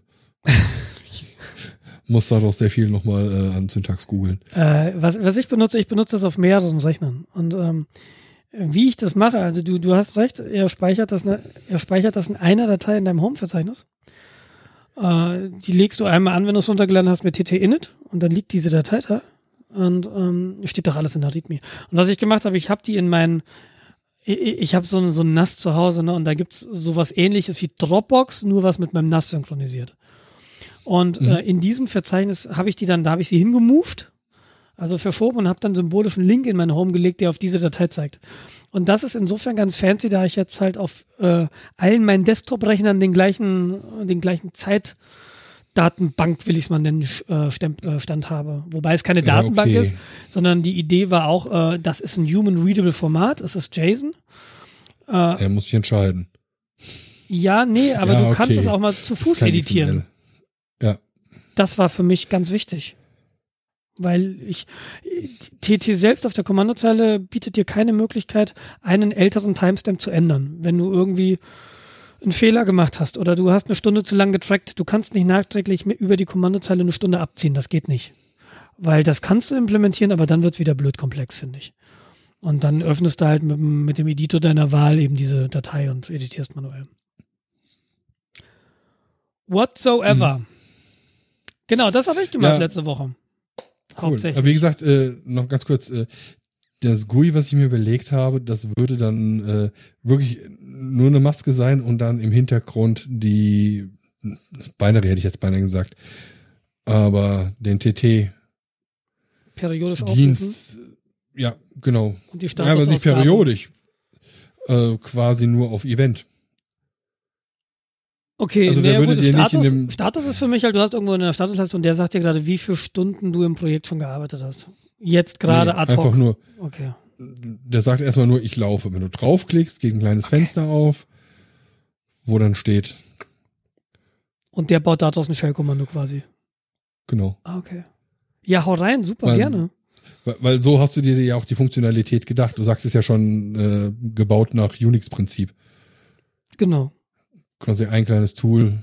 Muss da doch sehr viel nochmal äh, an Syntax googeln. Äh, was, was ich benutze, ich benutze das auf mehreren Rechnern. Und ähm, wie ich das mache, also du, du hast recht, er speichert das, ne, er speichert das in einer Datei in deinem Home-Verzeichnis. Äh, die legst du einmal an, wenn du es runtergeladen hast mit tt-init und dann liegt diese Datei da und ähm, steht doch alles in der README. Und was ich gemacht habe, ich habe die in meinen, ich, ich habe so, ein- so ein N A S zu Hause, ne, und da gibt's sowas ähnliches wie Dropbox, nur was mit meinem N A S synchronisiert. Und Mhm. äh, in diesem Verzeichnis habe ich die dann, da habe ich sie hingemoved, also verschoben und habe dann symbolischen Link in mein Home gelegt, der auf diese Datei zeigt. Und das ist insofern ganz fancy, da ich jetzt halt auf äh, allen meinen Desktop-Rechnern den gleichen, den gleichen Zeitdatenbank, will ich es mal nennen, äh, Stemp, äh, Stand habe. Wobei es keine Ja, Datenbank okay. ist, sondern die Idee war auch, äh, das ist ein human-readable Format, es ist JSON. Äh, Er muss sich entscheiden. ja, nee, aber Ja, du kannst okay. es auch mal zu Das ist Fuß kein editieren. X M L. Ja. Das war für mich ganz wichtig. Weil ich, T T selbst auf der Kommandozeile bietet dir keine Möglichkeit, einen älteren Timestamp zu ändern. Wenn du irgendwie einen Fehler gemacht hast oder du hast eine Stunde zu lang getrackt, du kannst nicht nachträglich mit über die Kommandozeile eine Stunde abziehen. Das geht nicht. Weil das kannst du implementieren, aber dann wird's wieder blöd komplex, finde ich. Und dann öffnest du halt mit, dem- mit dem Editor deiner Wahl eben diese Datei und editierst manuell. Whatsoever. Mhm. Genau, das habe ich gemacht Ja. letzte Woche. Cool. Hauptsächlich. Aber wie gesagt, äh, noch ganz kurz, äh, das G U I, was ich mir überlegt habe, das würde dann äh, wirklich nur eine Maske sein und dann im Hintergrund die das Binary hätte ich jetzt beinahe gesagt, aber den T T periodisch aufrufen Dienst, ja, genau. und die Ja, aber nicht Statusausgabe. periodisch, äh, quasi nur auf Event. Okay, Also nee, der würde gut, dir Status, nicht in dem Status ist für mich halt, du hast irgendwo in der Statusleiste und der sagt dir gerade, wie viele Stunden du im Projekt schon gearbeitet hast. Jetzt gerade nee, ad hoc. einfach nur, Okay. der sagt erstmal nur, ich laufe. Wenn du draufklickst, geht ein kleines okay. Fenster auf, wo dann steht. Und der baut daraus ein Shell-Kommando quasi. Genau. Ah, okay. Ja, hau rein, super, weil, gerne. Weil, weil so hast du dir ja auch die Funktionalität gedacht. Du sagst es ja schon äh, gebaut nach Unix-Prinzip. Genau. Quasi ein kleines Tool.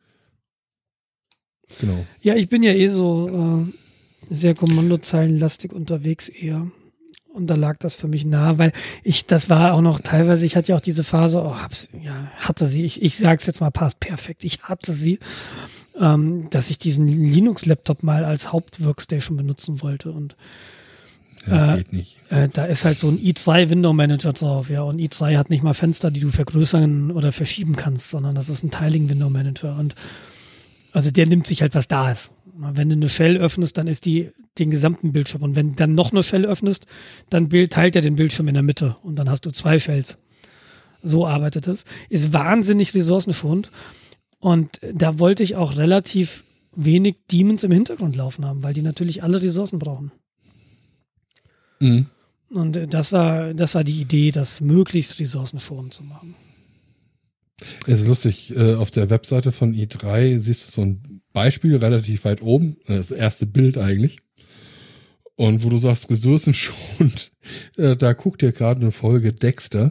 Genau. Ja, ich bin ja eh so äh, sehr kommandozeilenlastig unterwegs eher. Und da lag das für mich nah, weil ich, das war auch noch teilweise, ich hatte ja auch diese Phase, oh, hab's, ja, hatte sie, ich, ich sag's jetzt mal, passt perfekt, ich hatte sie, ähm, dass ich diesen Linux-Laptop mal als Haupt-Workstation benutzen wollte und ja, das äh, geht nicht. Äh, da ist halt so ein i drei Window Manager drauf, ja, und i drei hat nicht mal Fenster, die du vergrößern oder verschieben kannst, sondern das ist ein Tiling Window Manager und also der nimmt sich halt, was da ist. Wenn du eine Shell öffnest, dann ist die den gesamten Bildschirm. Und wenn du dann noch eine Shell öffnest, dann teilt er den Bildschirm in der Mitte. Und dann hast du zwei Shells. So arbeitet es. Ist wahnsinnig ressourcenschonend. Und da wollte ich auch relativ wenig Daemons im Hintergrund laufen haben, weil die natürlich alle Ressourcen brauchen. Mhm. Und das war, das war die Idee, das möglichst ressourcenschonend zu machen. Es ist lustig, auf der Webseite von i drei siehst du so ein Beispiel relativ weit oben, das erste Bild eigentlich. Und wo du sagst, ressourcenschonend, da guckt dir gerade eine Folge Dexter.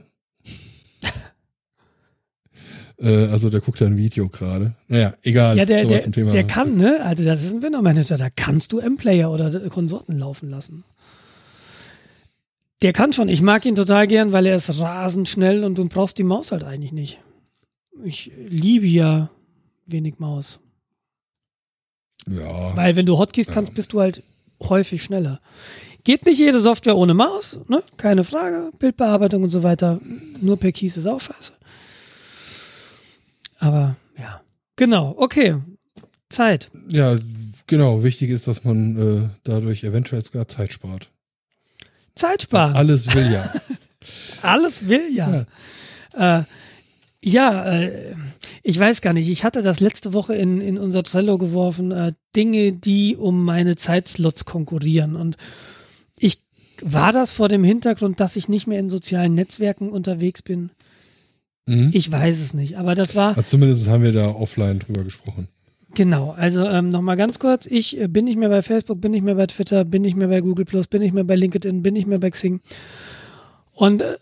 Also der guckt da ein Video gerade. Naja, egal. Ja, der, der, zum Thema. der kann, ne? Also das ist ein Window Manager, da kannst du M-Player oder Konsorten laufen lassen. Der kann schon. Ich mag ihn total gern, weil er ist rasend schnell und du brauchst die Maus halt eigentlich nicht. Ich liebe ja wenig Maus. Ja. Weil wenn du Hotkeys kannst, bist du halt häufig schneller. Geht nicht jede Software ohne Maus, ne? Keine Frage. Bildbearbeitung und so weiter. Nur per Keys ist auch scheiße. Aber ja. Genau, okay. Zeit. Ja, genau. Wichtig ist, dass man äh, dadurch eventuell sogar Zeit spart. Zeit sparen. Alles will ja. Alles will ja. Ja, äh, ja äh, ich weiß gar nicht. Ich hatte das letzte Woche in, in unser Trello geworfen. Äh, Dinge, die um meine Zeitslots konkurrieren. Und ich war das vor dem Hintergrund, dass ich nicht mehr in sozialen Netzwerken unterwegs bin. Mhm. Ich weiß es nicht. Aber das war... Also zumindest haben wir da offline drüber gesprochen. Genau, also ähm, nochmal ganz kurz, ich äh, bin nicht mehr bei Facebook, bin nicht mehr bei Twitter, bin nicht mehr bei Google Plus, bin nicht mehr bei LinkedIn, bin nicht mehr bei Xing. Und äh,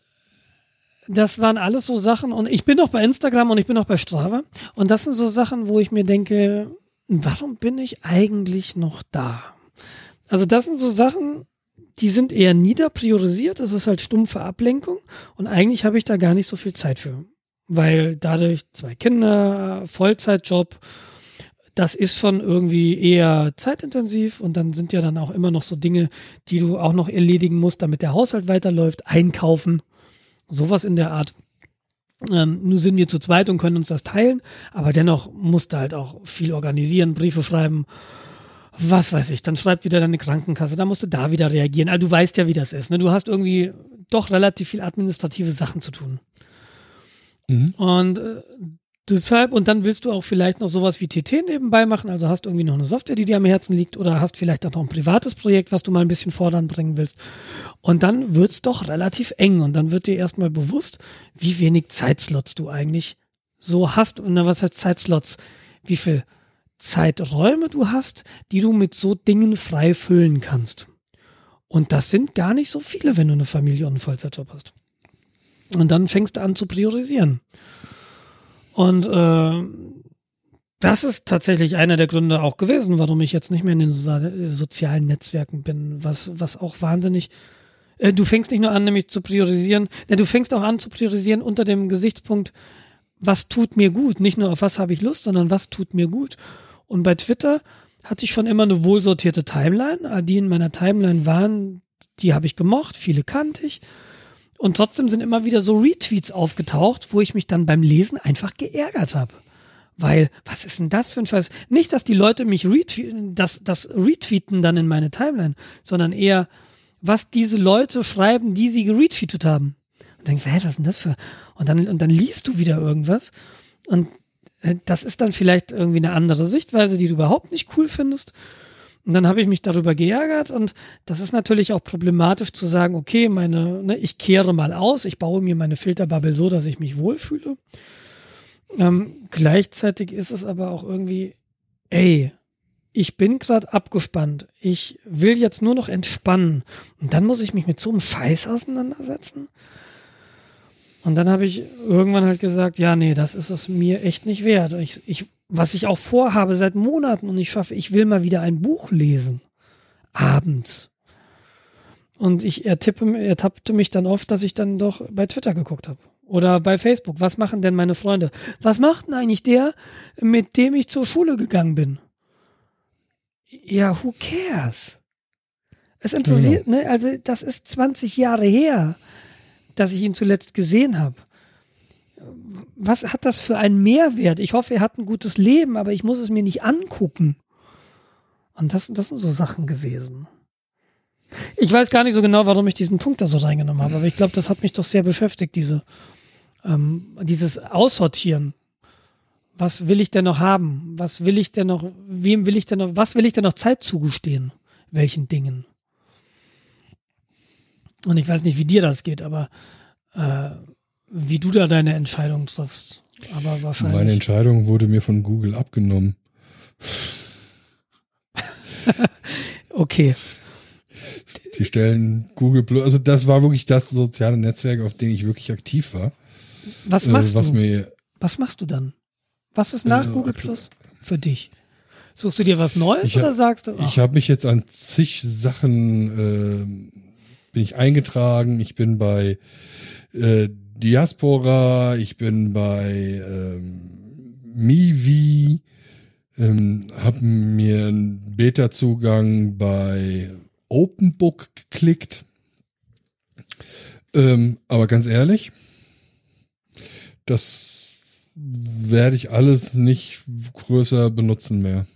das waren alles so Sachen und ich bin noch bei Instagram und ich bin noch bei Strava und das sind so Sachen, wo ich mir denke, warum bin ich eigentlich noch da? Also das sind so Sachen, die sind eher niederpriorisiert, das ist halt stumpfe Ablenkung und eigentlich habe ich da gar nicht so viel Zeit für, weil dadurch zwei Kinder, Vollzeitjob, das ist schon irgendwie eher zeitintensiv und dann sind ja dann auch immer noch so Dinge, die du auch noch erledigen musst, damit der Haushalt weiterläuft, einkaufen, sowas in der Art. Ähm, nun sind wir zu zweit und können uns das teilen, aber dennoch musst du halt auch viel organisieren, Briefe schreiben, was weiß ich, dann schreibt wieder deine Krankenkasse, dann musst du da wieder reagieren. Also du weißt ja, wie das ist, ne? Du hast irgendwie doch relativ viel administrative Sachen zu tun. Mhm. Und äh, deshalb, und dann willst du auch vielleicht noch sowas wie T T nebenbei machen, also hast irgendwie noch eine Software, die dir am Herzen liegt oder hast vielleicht auch noch ein privates Projekt, was du mal ein bisschen vordern bringen willst. Und dann wird's doch relativ eng und dann wird dir erstmal bewusst, wie wenig Zeitslots du eigentlich so hast. Und was heißt Zeitslots? Wie viel Zeiträume du hast, die du mit so Dingen frei füllen kannst. Und das sind gar nicht so viele, wenn du eine Familie und einen Vollzeitjob hast. Und dann fängst du an zu priorisieren. Und äh, das ist tatsächlich einer der Gründe auch gewesen, warum ich jetzt nicht mehr in den so- sozialen Netzwerken bin, was was auch wahnsinnig, äh, du fängst nicht nur an, nämlich zu priorisieren, denn du fängst auch an zu priorisieren unter dem Gesichtspunkt, was tut mir gut, nicht nur auf was habe ich Lust, sondern was tut mir gut. Und bei Twitter hatte ich schon immer eine wohlsortierte Timeline, die in meiner Timeline waren, die habe ich gemocht, viele kannte ich. Und trotzdem sind immer wieder so Retweets aufgetaucht, wo ich mich dann beim Lesen einfach geärgert habe. Weil, was ist denn das für ein Scheiß? Nicht, dass die Leute mich retweeten, das, das retweeten dann in meine Timeline, sondern eher, was diese Leute schreiben, die sie geretweetet haben. Und denkst, hä, was ist denn das für? Und dann, und dann liest du wieder irgendwas und das ist dann vielleicht irgendwie eine andere Sichtweise, die du überhaupt nicht cool findest. Und dann habe ich mich darüber geärgert und das ist natürlich auch problematisch zu sagen, okay, meine, ne, ich kehre mal aus, ich baue mir meine Filterbubble so, dass ich mich wohlfühle. Ähm, gleichzeitig ist es aber auch irgendwie, ey, ich bin gerade abgespannt, ich will jetzt nur noch entspannen und dann muss ich mich mit so einem Scheiß auseinandersetzen. Und dann habe ich irgendwann halt gesagt, ja, nee, das ist es mir echt nicht wert. Ich, ich, was ich auch vorhabe seit Monaten und ich schaffe, ich will mal wieder ein Buch lesen. Abends. Und ich ertippe, ertappte mich dann oft, dass ich dann doch bei Twitter geguckt habe. Oder bei Facebook. Was machen denn meine Freunde? Was macht denn eigentlich der, mit dem ich zur Schule gegangen bin? Ja, who cares? Es interessiert, genau. Ne? Also das ist zwanzig Jahre her, dass ich ihn zuletzt gesehen habe. Was hat das für einen Mehrwert? Ich hoffe, er hat ein gutes Leben, aber ich muss es mir nicht angucken. Und das, das sind so Sachen gewesen. Ich weiß gar nicht so genau, warum ich diesen Punkt da so reingenommen habe, aber ich glaube, das hat mich doch sehr beschäftigt, diese, ähm, dieses Aussortieren. Was will ich denn noch haben? Was will ich denn noch, wem will ich denn noch, was will ich denn noch Zeit zugestehen? Welchen Dingen? Und ich weiß nicht, wie dir das geht, aber äh, wie du da deine Entscheidung triffst. Aber wahrscheinlich. Meine Entscheidung wurde mir von Google abgenommen. Okay. Sie stellen Google Plus, also das war wirklich das soziale Netzwerk, auf dem ich wirklich aktiv war. Was machst äh, was du? Mir, was machst du dann? Was ist nach äh, Google Plus für dich? Suchst du dir was Neues ich hab, oder sagst du? Ach. Ich habe mich jetzt an zig Sachen äh, bin ich eingetragen. Ich bin bei äh, Diaspora, ich bin bei ähm, Mivi, ähm, habe mir einen Beta-Zugang bei OpenBook geklickt. Ähm, aber ganz ehrlich, das werde ich alles nicht größer benutzen mehr.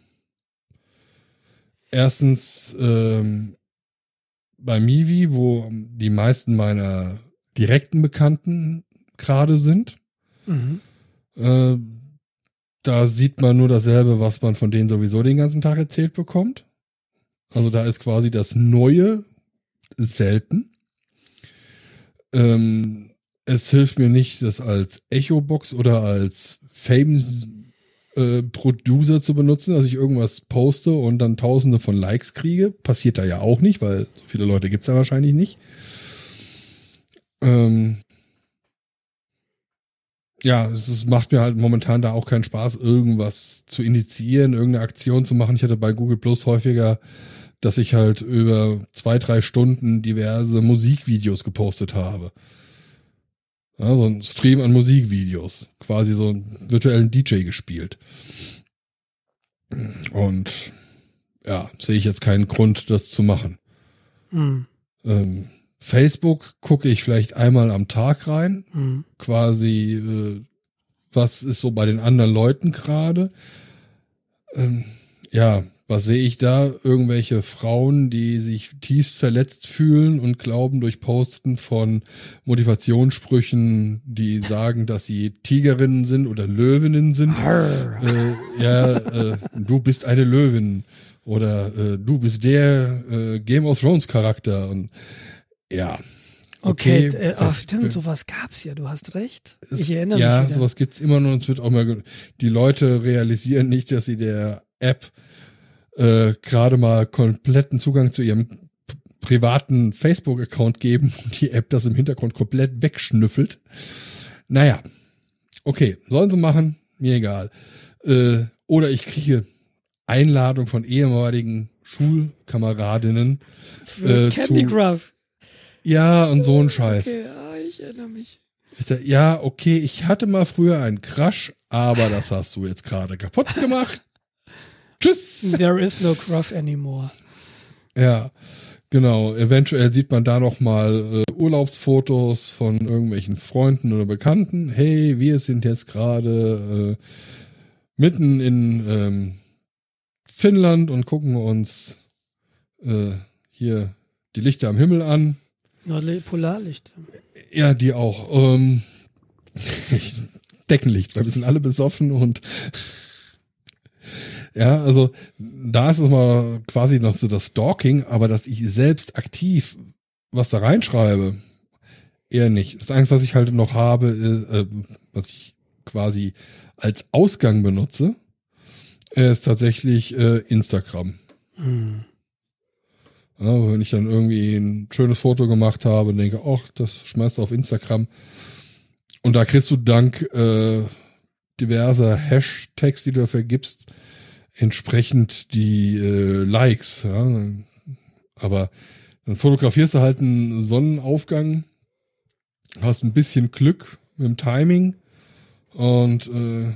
Erstens ähm, bei Mivi, wo die meisten meiner direkten Bekannten gerade sind. Mhm. Äh, da sieht man nur dasselbe, was man von denen sowieso den ganzen Tag erzählt bekommt. Also da ist quasi das Neue selten. Ähm, es hilft mir nicht, das als Echo-Box oder als Fame-Producer zu benutzen, dass ich irgendwas poste und dann tausende von Likes kriege. Passiert da ja auch nicht, weil so viele Leute gibt's da wahrscheinlich nicht. Ähm ja, es ist, macht mir halt momentan da auch keinen Spaß, irgendwas zu initiieren, irgendeine Aktion zu machen. Ich hatte bei Google Plus häufiger, dass ich halt über zwei, drei Stunden diverse Musikvideos gepostet habe. Ja, so ein Stream an Musikvideos. Quasi so einen virtuellen D J gespielt. Und ja, sehe ich jetzt keinen Grund, das zu machen. Mhm. Ähm, Facebook gucke ich vielleicht einmal am Tag rein. Mhm. Quasi, äh, was ist so bei den anderen Leuten gerade? Ähm, ja, was sehe ich da? Irgendwelche Frauen, die sich tiefst verletzt fühlen und glauben durch Posten von Motivationssprüchen, die sagen, dass sie Tigerinnen sind oder Löwinnen sind. Äh, ja, äh, du bist eine Löwin oder äh, du bist der äh, Game of Thrones Charakter und ja. Okay, okay äh, oh, stimmt, sowas gab's ja, du hast recht. Ich erinnere ja, mich. Ja, sowas gibt's immer noch und es wird auch mal, die Leute realisieren nicht, dass sie der App äh, gerade mal kompletten Zugang zu ihrem privaten Facebook-Account geben und die App das im Hintergrund komplett wegschnüffelt. Naja, okay, sollen sie machen, mir egal. Äh, oder ich kriege Einladung von ehemaligen Schulkameradinnen äh, Candy Crush. Ja, und so ein Scheiß. Okay, ja, ich erinnere mich. Ich dachte, ja, okay, ich hatte mal früher einen Crush, aber das hast du jetzt gerade kaputt gemacht. Tschüss. There is no crush anymore. Ja, genau. Eventuell sieht man da noch mal äh, Urlaubsfotos von irgendwelchen Freunden oder Bekannten. Hey, wir sind jetzt gerade äh, mitten in ähm, Finnland und gucken uns äh, hier die Lichter am Himmel an. Polarlicht. Ja, die auch. Ähm, ich Deckenlicht, weil wir sind alle besoffen und ja, also da ist es mal quasi noch so das Stalking, aber dass ich selbst aktiv was da reinschreibe, eher nicht. Das Einzige, was ich halt noch habe, ist, äh, was ich quasi als Ausgang benutze, ist tatsächlich äh, Instagram. Mhm. Ja, wenn ich dann irgendwie ein schönes Foto gemacht habe und denke, ach, das schmeißt du auf Instagram. Und da kriegst du dank äh, diverser Hashtags, die du dafür gibst, entsprechend die äh, Likes. Ja. Aber dann fotografierst du halt einen Sonnenaufgang, hast ein bisschen Glück mit dem Timing und äh,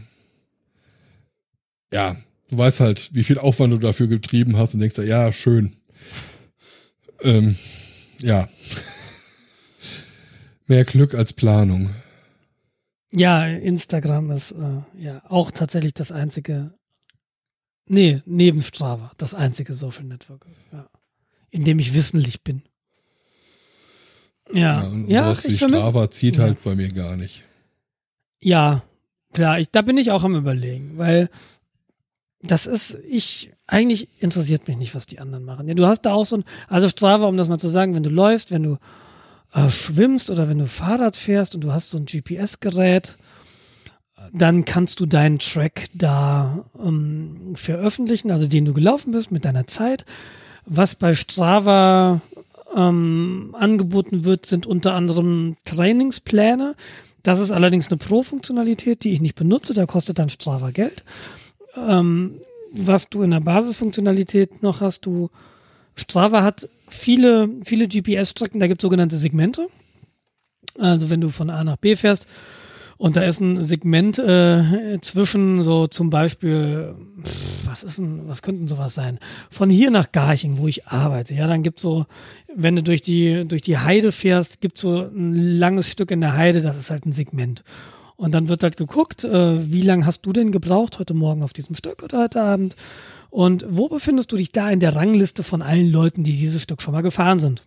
ja, du weißt halt, wie viel Aufwand du dafür getrieben hast und denkst da, ja, schön. Ähm, ja. Mehr Glück als Planung. Ja, Instagram ist äh, ja auch tatsächlich das einzige, nee, neben Strava, das einzige Social Network, ja, in dem ich wissentlich bin. Ja, ja, ja ich wie Strava zieht ja. halt bei mir gar nicht. Ja, klar, ich, da bin ich auch am Überlegen, weil das ist, ich, eigentlich interessiert mich nicht, was die anderen machen. Ja, du hast da auch so ein, also Strava, um das mal zu sagen, wenn du läufst, wenn du äh, schwimmst oder wenn du Fahrrad fährst und du hast so ein G P S-Gerät, dann kannst du deinen Track da ähm, veröffentlichen, also den du gelaufen bist mit deiner Zeit. Was bei Strava ähm, angeboten wird, sind unter anderem Trainingspläne. Das ist allerdings eine Pro-Funktionalität, die ich nicht benutze, da kostet dann Strava Geld. Ähm, was du in der Basisfunktionalität noch hast, du Strava hat viele, viele G P S-Strecken, da gibt es sogenannte Segmente. Also wenn du von A nach B fährst und da ist ein Segment äh, zwischen so zum Beispiel, pff, was ist denn, was könnten sowas sein? Von hier nach Garching, wo ich arbeite, ja, dann gibt's so, wenn du durch die, durch die Heide fährst, gibt's so ein langes Stück in der Heide, das ist halt ein Segment. Und dann wird halt geguckt, äh, wie lange hast du denn gebraucht heute Morgen auf diesem Stück oder heute Abend? Und wo befindest du dich da in der Rangliste von allen Leuten, die dieses Stück schon mal gefahren sind?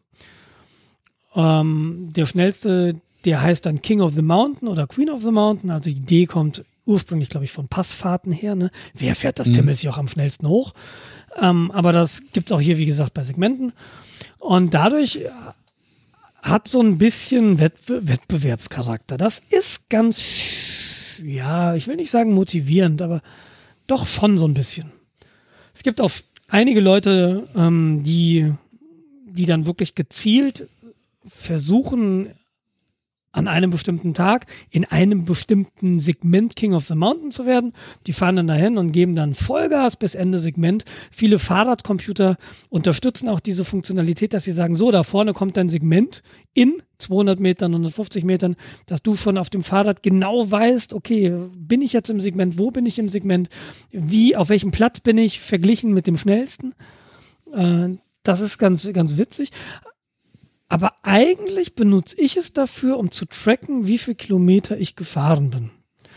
Ähm, der schnellste, der heißt dann King of the Mountain oder Queen of the Mountain. Also die Idee kommt ursprünglich, glaube ich, von Passfahrten her. Ne? Wer fährt das Timmelsjoch am schnellsten hoch? Ähm, aber das gibt's auch hier, wie gesagt, bei Segmenten. Und dadurch hat so ein bisschen Wettbe- Wettbewerbscharakter. Das ist ganz, ja, ich will nicht sagen motivierend, aber doch schon so ein bisschen. Es gibt auch einige Leute, ähm, die, die dann wirklich gezielt versuchen, an einem bestimmten Tag in einem bestimmten Segment King of the Mountain zu werden. Die fahren dann dahin und geben dann Vollgas bis Ende Segment. Viele Fahrradcomputer unterstützen auch diese Funktionalität, dass sie sagen, so, da vorne kommt dein Segment in zweihundert Metern, hundertfünfzig Metern, dass du schon auf dem Fahrrad genau weißt, okay, bin ich jetzt im Segment, wo bin ich im Segment, wie, auf welchem Platz bin ich, verglichen mit dem schnellsten. Äh, das ist ganz, ganz witzig. Aber eigentlich benutze ich es dafür, um zu tracken, wie viel Kilometer ich gefahren bin.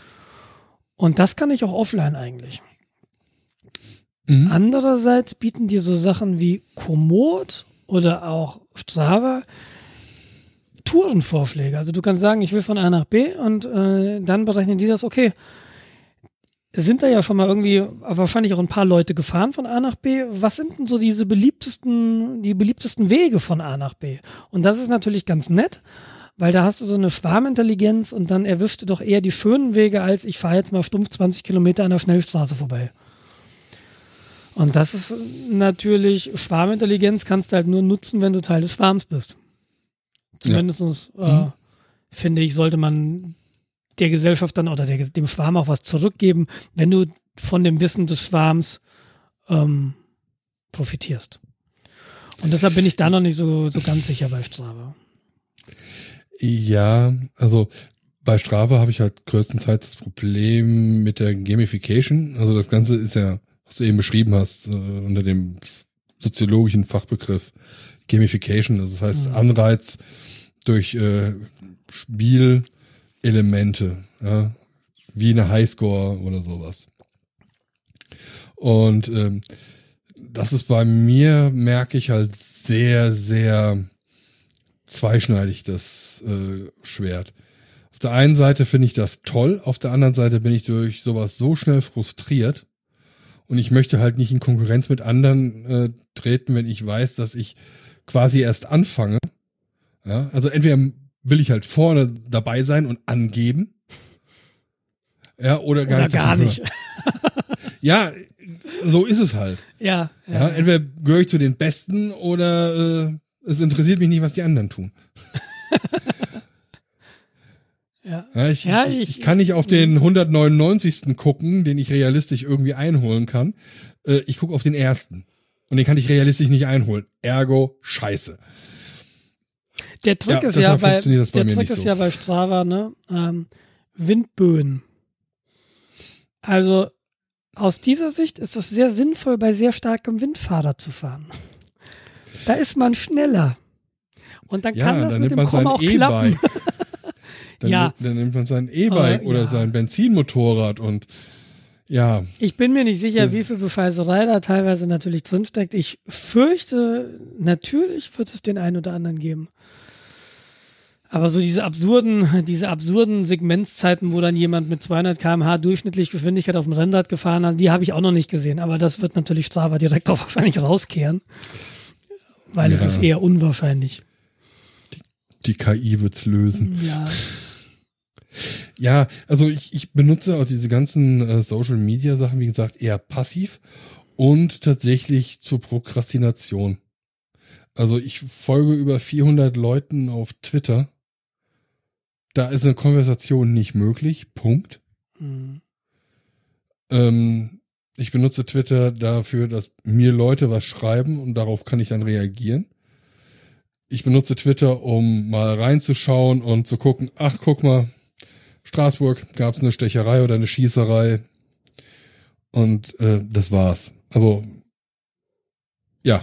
Und das kann ich auch offline eigentlich. Mhm. Andererseits bieten dir so Sachen wie Komoot oder auch Strava Tourenvorschläge. Also du kannst sagen, ich will von A nach B und äh, dann berechnen die das, okay, sind da ja schon mal irgendwie wahrscheinlich auch ein paar Leute gefahren von A nach B. Was sind denn so diese beliebtesten, die beliebtesten Wege von A nach B? Und das ist natürlich ganz nett, weil da hast du so eine Schwarmintelligenz und dann erwischst du doch eher die schönen Wege, als ich fahre jetzt mal stumpf zwanzig Kilometer an der Schnellstraße vorbei. Und das ist natürlich, Schwarmintelligenz kannst du halt nur nutzen, wenn du Teil des Schwarms bist. Zumindest ja. äh, mhm. finde ich, sollte man der Gesellschaft dann oder der, dem Schwarm auch was zurückgeben, wenn du von dem Wissen des Schwarms ähm, profitierst. Und deshalb bin ich da noch nicht so, so ganz sicher bei Strava. Ja, also bei Strava habe ich halt größtenteils das Problem mit der Gamification. Also das Ganze ist ja, was du eben beschrieben hast, äh, unter dem soziologischen Fachbegriff Gamification. Also das heißt mhm. Anreiz durch äh, Spiel Elemente, ja, wie eine Highscore oder sowas. Und ähm, das ist bei mir, merke ich halt sehr, sehr zweischneidig, das äh, Schwert. Auf Auf der einen Seite finde ich das toll, auf der anderen Seite bin ich durch sowas so schnell frustriert und ich möchte halt nicht in Konkurrenz mit anderen äh, treten, wenn ich weiß, dass ich quasi erst anfange. Ja, also entweder will ich halt vorne dabei sein und angeben, ja, oder gar Oder nicht. Gar nicht. Ja, so ist es halt. Ja, ja. Ja, entweder gehöre ich zu den Besten oder äh, es interessiert mich nicht, was die anderen tun. Ja. Ja, ich, Ja, ich, ich- ich kann nicht auf den hundertneunundneunzigsten gucken, den ich realistisch irgendwie einholen kann. Äh, ich gucke auf den ersten. Und den kann ich realistisch nicht einholen. Ergo, scheiße. Der Trick Ja, ist ja deshalb bei, funktioniert das bei der mir Trick nicht ist so. ja bei Strava, ne? Ähm, Windböen. Also aus dieser Sicht ist es sehr sinnvoll, bei sehr starkem Wind Fahrrad zu fahren. Da ist man schneller. Und dann Ja, kann das dann mit nimmt dem man sein Komma auch klappen. E-Bike. Dann, Ja. dann nimmt man sein E-Bike Äh, oder ja. sein Benzinmotorrad und ja, Ich bin mir nicht sicher, So. wie viel Bescheißerei da teilweise natürlich drinsteckt. Ich fürchte, natürlich wird es den einen oder anderen geben. Aber so diese absurden, diese absurden Segmentszeiten, wo dann jemand mit zweihundert Kilometer pro Stunde durchschnittlich Geschwindigkeit auf dem Rennrad gefahren hat, die habe ich auch noch nicht gesehen. Aber das wird natürlich Strava direkt auch wahrscheinlich rauskehren. Weil es Ja. ist eher unwahrscheinlich. die K I wird's lösen. Ja. Ja, also ich, ich benutze auch diese ganzen äh, Social-Media-Sachen, wie gesagt, eher passiv und tatsächlich zur Prokrastination. Also ich folge über vierhundert Leuten auf Twitter. Da ist eine Konversation nicht möglich. Punkt. Hm. Ähm, ich benutze Twitter dafür, dass mir Leute was schreiben und darauf kann ich dann reagieren. Ich benutze Twitter, um mal reinzuschauen und zu gucken, ach, guck mal, Straßburg gab es eine Stecherei oder eine Schießerei und äh, das war's. Also, ja.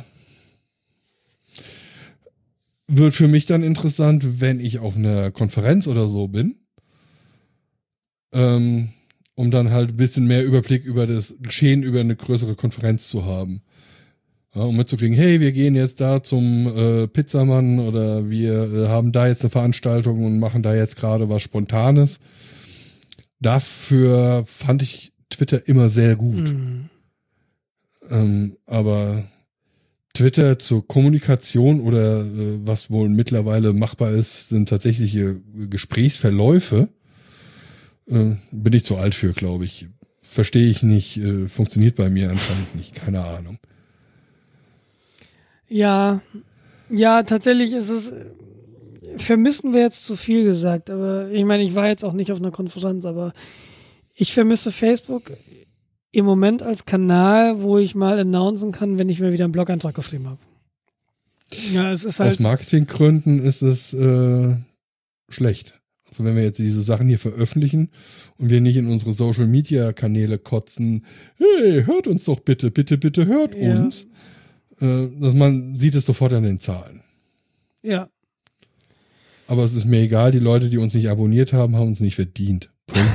Wird für mich dann interessant, wenn ich auf einer Konferenz oder so bin, ähm, um dann halt ein bisschen mehr Überblick über das Geschehen über eine größere Konferenz zu haben. Ja, um mitzukriegen, hey, wir gehen jetzt da zum äh, Pizzamann oder wir äh, haben da jetzt eine Veranstaltung und machen da jetzt gerade was Spontanes. Dafür fand ich Twitter immer sehr gut. Hm. Ähm, aber Twitter zur Kommunikation oder äh, was wohl mittlerweile machbar ist, sind tatsächliche Gesprächsverläufe. Äh, bin ich zu alt für, glaube ich. Verstehe ich nicht, äh, funktioniert bei mir anscheinend nicht, keine Ahnung. Ja, ja, tatsächlich ist es, vermissen wir jetzt zu viel gesagt, aber ich meine, ich war jetzt auch nicht auf einer Konferenz, aber ich vermisse Facebook im Moment als Kanal, wo ich mal announcen kann, wenn ich mir wieder einen Blog-Eintrag geschrieben habe. Ja, es ist halt. Aus Marketinggründen ist es äh, schlecht. Also wenn wir jetzt diese Sachen hier veröffentlichen und wir nicht in unsere Social-Media-Kanäle kotzen, hey, hört uns doch bitte, bitte, bitte hört Ja. uns. Äh, dass man sieht es sofort an den Zahlen. Ja, Aber es ist mir egal, die Leute, die uns nicht abonniert haben, haben uns nicht verdient. Punkt.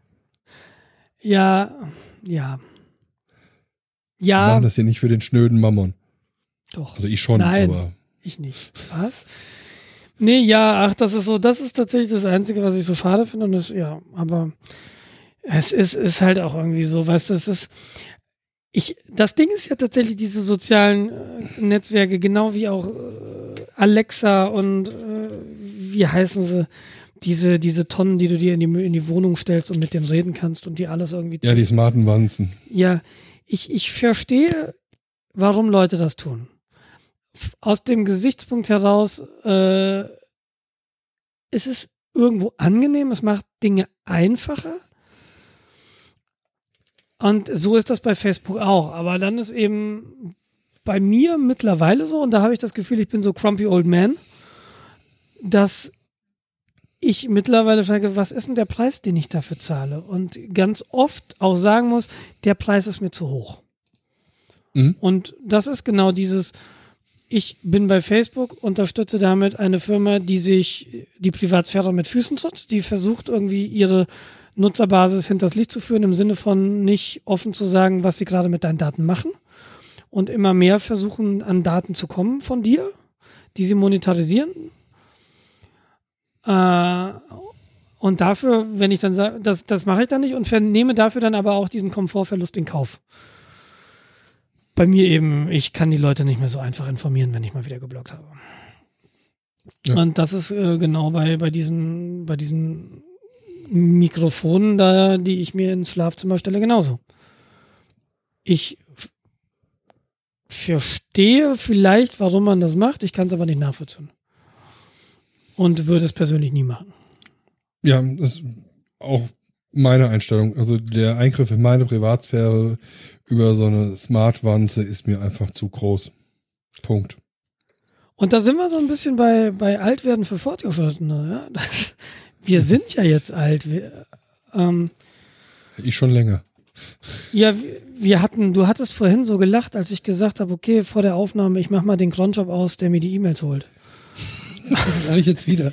ja, ja. Wir Ja, machen das hier nicht für den schnöden Mammon. doch. Also ich schon, Nein. aber Ich nicht. Was? Nee, ja, ach, das ist so, das ist tatsächlich das Einzige, was ich so schade finde. Und das, ja, aber es ist, ist halt auch irgendwie so, weißt du, es ist, ich, das Ding ist ja tatsächlich diese sozialen äh, Netzwerke, genau wie auch äh, Alexa und äh, wie heißen sie, diese, diese Tonnen, die du dir in die, in die Wohnung stellst und mit denen reden kannst und die alles irgendwie ja, die smarten Wanzen. ja, ich, ich verstehe, warum Leute das tun. F- Aus dem Gesichtspunkt heraus, äh, es ist irgendwo angenehm, es macht Dinge einfacher. Und so ist das bei Facebook auch. Aber dann ist eben bei mir mittlerweile so, und da habe ich das Gefühl, ich bin so grumpy old man, dass ich mittlerweile frage, was ist denn der Preis, den ich dafür zahle? Und ganz oft auch sagen muss, der Preis ist mir zu hoch. Mhm. Und das ist genau dieses, ich bin bei Facebook, unterstütze damit eine Firma, die sich die Privatsphäre mit Füßen tritt, die versucht irgendwie ihre Nutzerbasis hinters Licht zu führen, im Sinne von nicht offen zu sagen, was sie gerade mit deinen Daten machen und immer mehr versuchen, an Daten zu kommen von dir, die sie monetarisieren. Äh, Und dafür, wenn ich dann sage, das, das mache ich dann nicht und nehme dafür dann aber auch diesen Komfortverlust in Kauf. Bei mir eben, ich kann die Leute nicht mehr so einfach informieren, wenn ich mal wieder geblockt habe. Ja. Und das ist äh, genau bei, bei diesen, bei diesen Mikrofonen da, die ich mir ins Schlafzimmer stelle, genauso. Ich f- verstehe vielleicht, warum man das macht, ich kann es aber nicht nachvollziehen. Und würde es persönlich nie machen. Ja, das ist auch meine Einstellung. Also der Eingriff in meine Privatsphäre über so eine Smart-Wanze ist mir einfach zu groß. Punkt. Und da sind wir so ein bisschen bei, bei Altwerden für Fortgeschrittene. Ja? Das, wir sind ja jetzt alt. Wir, ähm, ich schon länger. Ja, wir hatten, du hattest vorhin so gelacht, als ich gesagt habe, okay, vor der Aufnahme, ich mach mal den Cronjob aus, der mir die E-Mails holt. Eigentlich jetzt wieder.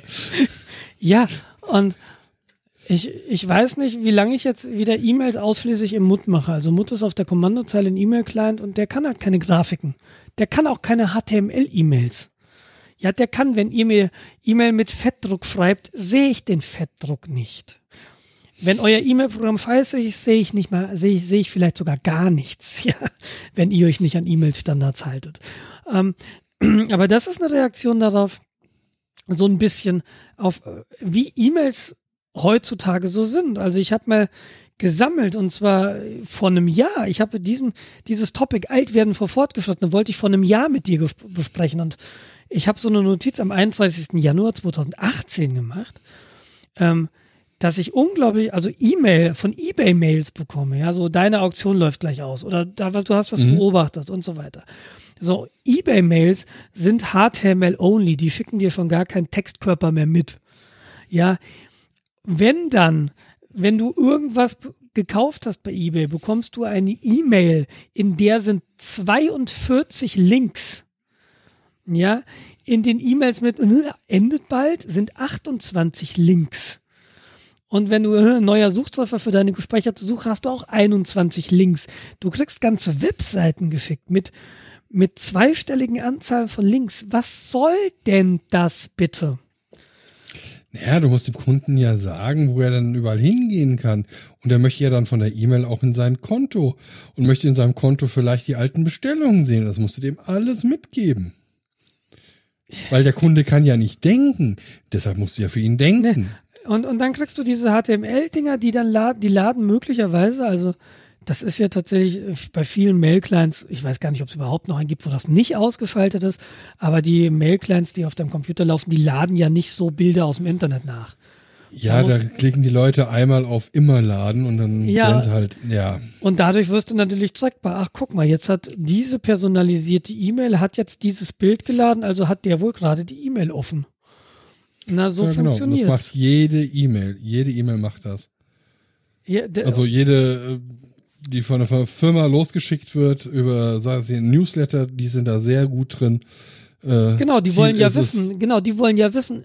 Ja, und ich, ich weiß nicht, wie lange ich jetzt wieder E-Mails ausschließlich im Mut mache. Also Mut ist auf der Kommandozeile ein E-Mail-Client und der kann halt keine Grafiken. Der kann auch keine H T M L-E-Mails. Ja, der kann, wenn ihr mir E-Mail mit Fettdruck schreibt, sehe ich den Fettdruck nicht. Wenn euer E-Mail-Programm scheiße ist, sehe ich nicht mal, sehe ich, sehe ich vielleicht sogar gar nichts, ja, wenn ihr euch nicht an E-Mail-Standards haltet. Ähm, aber das ist eine Reaktion darauf, so ein bisschen auf, wie E-Mails heutzutage so sind. Also ich habe mal gesammelt und zwar vor einem Jahr. Ich habe diesen dieses Topic Altwerden vor Fortgeschrittene wollte ich vor einem Jahr mit dir gesp- besprechen und ich habe so eine Notiz am einunddreißigsten Januar zweitausendachtzehn gemacht, ähm, dass ich unglaublich, also E-Mail von eBay-Mails bekomme, ja, so deine Auktion läuft gleich aus oder da was du hast was mhm. beobachtet und so weiter. So eBay-Mails sind H T M L-only, die schicken dir schon gar keinen Textkörper mehr mit. Ja, wenn dann, wenn du irgendwas b- gekauft hast bei eBay, bekommst du eine E-Mail, in der sind zweiundvierzig Links. Ja, in den E-Mails mit äh, endet bald sind achtundzwanzig Links. Und wenn du äh, neuer Suchtreffer für deine gespeicherte Suche hast, du auch einundzwanzig Links. Du kriegst ganze Webseiten geschickt mit mit zweistelligen Anzahl von Links. Was soll denn das bitte? Naja, du musst dem Kunden ja sagen, wo er dann überall hingehen kann. Und er möchte ja dann von der E-Mail auch in sein Konto und möchte in seinem Konto vielleicht die alten Bestellungen sehen. Das musst du dem alles mitgeben. Weil der Kunde kann ja nicht denken. Deshalb musst du ja für ihn denken. Nee. Und, und dann kriegst du diese H T M L-Dinger, die dann laden, die laden möglicherweise, also das ist ja tatsächlich bei vielen Mail-Clients, ich weiß gar nicht, ob es überhaupt noch einen gibt, wo das nicht ausgeschaltet ist, aber die Mail-Clients, die auf deinem Computer laufen, die laden ja nicht so Bilder aus dem Internet nach. Ja, da, da klicken die Leute einmal auf immer laden und dann ja, werden sie halt, ja. Und dadurch wirst du natürlich trackbar. Ach, guck mal, jetzt hat diese personalisierte E-Mail, hat jetzt dieses Bild geladen, also hat der wohl gerade die E-Mail offen. Na, so ja, genau. funktioniert. Das macht jede E-Mail. Jede E-Mail macht das. Ja, der, also jede, die von einer Firma losgeschickt wird über, sagen Sie, Newsletter, die sind da sehr gut drin. Äh, genau, die Ziel wollen ja ist wissen, es, genau, die wollen ja wissen,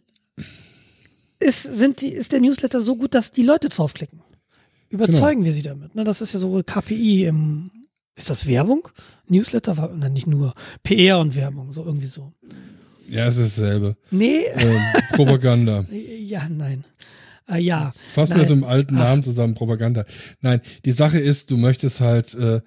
ist, sind die, ist der Newsletter so gut, dass die Leute draufklicken? Überzeugen genau. wir sie damit? Ne, das ist ja so K P I im, ist das Werbung? Newsletter war, nein, nicht nur, P R und Werbung, so irgendwie so. Ja, es ist dasselbe. Nee. Ähm, Propaganda. Ja, nein. Äh, ja. Fassen wir es im alten Ach. Namen zusammen, Propaganda. Nein, die Sache ist, du möchtest halt äh,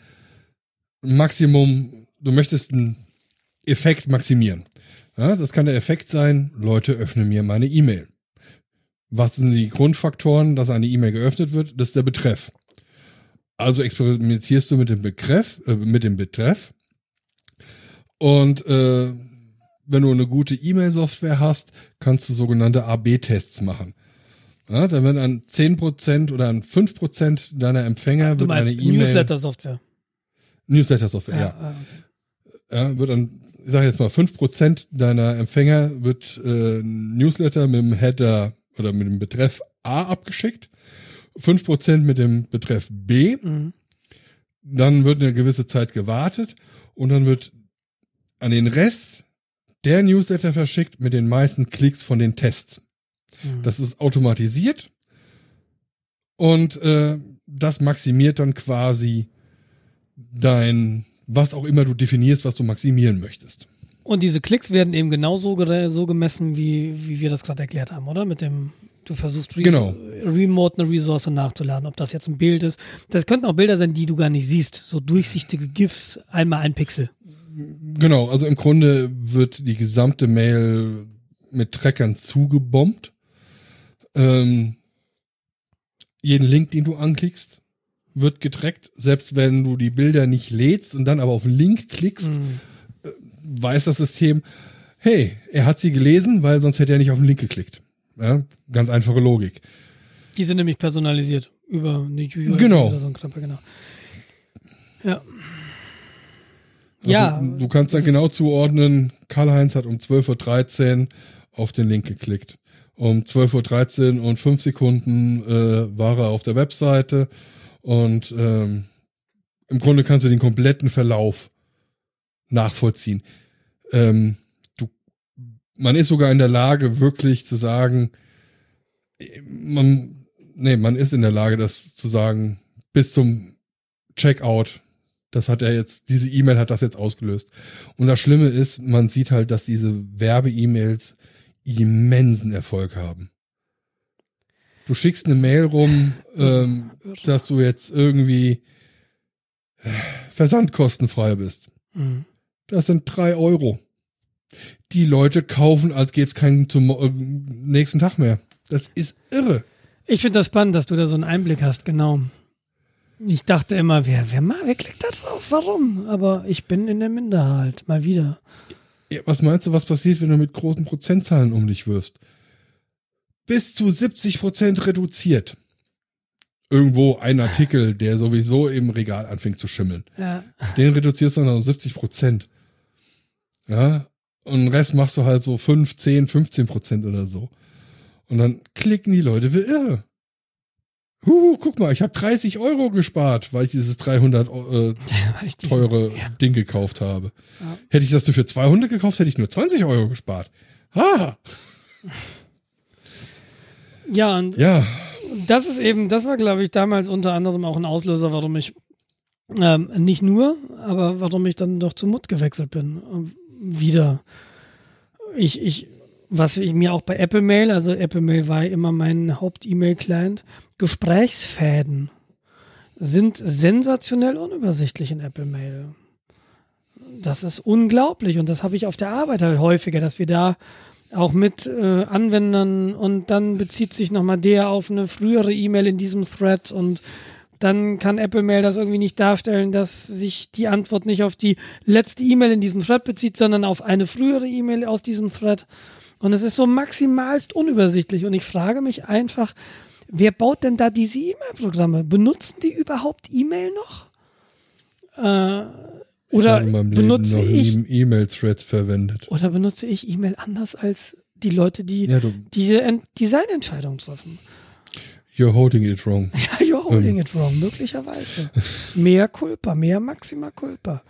Maximum, du möchtest einen Effekt maximieren. Ja, das kann der Effekt sein, Leute öffnen mir meine E-Mail. Was sind die Grundfaktoren, dass eine E-Mail geöffnet wird? Das ist der Betreff. Also experimentierst du mit dem Begriff, äh, mit dem Betreff und äh, wenn du eine gute E-Mail-Software hast, kannst du sogenannte A B Tests machen. Ja, dann wird an zehn Prozent oder an fünf Prozent deiner Empfänger du wird eine E-Mail... Newsletter-Software. Newsletter-Software, ja. ja. Okay. Ja, wird an, ich sage jetzt mal, fünf Prozent deiner Empfänger wird äh, Newsletter mit dem Header oder mit dem Betreff A abgeschickt, fünf Prozent mit dem Betreff B, mhm. Dann wird eine gewisse Zeit gewartet und dann wird an den Rest der Newsletter verschickt mit den meisten Klicks von den Tests. Mhm. Das ist automatisiert und äh, das maximiert dann quasi dein, was auch immer du definierst, was du maximieren möchtest. Und diese Klicks werden eben genauso so gemessen, wie, wie wir das gerade erklärt haben, oder? Mit dem Du versuchst re- Genau. remote eine Ressource nachzuladen, ob das jetzt ein Bild ist. Das könnten auch Bilder sein, die du gar nicht siehst. So durchsichtige GIFs, einmal ein Pixel. Genau, also im Grunde wird die gesamte Mail mit Trackern zugebombt. Ähm, jeden Link, den du anklickst, wird getrackt. Selbst wenn du die Bilder nicht lädst und dann aber auf den Link klickst, Mhm. äh, weiß das System, hey, er hat sie gelesen, weil sonst hätte er nicht auf den Link geklickt. Ja, ganz einfache Logik. Die sind nämlich personalisiert über eine U I Genau. oder so ein Krempel, genau. Ja. Also ja. Du kannst dann genau zuordnen, Karl-Heinz hat um zwölf Uhr dreizehn auf den Link geklickt. Um zwölf Uhr dreizehn und fünf Sekunden äh, war er auf der Webseite und ähm, im Grunde kannst du den kompletten Verlauf nachvollziehen. Ähm, du, man ist sogar in der Lage, wirklich zu sagen, man, nee, man ist in der Lage, das zu sagen, bis zum Checkout. Das hat er jetzt, diese E-Mail hat das jetzt ausgelöst. Und das Schlimme ist, man sieht halt, dass diese Werbe-E-Mails immensen Erfolg haben. Du schickst eine Mail rum, ähm, dass du jetzt irgendwie versandkostenfrei bist. Mhm. Das sind drei Euro. Die Leute kaufen, als gäbe es keinen zum äh, nächsten Tag mehr. Das ist irre. Ich finde das spannend, dass du da so einen Einblick hast, genau. Ich dachte immer, wer, wer, mal, wer klickt da drauf? Warum? Aber ich bin in der Minderheit, mal wieder. Ja, was meinst du, was passiert, wenn du mit großen Prozentzahlen um dich wirfst? Bis zu siebzig Prozent reduziert. Irgendwo ein Artikel, der sowieso im Regal anfängt zu schimmeln. Ja. Den reduzierst du dann auf siebzig Prozent. Ja, und den Rest machst du halt so fünf, zehn, fünfzehn Prozent oder so. Und dann klicken die Leute wie irre. Huh, guck mal, ich habe dreißig Euro gespart, weil ich dieses dreihundert äh, ich diesen, teure ja. Ding gekauft habe. Ja. Hätte ich das für zweihundert gekauft, hätte ich nur zwanzig Euro gespart. Ha! Ja, und Ja, das ist eben, das war, glaube ich, damals unter anderem auch ein Auslöser, warum ich ähm, nicht nur, aber warum ich dann doch zu Mutt gewechselt bin. Ähm, wieder. Ich, ich, was ich mir auch bei Apple Mail, also Apple Mail war immer mein Haupt-E-Mail-Client, Gesprächsfäden sind sensationell unübersichtlich in Apple Mail. Das ist unglaublich und das habe ich auf der Arbeit halt häufiger, dass wir da auch mit äh, Anwendern und dann bezieht sich nochmal der auf eine frühere E-Mail in diesem Thread und dann kann Apple Mail das irgendwie nicht darstellen, dass sich die Antwort nicht auf die letzte E-Mail in diesem Thread bezieht, sondern auf eine frühere E-Mail aus diesem Thread. Und es ist so maximalst unübersichtlich und ich frage mich einfach, wer baut denn da diese E-Mail-Programme? Benutzen die überhaupt E-Mail noch? Äh, oder benutze ich E-Mail-Threads verwendet. Oder benutze ich E-Mail anders als die Leute, die Ja, du, diese Ent- Designentscheidungen treffen? You're holding it wrong. Ja, you're holding Ähm. it wrong, möglicherweise. Mehr Culpa, mehr Maxima Culpa.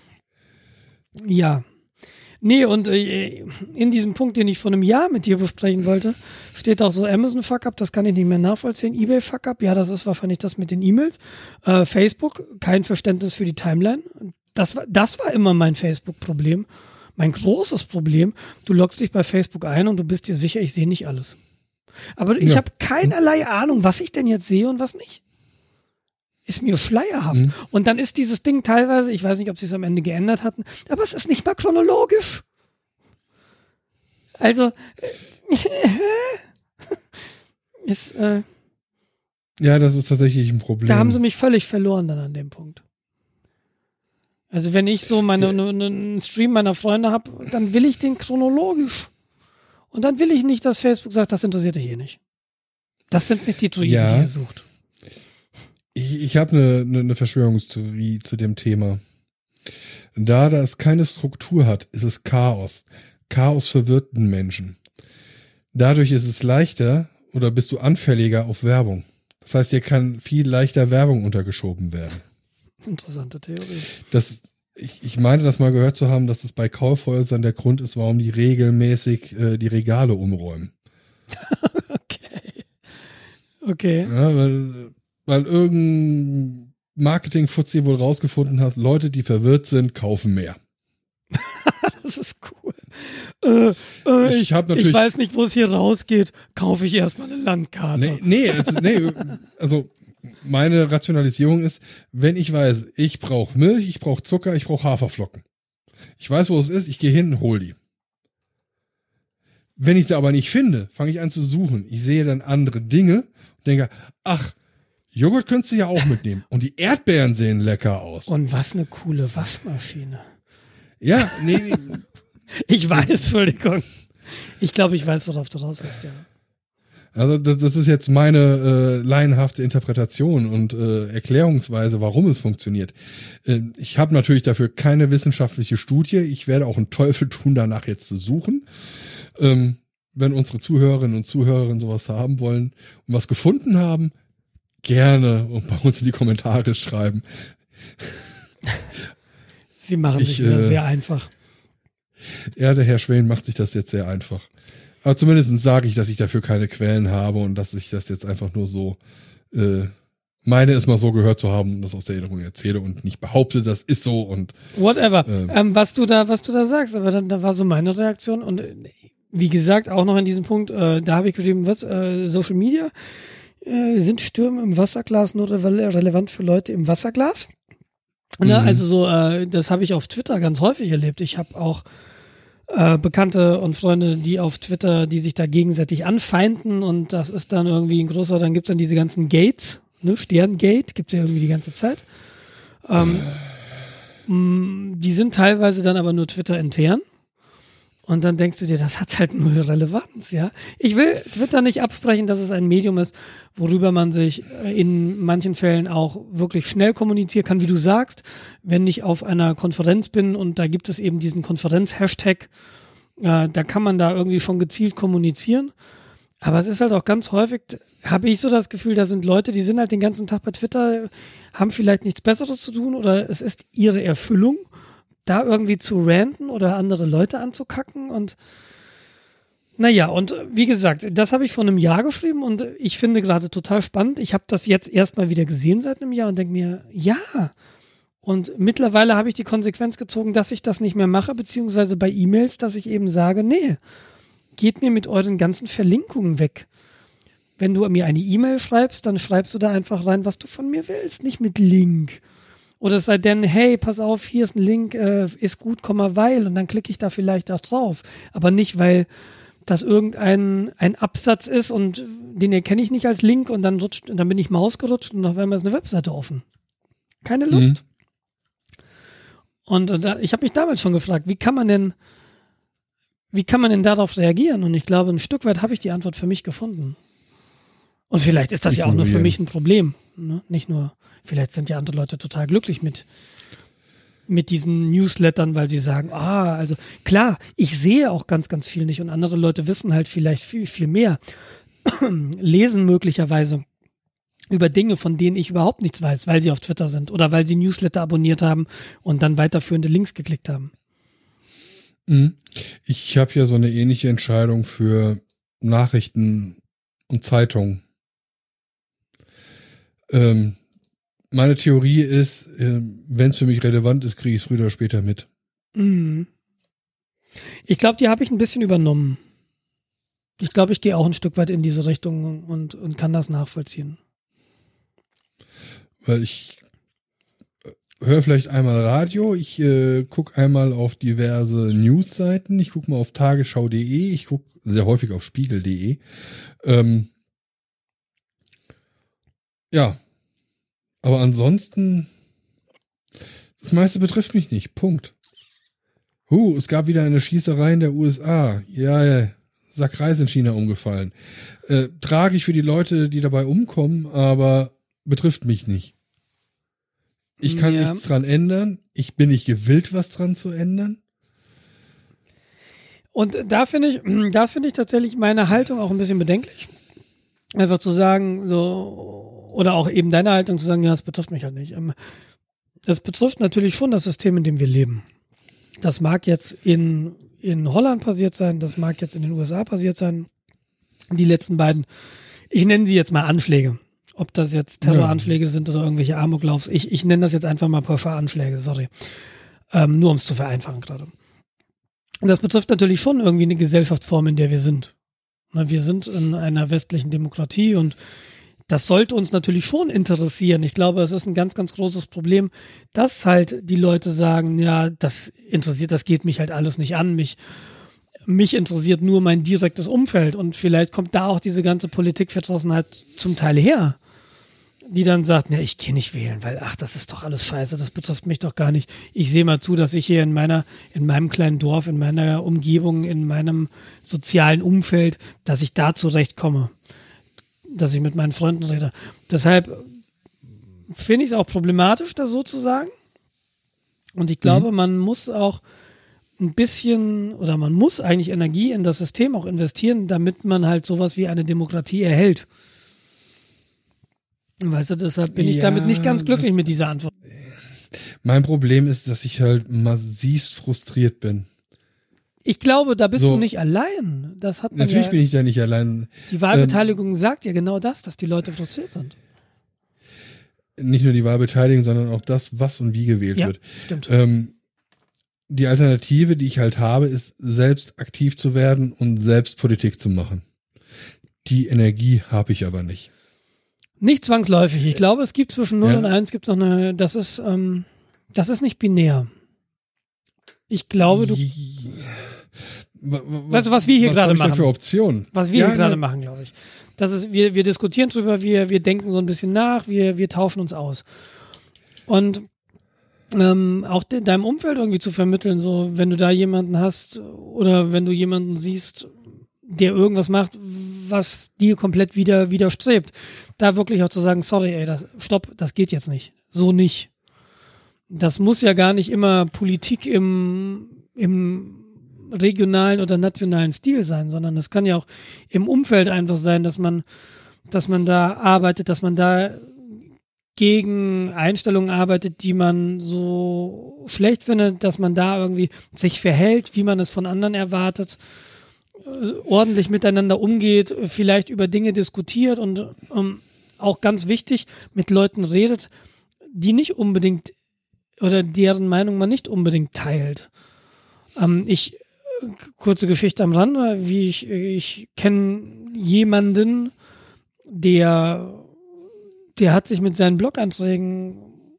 Ja. Nee, und äh, in diesem Punkt, den ich vor einem Jahr mit dir besprechen wollte, steht auch so Amazon Fuck-Up, das kann ich nicht mehr nachvollziehen. eBay Fuck-Up, ja, das ist wahrscheinlich das mit den E-Mails. Äh, Facebook, kein Verständnis für die Timeline. Das war, das war immer mein Facebook-Problem. Mein großes Problem, du loggst dich bei Facebook ein und du bist dir sicher, ich sehe nicht alles. Aber ich Ja. habe keinerlei Ahnung, was ich denn jetzt sehe und was nicht. Ist mir schleierhaft. Mhm. Und dann ist dieses Ding teilweise, ich weiß nicht, ob sie es am Ende geändert hatten, aber es ist nicht mal chronologisch. Also, ist, äh, Ja, das ist tatsächlich ein Problem. da haben sie mich völlig verloren dann an dem Punkt. Also wenn ich so meine, ne, ne, einen Stream meiner Freunde habe, dann will ich den chronologisch. Und dann will ich nicht, dass Facebook sagt, das interessiert dich hier nicht. Das sind nicht die Druiden, Ja. die ihr sucht. Ich, ich habe eine, eine, eine Verschwörungstheorie zu dem Thema. Da das keine Struktur hat, ist es Chaos. Chaos verwirrt den Menschen. Dadurch ist es leichter oder bist du anfälliger auf Werbung. Das heißt, hier kann viel leichter Werbung untergeschoben werden. Interessante Theorie. Das, ich, ich meine, das mal gehört zu haben, dass es bei Kaufhäusern der Grund ist, warum die regelmäßig äh, die Regale umräumen. Okay. Okay. Ja, weil, weil irgendein Marketing-Fuzzi wohl rausgefunden hat, Leute, die verwirrt sind, kaufen mehr. Das ist cool. äh, äh, ich, ich, hab natürlich, ich weiß nicht, wo es hier rausgeht, kaufe ich erstmal eine Landkarte. Nee, nee, also, nee, also meine Rationalisierung ist, wenn ich weiß, ich brauche Milch, ich brauche Zucker, ich brauche Haferflocken. Ich weiß, wo es ist, ich gehe hin und hol die. Wenn ich sie aber nicht finde, fange ich an zu suchen. Ich sehe dann andere Dinge und denke, ach, Joghurt könntest du ja auch mitnehmen. Und die Erdbeeren sehen lecker aus. Und was eine coole Waschmaschine. Ja, nee. Ich weiß, Entschuldigung. Ich glaube, ich weiß, worauf du raus willst, ja. Also das, das ist jetzt meine äh, laienhafte Interpretation und äh, Erklärungsweise, warum es funktioniert. Äh, ich habe natürlich dafür keine wissenschaftliche Studie. Ich werde auch einen Teufel tun, danach jetzt zu suchen. Ähm, wenn unsere Zuhörerinnen und Zuhörer sowas haben wollen und was gefunden haben, gerne und bei uns in die Kommentare schreiben. Sie machen ich, sich wieder äh, sehr einfach. Ja, der Herr Schwen macht sich das jetzt sehr einfach. Aber zumindest sage ich, dass ich dafür keine Quellen habe und dass ich das jetzt einfach nur so äh, meine, es mal so gehört zu haben und das aus der Erinnerung erzähle und nicht behaupte, das ist so und whatever. Ähm, ähm, was du da, was du da sagst, aber dann da war so meine Reaktion und äh, wie gesagt auch noch in diesem Punkt, äh, da habe ich geschrieben, was äh, Social Media äh, sind Stürme im Wasserglas nur re- relevant für Leute im Wasserglas? Na, Mhm. also so, äh, das habe ich auf Twitter ganz häufig erlebt. Ich habe auch äh, Bekannte und Freunde, die auf Twitter, die sich da gegenseitig anfeinden und das ist dann irgendwie ein großer, dann gibt's dann diese ganzen Gates, ne, Sterngate, gibt's ja irgendwie die ganze Zeit. Ähm, mh, die sind teilweise dann aber nur Twitter intern. Und dann denkst du dir, das hat halt null Relevanz, ja. Ich will Twitter nicht absprechen, dass es ein Medium ist, worüber man sich in manchen Fällen auch wirklich schnell kommunizieren kann, wie du sagst. Wenn ich auf einer Konferenz bin und da gibt es eben diesen Konferenz-Hashtag, äh, da kann man da irgendwie schon gezielt kommunizieren. Aber es ist halt auch ganz häufig, habe ich so das Gefühl, da sind Leute, die sind halt den ganzen Tag bei Twitter, haben vielleicht nichts Besseres zu tun oder es ist ihre Erfüllung, da irgendwie zu ranten oder andere Leute anzukacken und naja, und wie gesagt, das habe ich vor einem Jahr geschrieben und ich finde gerade total spannend. Ich habe das jetzt erstmal wieder gesehen seit einem Jahr und denke mir, ja. Und mittlerweile habe ich die Konsequenz gezogen, dass ich das nicht mehr mache, beziehungsweise bei E-Mails, dass ich eben sage, nee, geht mir mit euren ganzen Verlinkungen weg. Wenn du mir eine E-Mail schreibst, dann schreibst du da einfach rein, was du von mir willst, nicht mit Link. Oder es sei denn, hey, pass auf, hier ist ein Link, äh, ist gut, komm mal, weil, und dann klicke ich da vielleicht auch drauf. Aber nicht, weil das irgendein ein Absatz ist und den erkenne ich nicht als Link und dann rutscht, und dann bin ich mal ausgerutscht und auf einmal ist eine Webseite offen. Keine Lust. Mhm. Und, und da, ich habe mich damals schon gefragt, wie kann man denn, wie kann man denn darauf reagieren? Und ich glaube, ein Stück weit habe ich die Antwort für mich gefunden. Und vielleicht ist das ja auch nur für mich ein Problem. Ne? Nicht nur, vielleicht sind ja andere Leute total glücklich mit, mit diesen Newslettern, weil sie sagen, ah, also klar, ich sehe auch ganz, ganz viel nicht und andere Leute wissen halt vielleicht viel, viel mehr, lesen möglicherweise über Dinge, von denen ich überhaupt nichts weiß, weil sie auf Twitter sind oder weil sie Newsletter abonniert haben und dann weiterführende Links geklickt haben. Ich habe ja so eine ähnliche Entscheidung für Nachrichten und Zeitungen. Ähm, meine Theorie ist, äh, wenn es für mich relevant ist, kriege ich es früher oder später mit. Mhm. Ich glaube, die habe ich ein bisschen übernommen. Ich glaube, ich gehe auch ein Stück weit in diese Richtung und, und kann das nachvollziehen. Weil ich höre vielleicht einmal Radio, ich äh, gucke einmal auf diverse Newsseiten, ich gucke mal auf tagesschau punkt de, ich gucke sehr häufig auf spiegel punkt de. Ähm, ja, aber ansonsten, das meiste betrifft mich nicht, Punkt. Huh, es gab wieder eine Schießerei in der U S A. Ja, ja, Sack Reis in China umgefallen. Äh, tragisch für die Leute, die dabei umkommen, aber betrifft mich nicht. Ich kann ja. nichts dran ändern. Ich bin nicht gewillt, was dran zu ändern. Und da finde ich, da finde ich tatsächlich meine Haltung auch ein bisschen bedenklich. Einfach zu sagen, so, oder auch eben deine Haltung zu sagen, ja, das betrifft mich halt nicht. Es betrifft natürlich schon das System, in dem wir leben. Das mag jetzt in, in Holland passiert sein, das mag jetzt in den U S A passiert sein. Die letzten beiden, ich nenne sie jetzt mal Anschläge. Ob das jetzt Terroranschläge ja. sind oder irgendwelche Amoklaufs. Ich, ich nenne das jetzt einfach mal Pauschal-Anschläge, sorry. Ähm, nur um es zu vereinfachen gerade. Und das betrifft natürlich schon irgendwie eine Gesellschaftsform, in der wir sind. Wir sind in einer westlichen Demokratie und das sollte uns natürlich schon interessieren. Ich glaube, es ist ein ganz, ganz großes Problem, dass halt die Leute sagen, ja, das interessiert, das geht mich halt alles nicht an. Mich, mich interessiert nur mein direktes Umfeld. Und vielleicht kommt da auch diese ganze Politikverdrossenheit zum Teil her, die dann sagt, ne, ich gehe nicht wählen, weil, ach, das ist doch alles scheiße, das betrifft mich doch gar nicht. Ich sehe mal zu, dass ich hier in meiner, in meinem kleinen Dorf, in meiner Umgebung, in meinem sozialen Umfeld, dass ich da zurechtkomme, dass ich mit meinen Freunden rede. Deshalb finde ich es auch problematisch, das so zu sagen. Und ich glaube, mhm. man muss auch ein bisschen, oder man muss eigentlich Energie in das System auch investieren, damit man halt sowas wie eine Demokratie erhält. Weißt du, deshalb bin ich ja, damit nicht ganz glücklich mit dieser Antwort. Mein Problem ist, dass ich halt massivst frustriert bin. Ich glaube, da bist so, du nicht allein. Das hat man natürlich ja, bin ich da nicht allein. Die Wahlbeteiligung ähm, sagt ja genau das, dass die Leute frustriert sind. Nicht nur die Wahlbeteiligung, sondern auch das, was und wie gewählt ja, wird. Stimmt. Ähm, die Alternative, die ich halt habe, ist, selbst aktiv zu werden und selbst Politik zu machen. Die Energie habe ich aber nicht. Nicht zwangsläufig. Ich glaube, es gibt zwischen null ja. und eins gibt es noch eine, das ist, ähm, das ist nicht binär. Ich glaube, du, was, weißt du, was wir hier gerade machen? Was für Optionen? Was wir ja, hier gerade ja. machen, glaube ich. Das ist, wir, wir diskutieren drüber, wir, wir denken so ein bisschen nach, wir, wir tauschen uns aus. Und, ähm, auch de, deinem Umfeld irgendwie zu vermitteln, so, wenn du da jemanden hast oder wenn du jemanden siehst, der irgendwas macht, was dir komplett wieder widerstrebt, da wirklich auch zu sagen, sorry, ey, das, stopp, das geht jetzt nicht. So nicht. Das muss ja gar nicht immer Politik im, im regionalen oder nationalen Stil sein, sondern es kann ja auch im Umfeld einfach sein, dass man, dass man da arbeitet, dass man da gegen Einstellungen arbeitet, die man so schlecht findet, dass man da irgendwie sich verhält, wie man es von anderen erwartet, ordentlich miteinander umgeht, vielleicht über Dinge diskutiert und ähm, auch ganz wichtig, mit Leuten redet, die nicht unbedingt oder deren Meinung man nicht unbedingt teilt. Ähm, ich, kurze Geschichte am Rande, wie ich, ich kenne jemanden, der, der hat sich mit seinen Blog-Einträgen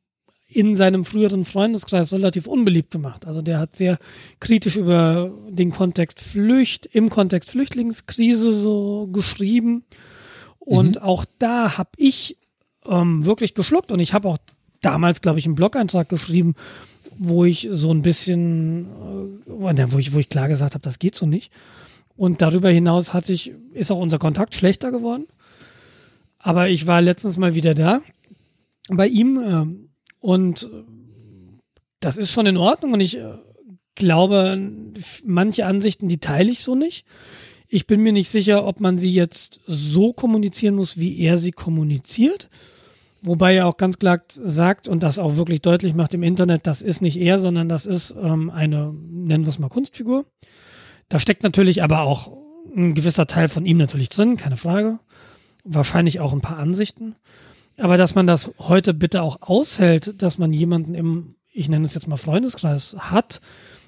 in seinem früheren Freundeskreis relativ unbeliebt gemacht. Also der hat sehr kritisch über den Kontext Flücht, im Kontext Flüchtlingskrise so geschrieben. Und mhm. auch da habe ich ähm, wirklich geschluckt. Und ich habe auch damals, glaube ich, einen Blog-Eintrag geschrieben, wo ich so ein bisschen, äh, wo ich, wo ich klar gesagt habe, das geht so nicht. Und darüber hinaus hatte ich, ist auch unser Kontakt schlechter geworden. Aber ich war letztens mal wieder da bei ihm, äh, und das ist schon in Ordnung und ich glaube, manche Ansichten, die teile ich so nicht. Ich bin mir nicht sicher, ob man sie jetzt so kommunizieren muss, wie er sie kommuniziert. Wobei er auch ganz klar sagt und das auch wirklich deutlich macht im Internet, das ist nicht er, sondern das ist ähm, eine, nennen wir es mal Kunstfigur. Da steckt natürlich aber auch ein gewisser Teil von ihm natürlich drin, keine Frage. Wahrscheinlich auch ein paar Ansichten. Aber dass man das heute bitte auch aushält, dass man jemanden im, ich nenne es jetzt mal Freundeskreis, hat,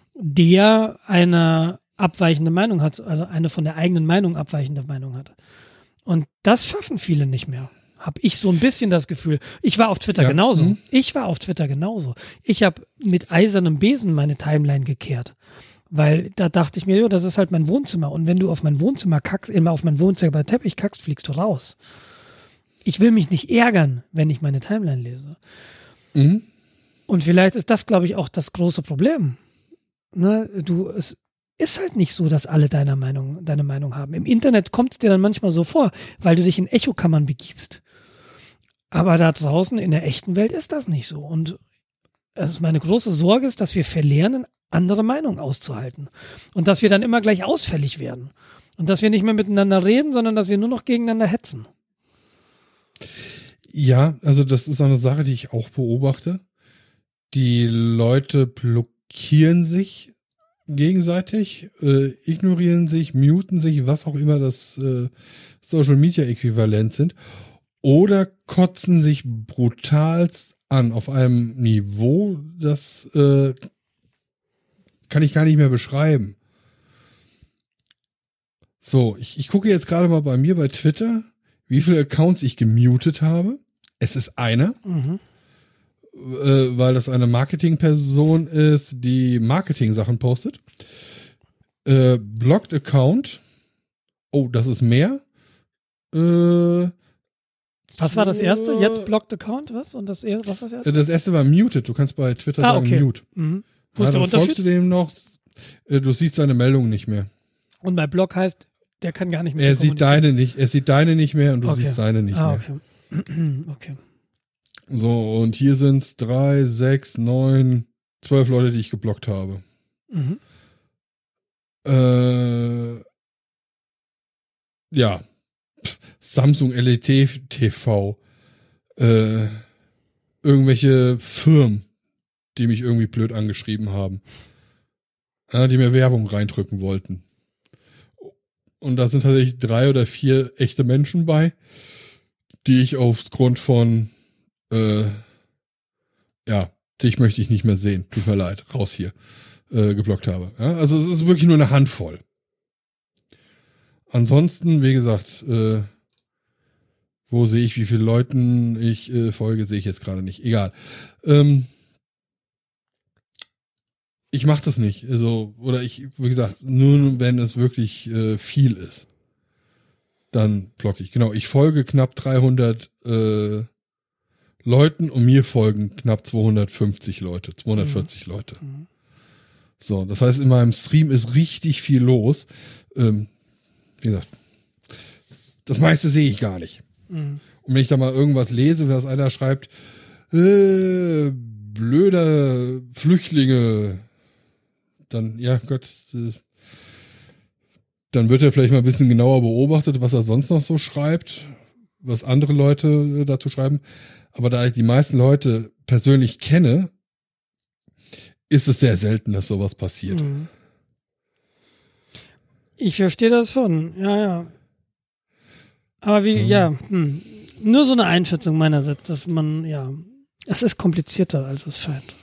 der eine abweichende Meinung hat, also eine von der eigenen Meinung abweichende Meinung hat. Und das schaffen viele nicht mehr. Habe ich so ein bisschen das Gefühl. Ich war auf Twitter ja. genauso. Mhm. Ich war auf Twitter genauso. Ich habe mit eisernem Besen meine Timeline gekehrt. Weil da dachte ich mir, jo, das ist halt mein Wohnzimmer. Und wenn du auf mein Wohnzimmer kackst, immer auf mein Wohnzimmer bei Teppich kackst, fliegst du raus. Ich will mich nicht ärgern, wenn ich meine Timeline lese. Mhm. Und vielleicht ist das, glaube ich, auch das große Problem. Ne? Du, es ist halt nicht so, dass alle deiner Meinung, deine Meinung haben. Im Internet kommt es dir dann manchmal so vor, weil du dich in Echokammern begibst. Aber da draußen in der echten Welt ist das nicht so. Und also meine große Sorge ist, dass wir verlernen, andere Meinungen auszuhalten. Und dass wir dann immer gleich ausfällig werden. Und dass wir nicht mehr miteinander reden, sondern dass wir nur noch gegeneinander hetzen. Ja, also das ist eine Sache, die ich auch beobachte. Die Leute blockieren sich gegenseitig, äh, ignorieren sich, muten sich, was auch immer das äh, Social-Media-Äquivalent sind, oder kotzen sich brutalst an auf einem Niveau, das äh, kann ich gar nicht mehr beschreiben. So, ich, ich gucke jetzt gerade mal bei mir bei Twitter, wie viele Accounts ich gemutet habe. Es ist einer, Mhm. äh, weil das eine Marketingperson ist, die Marketing-Sachen postet. Äh, Blocked Account. Oh, das ist mehr. Äh, Was war das erste? Jetzt Blocked Account, was? Und das erste, was war das erste? Das erste war Muted. Du kannst bei Twitter Ah, sagen okay. Mute. Mhm. Wo Ja, ist der dann Unterschied? folgst du dem noch. äh, Du siehst seine Meldungen nicht mehr. Und bei Block heißt, der kann gar nicht mehr. Er sieht deine nicht. Er sieht deine nicht mehr und du Okay. siehst seine nicht Ah, mehr. okay. Okay. So, und hier sind's drei, sechs, neun, zwölf Leute, die ich geblockt habe. Mhm. Äh, ja. Pff, Samsung L E D T V. Äh, irgendwelche Firmen, die mich irgendwie blöd angeschrieben haben. Ja, die mir Werbung reindrücken wollten. Und da sind tatsächlich drei oder vier echte Menschen bei, die ich aufgrund von äh, ja, dich möchte ich nicht mehr sehen. Tut mir leid, raus hier. Äh, geblockt habe. Ja, also es ist wirklich nur eine Handvoll. Ansonsten, wie gesagt, äh, wo sehe ich, wie viele Leuten ich äh, folge, sehe ich jetzt gerade nicht. Egal. Ähm, ich mache das nicht. Also, oder ich, wie gesagt, nur wenn es wirklich äh, viel ist, dann blocke ich. Genau, ich folge knapp dreihundert äh, Leuten und mir folgen knapp zweihundertfünfzig Leute, zweihundertvierzig mhm. Leute. Mhm. So, das heißt, in meinem Stream ist richtig viel los. Ähm, wie gesagt, das meiste sehe ich gar nicht. Mhm. Und wenn ich da mal irgendwas lese, wenn das einer schreibt, äh, blöder Flüchtlinge, dann, ja Gott, äh, dann wird er vielleicht mal ein bisschen genauer beobachtet, was er sonst noch so schreibt, was andere Leute äh, dazu schreiben. Aber da ich die meisten Leute persönlich kenne, ist es sehr selten, dass sowas passiert. Mhm. Ich verstehe das schon, ja, ja. Aber wie, mhm. ja, hm. nur so eine Einschätzung meinerseits, dass man, ja, es ist komplizierter, als es scheint.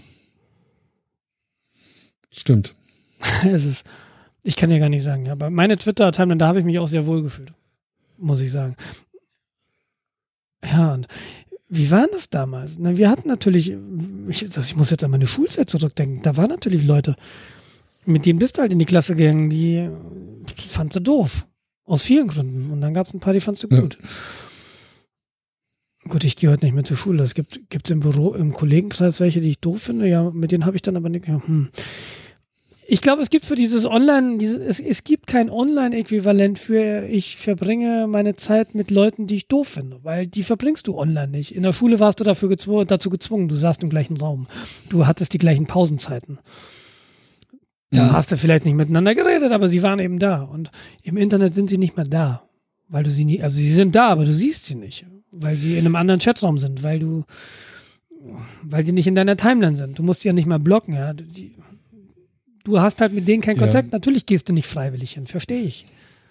Stimmt. es ist, ich kann ja gar nicht sagen, aber meine Twitter-Timeline, da habe ich mich auch sehr wohl gefühlt, muss ich sagen. Ja, und wie war das damals? Na, wir hatten natürlich, ich, das, ich muss jetzt an meine Schulzeit zurückdenken, da waren natürlich Leute, mit denen bist du halt in die Klasse gegangen, die fandst du doof. Aus vielen Gründen. Und dann gab es ein paar, die fandst du gut. Ja. Gut, ich gehe heute nicht mehr zur Schule. Es gibt gibt's im Büro, im Kollegenkreis welche, die ich doof finde. Ja, mit denen habe ich dann aber nicht. Ja, hm. Ich glaube, es gibt für dieses Online, dieses, es, es gibt kein Online-Äquivalent für ich verbringe meine Zeit mit Leuten, die ich doof finde, weil die verbringst du online nicht. In der Schule warst du dafür gezwungen, dazu gezwungen, du saßt im gleichen Raum. Du hattest die gleichen Pausenzeiten. Da mhm. hast du vielleicht nicht miteinander geredet, aber sie waren eben da. Und im Internet sind sie nicht mehr da, weil du sie nie, also sie sind da, aber du siehst sie nicht, weil sie in einem anderen Chatraum sind, weil du, weil sie nicht in deiner Timeline sind. Du musst sie ja nicht mal blocken, ja. Die, Du hast halt mit denen keinen Kontakt, ja. Natürlich gehst du nicht freiwillig hin, verstehe ich.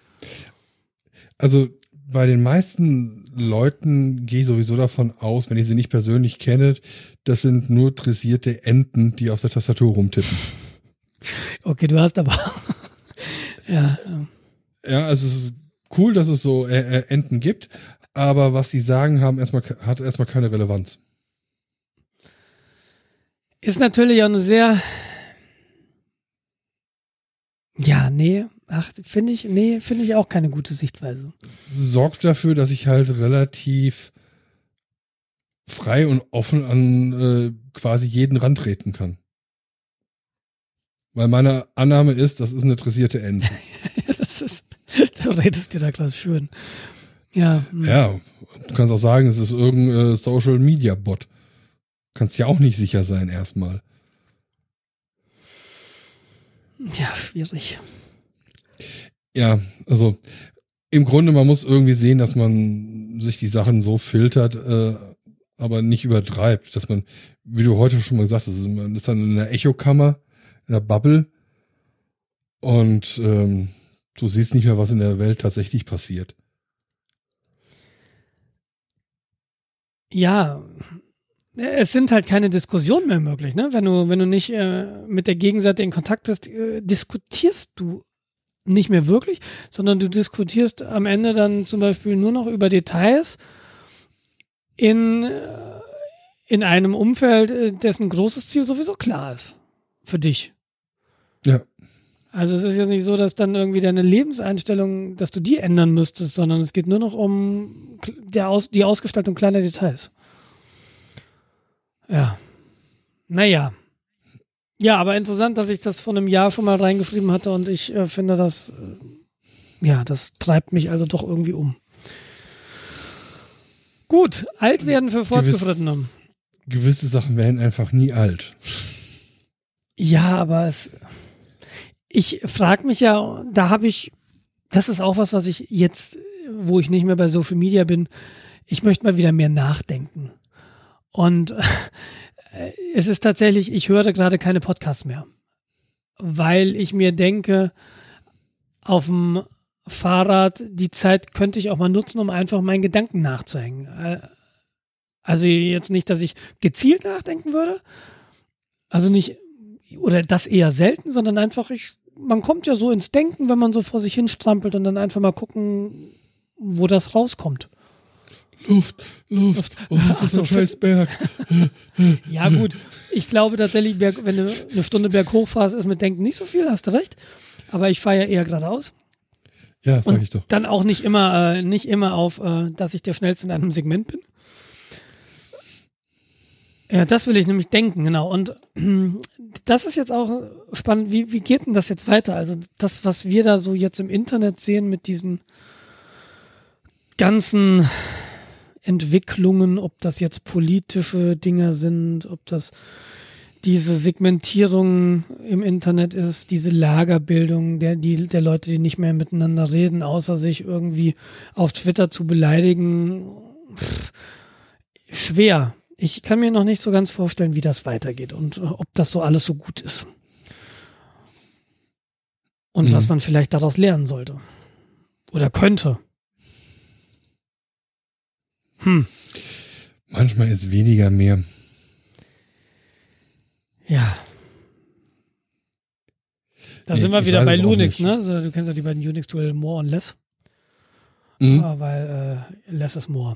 Also bei den meisten Leuten gehe ich sowieso davon aus, wenn ich sie nicht persönlich kenne, das sind nur dressierte Enten, die auf der Tastatur rumtippen. Okay, du hast aber ja. Ja, also es ist cool, dass es so äh, Enten gibt, aber was sie sagen, haben erstmal hat erstmal keine Relevanz. Ist natürlich auch eine sehr Ja, nee, ach, finde ich, nee, finde ich auch keine gute Sichtweise. Sorgt dafür, dass ich halt relativ frei und offen an äh, quasi jeden rantreten kann. Weil meine Annahme ist, das ist eine dressierte Ente. das ist, du redest dir da gleich schön. Ja. Ja, du kannst auch sagen, es ist irgendein äh, Social Media Bot. Kannst ja auch nicht sicher sein erstmal. Ja, schwierig. Ja, also im Grunde, man muss irgendwie sehen, dass man sich die Sachen so filtert, äh, aber nicht übertreibt, dass man, wie du heute schon mal gesagt hast, man ist dann in einer Echokammer, in einer Bubble und ähm, du siehst nicht mehr, was in der Welt tatsächlich passiert. Ja, es sind halt keine Diskussionen mehr möglich, ne? Wenn du, wenn du nicht äh, mit der Gegenseite in Kontakt bist, äh, diskutierst du nicht mehr wirklich, sondern du diskutierst am Ende dann zum Beispiel nur noch über Details in, in einem Umfeld, dessen großes Ziel sowieso klar ist. Für dich. Ja. Also es ist jetzt nicht so, dass dann irgendwie deine Lebenseinstellung, dass du die ändern müsstest, sondern es geht nur noch um der Aus, die Ausgestaltung kleiner Details. Ja. Naja. Ja, aber interessant, dass ich das vor einem Jahr schon mal reingeschrieben hatte und ich äh, finde, das, äh, ja, das treibt mich also doch irgendwie um. Gut, alt werden für Fortgeschrittene. Gewiss, gewisse Sachen werden einfach nie alt. Ja, aber es, ich frage mich ja, da habe ich, das ist auch was, was ich jetzt, wo ich nicht mehr bei Social Media bin, ich möchte mal wieder mehr nachdenken. Und es ist tatsächlich, ich höre gerade keine Podcasts mehr, weil ich mir denke, auf dem Fahrrad, die Zeit könnte ich auch mal nutzen, um einfach meinen Gedanken nachzuhängen. Also jetzt nicht, dass ich gezielt nachdenken würde, also nicht, oder das eher selten, sondern einfach, ich, man kommt ja so ins Denken, wenn man so vor sich hin strampelt und dann einfach mal gucken, wo das rauskommt. Luft, Luft, oh, das ist so ein scheiß Berg. Ja gut, ich glaube tatsächlich, wenn du eine Stunde berghoch fährst, ist mit Denken nicht so viel, hast du recht. Aber ich fahre ja eher geradeaus. Ja, sag ich doch. Dann auch nicht immer, äh, nicht immer auf, äh, dass ich der Schnellste in einem Segment bin. Ja, das will ich nämlich denken, genau. Und äh, das ist jetzt auch spannend, wie, wie geht denn das jetzt weiter? Also das, was wir da so jetzt im Internet sehen mit diesen ganzen Entwicklungen, ob das jetzt politische Dinge sind, ob das diese Segmentierung im Internet ist, diese Lagerbildung der, die, der Leute, die nicht mehr miteinander reden, außer sich irgendwie auf Twitter zu beleidigen. Pff, schwer. Ich kann mir noch nicht so ganz vorstellen, wie das weitergeht und ob das so alles so gut ist. Und mhm. was man vielleicht daraus lernen sollte. Oder könnte. Hm. Manchmal ist weniger mehr. Ja. Da nee, sind wir wieder bei Lunix, ne? Also, du kennst ja die beiden Unix-Duell More und Less. Mhm. Ja, weil äh, Less ist More.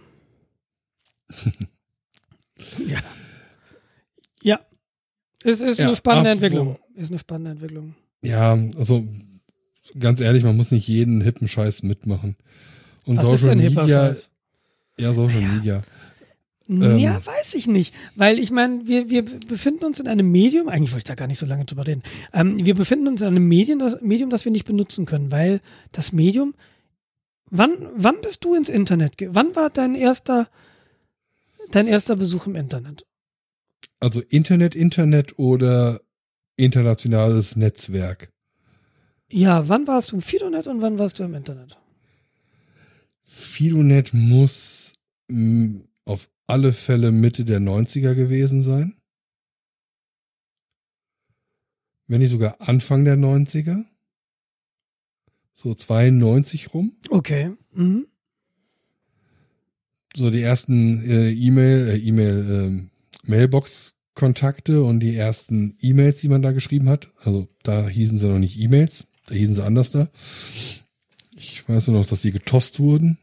Ja. Ja. Es ist ja, eine spannende ach, Entwicklung. Wo, ist eine spannende Entwicklung. Ja, also ganz ehrlich, man muss nicht jeden hippen Scheiß mitmachen. Und Was Social ist denn Media, hipper Scheiß? Ja, Social ja. Media. Ja, ähm, weiß ich nicht. Weil ich meine, wir, wir befinden uns in einem Medium, eigentlich wollte ich da gar nicht so lange drüber reden, ähm, wir befinden uns in einem Medium das, Medium, das wir nicht benutzen können, weil das Medium, wann, wann bist du ins Internet ge- Wann war dein erster, dein erster Besuch im Internet? Also Internet, Internet oder internationales Netzwerk? Ja, wann warst du im Fidonet und wann warst du im Internet? Fidonet muss mh, auf alle Fälle Mitte der neunziger gewesen sein. Wenn nicht sogar Anfang der neunziger. So zweiundneunzig rum. Okay. Mhm. So die ersten äh, E-Mail, äh, E-Mail, äh, Mailbox-Kontakte und die ersten E-Mails, die man da geschrieben hat. Also da hießen sie noch nicht E-Mails, da hießen sie anders da. Ich weiß nur noch, dass sie getost wurden.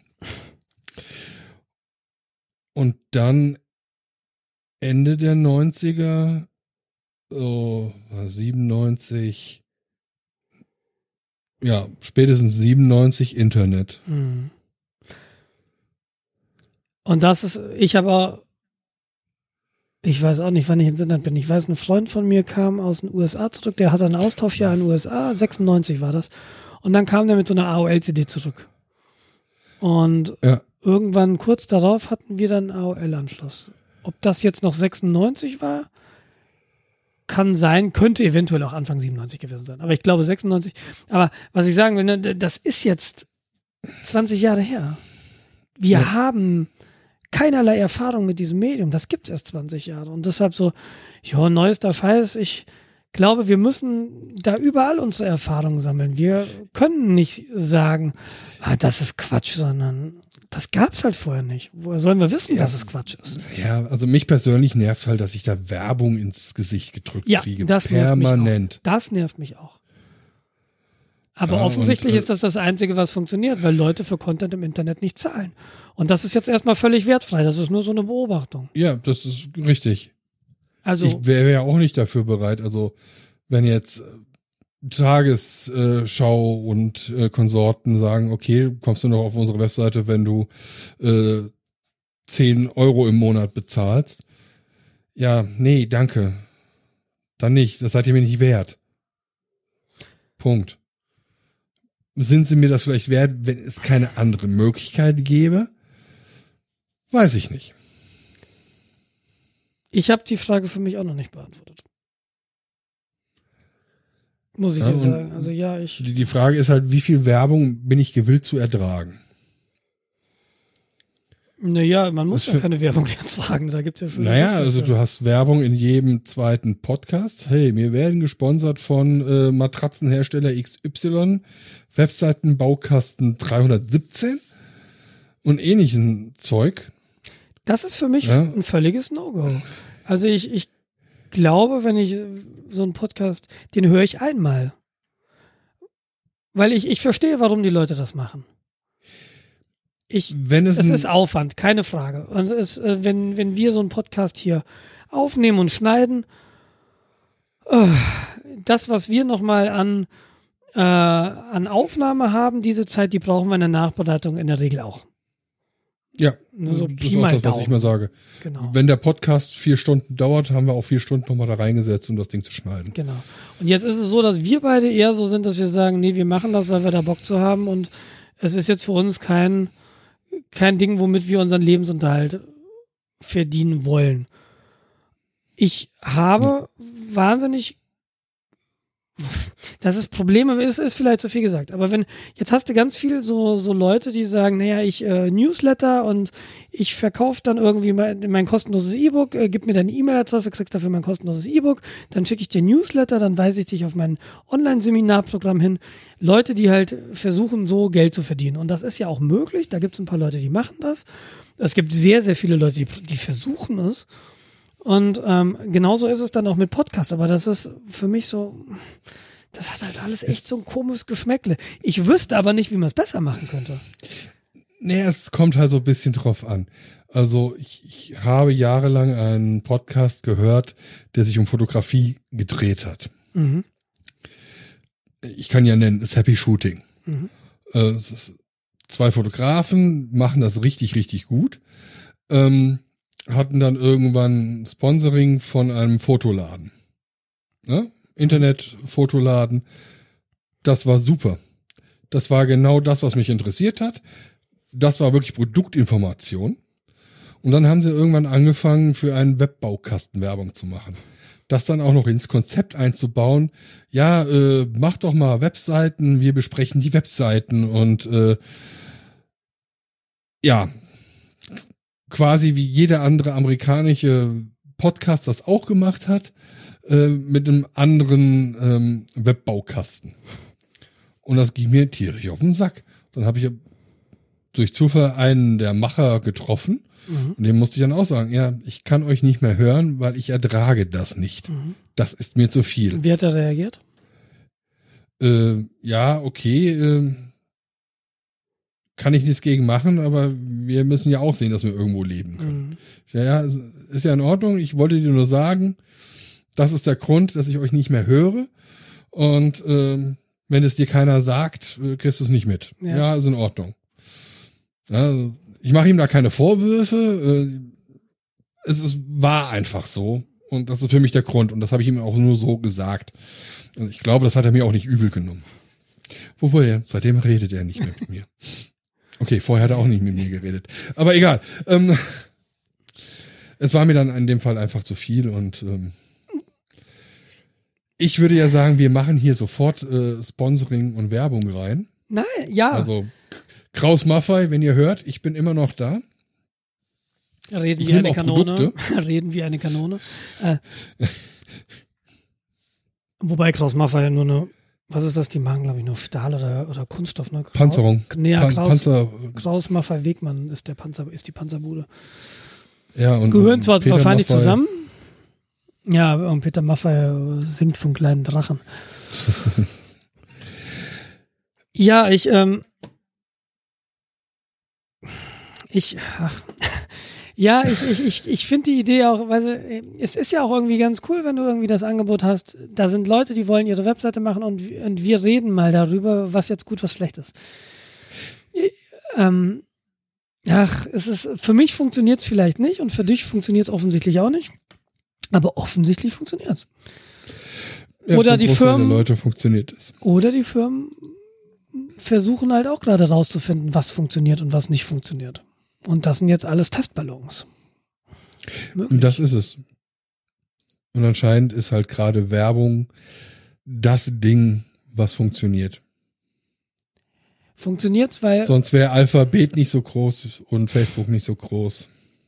Und dann Ende der neunziger, so siebenundneunzig, ja, spätestens siebenundneunzig Internet. Mhm. Und das ist, ich aber, ich weiß auch nicht, wann ich ins Internet bin. Ich weiß, ein Freund von mir kam aus den U S A zurück, der hatte ein Austauschjahr in den U S A, sechsundneunzig war das. Und dann kam der mit so einer A O L-C D zurück. Und ja. Irgendwann kurz darauf hatten wir dann A O L-Anschluss. Ob das jetzt noch sechsundneunzig war, kann sein, könnte eventuell auch Anfang siebenundneunzig gewesen sein. Aber ich glaube sechsundneunzig. Aber was ich sagen will, das ist jetzt zwanzig Jahre her. Wir ja. haben keinerlei Erfahrung mit diesem Medium. Das gibt's erst zwanzig Jahre. Und deshalb so, ja, neuester Scheiß, ich glaube, wir müssen da überall unsere Erfahrungen sammeln. Wir können nicht sagen, ah, das ist Quatsch, sondern das gab's halt vorher nicht. Woher sollen wir wissen, ja, dass es Quatsch ist? Ja, also mich persönlich nervt halt, dass ich da Werbung ins Gesicht gedrückt ja, kriege. Das permanent. Nervt mich auch. Das nervt mich auch. Aber ja, offensichtlich und, äh, ist das das Einzige, was funktioniert, weil Leute für Content im Internet nicht zahlen. Und das ist jetzt erstmal völlig wertfrei. Das ist nur so eine Beobachtung. Ja, das ist richtig. Also, ich wäre ja auch nicht dafür bereit. Also wenn jetzt Tagesschau und äh, Konsorten sagen, okay, kommst du noch auf unsere Webseite, wenn du äh, zehn Euro im Monat bezahlst. Ja, nee, danke. Dann nicht. Das seid ihr mir nicht wert. Punkt. Sind sie mir das vielleicht wert, wenn es keine andere Möglichkeit gäbe? Weiß ich nicht. ich habe die Frage für mich auch noch nicht beantwortet. Muss ich Ja, dir sagen. Also ja, ich. Die, die Frage ist halt, wie viel Werbung bin ich gewillt zu ertragen? Naja, man muss Was ja für- keine Werbung ertragen. Da gibt's ja schon. Naja, also du hast Werbung in jedem zweiten Podcast. Hey, wir werden gesponsert von äh, Matratzenhersteller X Y, Webseitenbaukasten dreihundertsiebzehn und ähnlichen Zeug. Das ist für mich Ja. ein völliges No-Go. Also ich, ich glaube, wenn ich so einen Podcast, den höre ich einmal. Weil ich, ich verstehe, warum die Leute das machen. Ich, Wenn es, es ein, ist Aufwand, keine Frage. Und es, äh, wenn, wenn wir so einen Podcast hier aufnehmen und schneiden, äh, das, was wir nochmal an, äh, an Aufnahme haben, diese Zeit, die brauchen wir in der Nachbereitung in der Regel auch. ja, Nur so das Pi ist auch mal das, was ich Daumen. mal sage. Genau. Wenn der Podcast vier Stunden dauert, haben wir auch vier Stunden nochmal da reingesetzt, um das Ding zu schneiden. Genau. Und jetzt ist es so, dass wir beide eher so sind, dass wir sagen, nee, wir machen das, weil wir da Bock zu haben und es ist jetzt für uns kein, kein Ding, womit wir unseren Lebensunterhalt verdienen wollen. Ich habe wahnsinnig, das ist Probleme, ist, ist vielleicht zu viel gesagt, aber wenn, jetzt hast du ganz viel so, so Leute, die sagen, naja, ich äh, Newsletter und ich verkaufe dann irgendwie mein, mein kostenloses E-Book, äh, gib mir deine E-Mail-Adresse, kriegst dafür mein kostenloses E-Book, dann schicke ich dir Newsletter, dann weise ich dich auf mein Online-Seminarprogramm hin. Leute, die halt versuchen, so Geld zu verdienen. Und das ist ja auch möglich, da gibt es ein paar Leute, die machen das. Es gibt sehr, sehr viele Leute, die, die versuchen es. Und ähm, genauso ist es dann auch mit Podcasts, aber das ist für mich so, das hat halt alles echt so ein komisches Geschmäckle. Ich wüsste aber nicht, wie man es besser machen könnte. Nee, es kommt halt so ein bisschen drauf an. Also ich, ich habe jahrelang einen Podcast gehört, der sich um Fotografie gedreht hat. Mhm. Ich kann ja nennen, es ist Happy Shooting. Mhm. Äh, es ist zwei Fotografen machen das richtig, richtig gut. Ähm, hatten dann irgendwann Sponsoring von einem Fotoladen. Ne? Internet-Fotoladen. Das war super. Das war genau das, was mich interessiert hat. Das war wirklich Produktinformation. Und dann haben sie irgendwann angefangen, für einen Webbaukasten Werbung zu machen. Das dann auch noch ins Konzept einzubauen. Ja, äh, mach doch mal Webseiten, wir besprechen die Webseiten und äh, ja, quasi wie jeder andere amerikanische Podcast das auch gemacht hat, äh, mit einem anderen ähm, Webbaukasten. Und das ging mir tierisch auf den Sack. Dann habe ich durch Zufall einen der Macher getroffen. Mhm. Und dem musste ich dann auch sagen, ja, ich kann euch nicht mehr hören, weil ich ertrage das nicht. Mhm. Das ist mir zu viel. Wie hat er reagiert? Äh, ja, okay, äh, kann ich nichts gegen machen, aber wir müssen ja auch sehen, dass wir irgendwo leben können. Mhm. Ja, ja, ist ja in Ordnung. Ich wollte dir nur sagen, das ist der Grund, dass ich euch nicht mehr höre. Und äh, wenn es dir keiner sagt, kriegst du es nicht mit. Ja, ja, ist in Ordnung. Ja, ich mache ihm da keine Vorwürfe. Es ist, war einfach so. Und das ist für mich der Grund. Und das habe ich ihm auch nur so gesagt. Und ich glaube, das hat er mir auch nicht übel genommen. Wobei, seitdem redet er nicht mehr mit mir. Okay, vorher hat er auch nicht mit mir geredet. Aber egal. Ähm, es war mir dann in dem Fall einfach zu viel. Und ähm, ich würde ja sagen, wir machen hier sofort äh, Sponsoring und Werbung rein. Nein, ja. Also Kraus Maffei, wenn ihr hört, ich bin immer noch da. Reden ich wie eine auch Kanone. Produkte. Reden wie eine Kanone. Äh, wobei Kraus Maffei nur eine, was ist das? Die machen, glaube ich, nur Stahl oder, oder Kunststoff. Ne? Kraus, Panzerung. Nee, ja, Pan- Kraus, Panzer. Kraus Maffei Wegmann ist der Panzer, ist die Panzerbude. Ja, und gehören zwar Peter wahrscheinlich Maffay. zusammen. Ja, und Peter Maffay singt vom kleinen Drachen. Ja, ich, ähm, ich, ach, ja, ich, ich, ich, ich finde die Idee auch, weil es ist ja auch irgendwie ganz cool, wenn du irgendwie das Angebot hast. Da sind Leute, die wollen ihre Webseite machen und, und wir reden mal darüber, was jetzt gut, was schlecht ist. Ähm, ach, es ist, für mich funktioniert es vielleicht nicht und für dich funktioniert es offensichtlich auch nicht. Aber offensichtlich funktioniert es. Ja, oder für die Großteil Firmen, der Leute funktioniert es. Oder die Firmen versuchen halt auch gerade rauszufinden, was funktioniert und was nicht funktioniert. Und das sind jetzt alles Testballons. Möglich. Und das ist es. Und anscheinend ist halt gerade Werbung das Ding, was funktioniert. Funktioniert's, weil... Sonst wäre Alphabet nicht so groß und Facebook nicht so groß.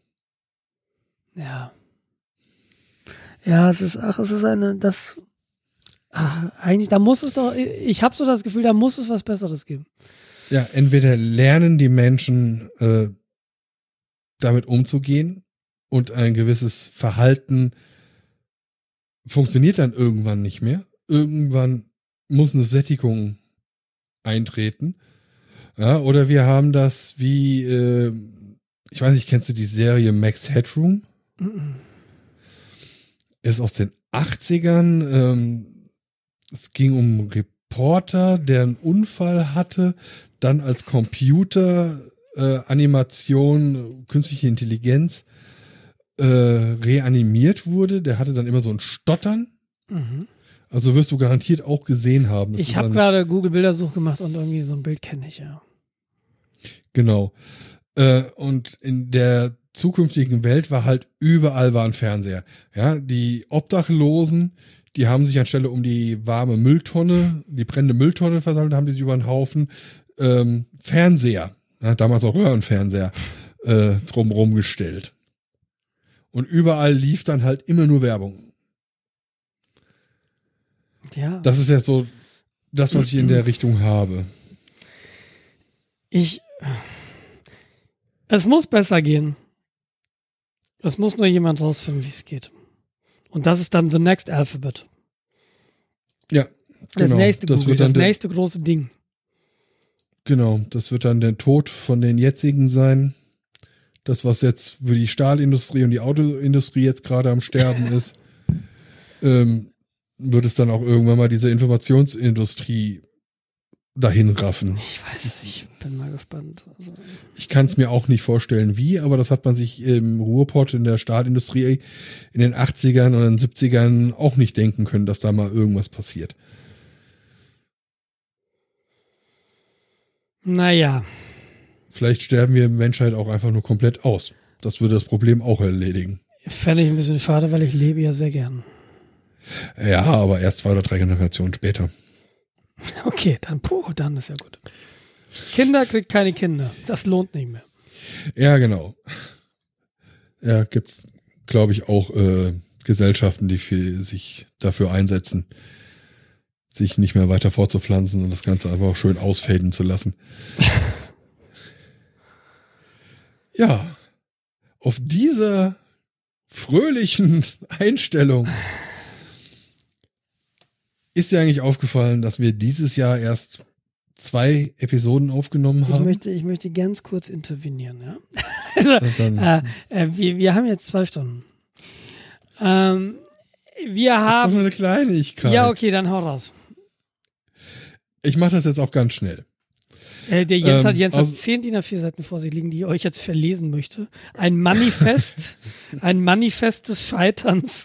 Ja. Ja, es ist, ach, es ist eine, das... Ach, eigentlich, da muss es doch... Ich habe so das Gefühl, da muss es was Besseres geben. Ja, entweder lernen die Menschen äh, damit umzugehen und ein gewisses Verhalten funktioniert dann irgendwann nicht mehr. Irgendwann muss eine Sättigung eintreten. Ja, oder wir haben das wie, äh, ich weiß nicht, kennst du die Serie Max Headroom? Mm-mm. Ist aus den achtzigern. Ähm, es ging um einen Reporter, der einen Unfall hatte, dann als Computer äh, Animation, künstliche Intelligenz äh, reanimiert wurde. Der hatte dann immer so ein Stottern. Mhm. Also wirst du garantiert auch gesehen haben. Das ich habe gerade Google-Bildersuch gemacht und irgendwie so ein Bild kenne ich, ja. Genau. Äh, und in der zukünftigen Welt war halt überall war ein Fernseher. Ja, die Obdachlosen, die haben sich anstelle um die warme Mülltonne, die brennende Mülltonne versammelt, haben die sich über einen Haufen ähm, Fernseher, ja, damals auch Röhrenfernseher, äh, drumherum gestellt. Und überall lief dann halt immer nur Werbung. Ja. Das ist ja so das, was ich in der Richtung habe. Ich, es muss besser gehen. Es muss nur jemand rausfinden, wie es geht. Und das ist dann the next alphabet. Ja, das genau. nächste das Google, wird dann das nächste große Ding. Genau, das wird dann der Tod von den jetzigen sein. Das, was jetzt für die Stahlindustrie und die Autoindustrie jetzt gerade am Sterben ist, ähm, wird es dann auch irgendwann mal diese Informationsindustrie dahin raffen. Ich weiß es nicht, bin mal gespannt. Also ich kann es mir auch nicht vorstellen, wie, aber das hat man sich im Ruhrpott in der Stahlindustrie in den achtzigern und den siebzigern auch nicht denken können, dass da mal irgendwas passiert. Naja. Vielleicht sterben wir Menschheit auch einfach nur komplett aus. Das würde das Problem auch erledigen. Fände ich ein bisschen schade, weil ich lebe ja sehr gern. Ja, aber erst zwei oder drei Generationen später. Okay, dann puh, dann ist ja gut. Kinder kriegt keine Kinder. Das lohnt nicht mehr. Ja, genau. Ja, gibt's, glaube ich, auch äh, Gesellschaften, die viel sich dafür einsetzen, sich nicht mehr weiter fortzupflanzen und das Ganze einfach auch schön ausfaden zu lassen. Ja, auf dieser fröhlichen Einstellung ist dir eigentlich aufgefallen, dass wir dieses Jahr erst zwei Episoden aufgenommen haben? Ich möchte, ich möchte ganz kurz intervenieren, ja. Also, dann, äh, äh, wir, wir haben jetzt zwei Stunden. Ähm, wir haben. Das ist doch nur eine Kleinigkeit. Ja, okay, dann hau raus. Ich mache das jetzt auch ganz schnell. Äh, der Jens ähm, hat Jens hat zehn D I N A vier Seiten vor sich liegen, die ich euch jetzt verlesen möchte. Ein Manifest, ein Manifest des Scheiterns.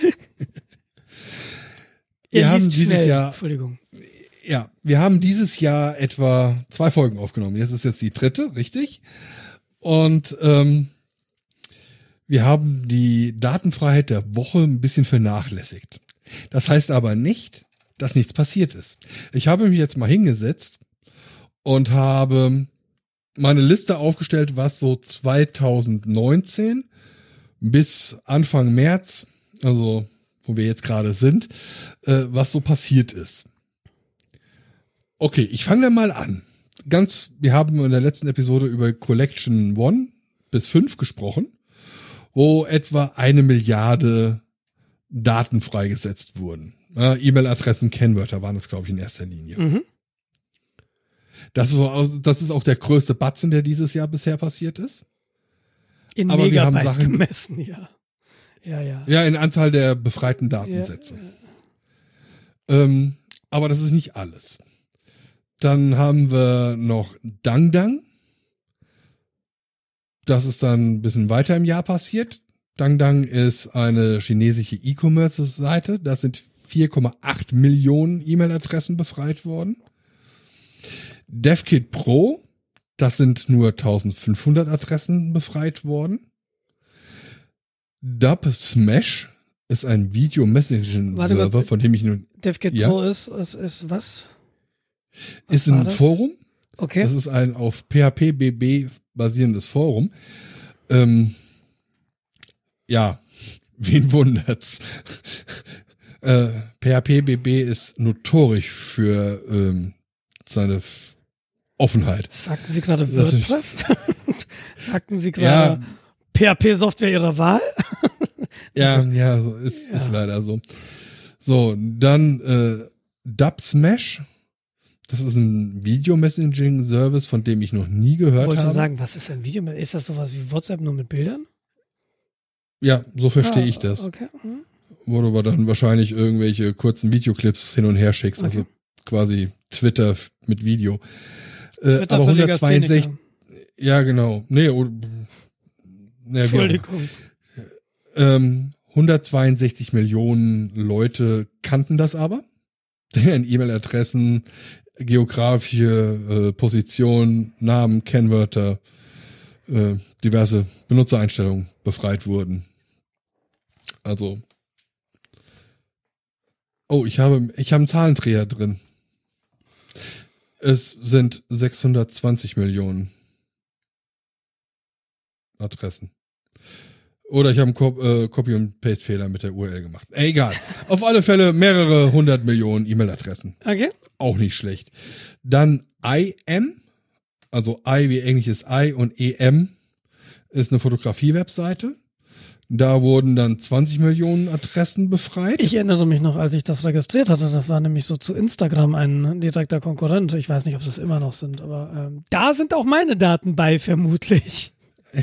Wir haben dieses schnell. Jahr, Entschuldigung. Ja, wir haben dieses Jahr etwa zwei Folgen aufgenommen. Jetzt ist jetzt die dritte, richtig? Und ähm, wir haben die Datenfreiheit der Woche ein bisschen vernachlässigt. Das heißt aber nicht, dass nichts passiert ist. Ich habe mich jetzt mal hingesetzt und habe meine Liste aufgestellt, was so zwanzig neunzehn bis Anfang März, also wo wir jetzt gerade sind, äh, was so passiert ist. Okay, ich fange dann mal an. Ganz, wir haben in der letzten Episode über Collection eins bis fünf gesprochen, wo etwa eine Milliarde Daten freigesetzt wurden. Äh, E-Mail-Adressen, Kennwörter waren das, glaube ich, in erster Linie. Mhm. Das, war, das ist auch der größte Batzen, der dieses Jahr bisher passiert ist. In Aber wir haben Megabyte Sachen gemessen, ja. Ja, ja. Ja, in Anzahl der befreiten Datensätze. Ja, ja. Ähm, aber das ist nicht alles. Dann haben wir noch Dangdang. Das ist dann ein bisschen weiter im Jahr passiert. Dangdang ist eine chinesische E-Commerce-Seite. Da sind vier Komma acht Millionen E-Mail-Adressen befreit worden. DevKit Pro, das sind nur eintausendfünfhundert Adressen befreit worden. Dub Smash ist ein Video-Messaging-Server, von dem ich nun... DevKit ja? Pro ist, ist, ist was? was ist ein das? Forum. Okay. Das ist ein auf P H P B B basierendes Forum. Ähm, ja, wen wundert's? äh, P H P B B ist notorisch für ähm, seine F- Offenheit. Sagten Sie gerade Das WordPress? Sagten Sie gerade Ja, P H P-Software Ihrer Wahl? ja, ja, so ist, Ja. ist leider so. So, dann äh, Dubsmash. Das ist ein Video-Messaging-Service, von dem ich noch nie Ich gehört wollte habe. sagen, was ist ein Video? Ist das sowas wie WhatsApp nur mit Bildern? Ja, so verstehe Ah, ich das. Okay. Hm. Wo du aber dann wahrscheinlich irgendwelche kurzen Videoclips hin und her schickst. Okay. Also quasi Twitter mit Video. Äh, Twitter aber für hundertzweiundsechzig, Legastheniker. ja genau. Nee, oh, naja, wie auch immer. Entschuldigung. Ähm, hundertzweiundsechzig Millionen Leute kannten das aber. Deren E-Mail-Adressen, geografische äh, Position, Namen, Kennwörter, äh, diverse Benutzereinstellungen befreit wurden. Also, oh, ich habe, ich habe einen Zahlendreher drin. Es sind sechshundertzwanzig Millionen Adressen. Oder ich habe einen Co- äh, Copy- und Paste-Fehler mit der U R L gemacht. Äh, egal. Auf alle Fälle mehrere hundert Millionen E-Mail-Adressen. Okay. Auch nicht schlecht. Dann I M, also I wie englisches I und E M ist eine Fotografie-Webseite. Da wurden dann zwanzig Millionen Adressen befreit. Ich erinnere mich noch, als ich das registriert hatte, das war nämlich so zu Instagram ein direkter Konkurrent. Ich weiß nicht, ob es immer noch sind, aber ähm, da sind auch meine Daten bei, vermutlich.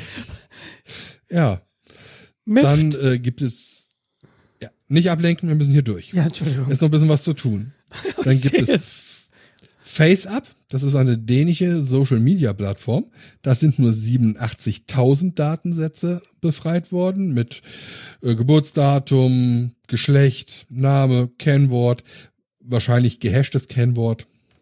Ja. Mift. Dann äh, gibt es, ja, nicht ablenken, wir müssen hier durch. Ja, Entschuldigung. Ist noch ein bisschen was zu tun. Dann gibt sehe es FaceUp, das ist eine dänische Social-Media-Plattform. Da sind nur siebenundachtzigtausend Datensätze befreit worden mit äh, Geburtsdatum, Geschlecht, Name, Kennwort, wahrscheinlich gehashtes Kennwort.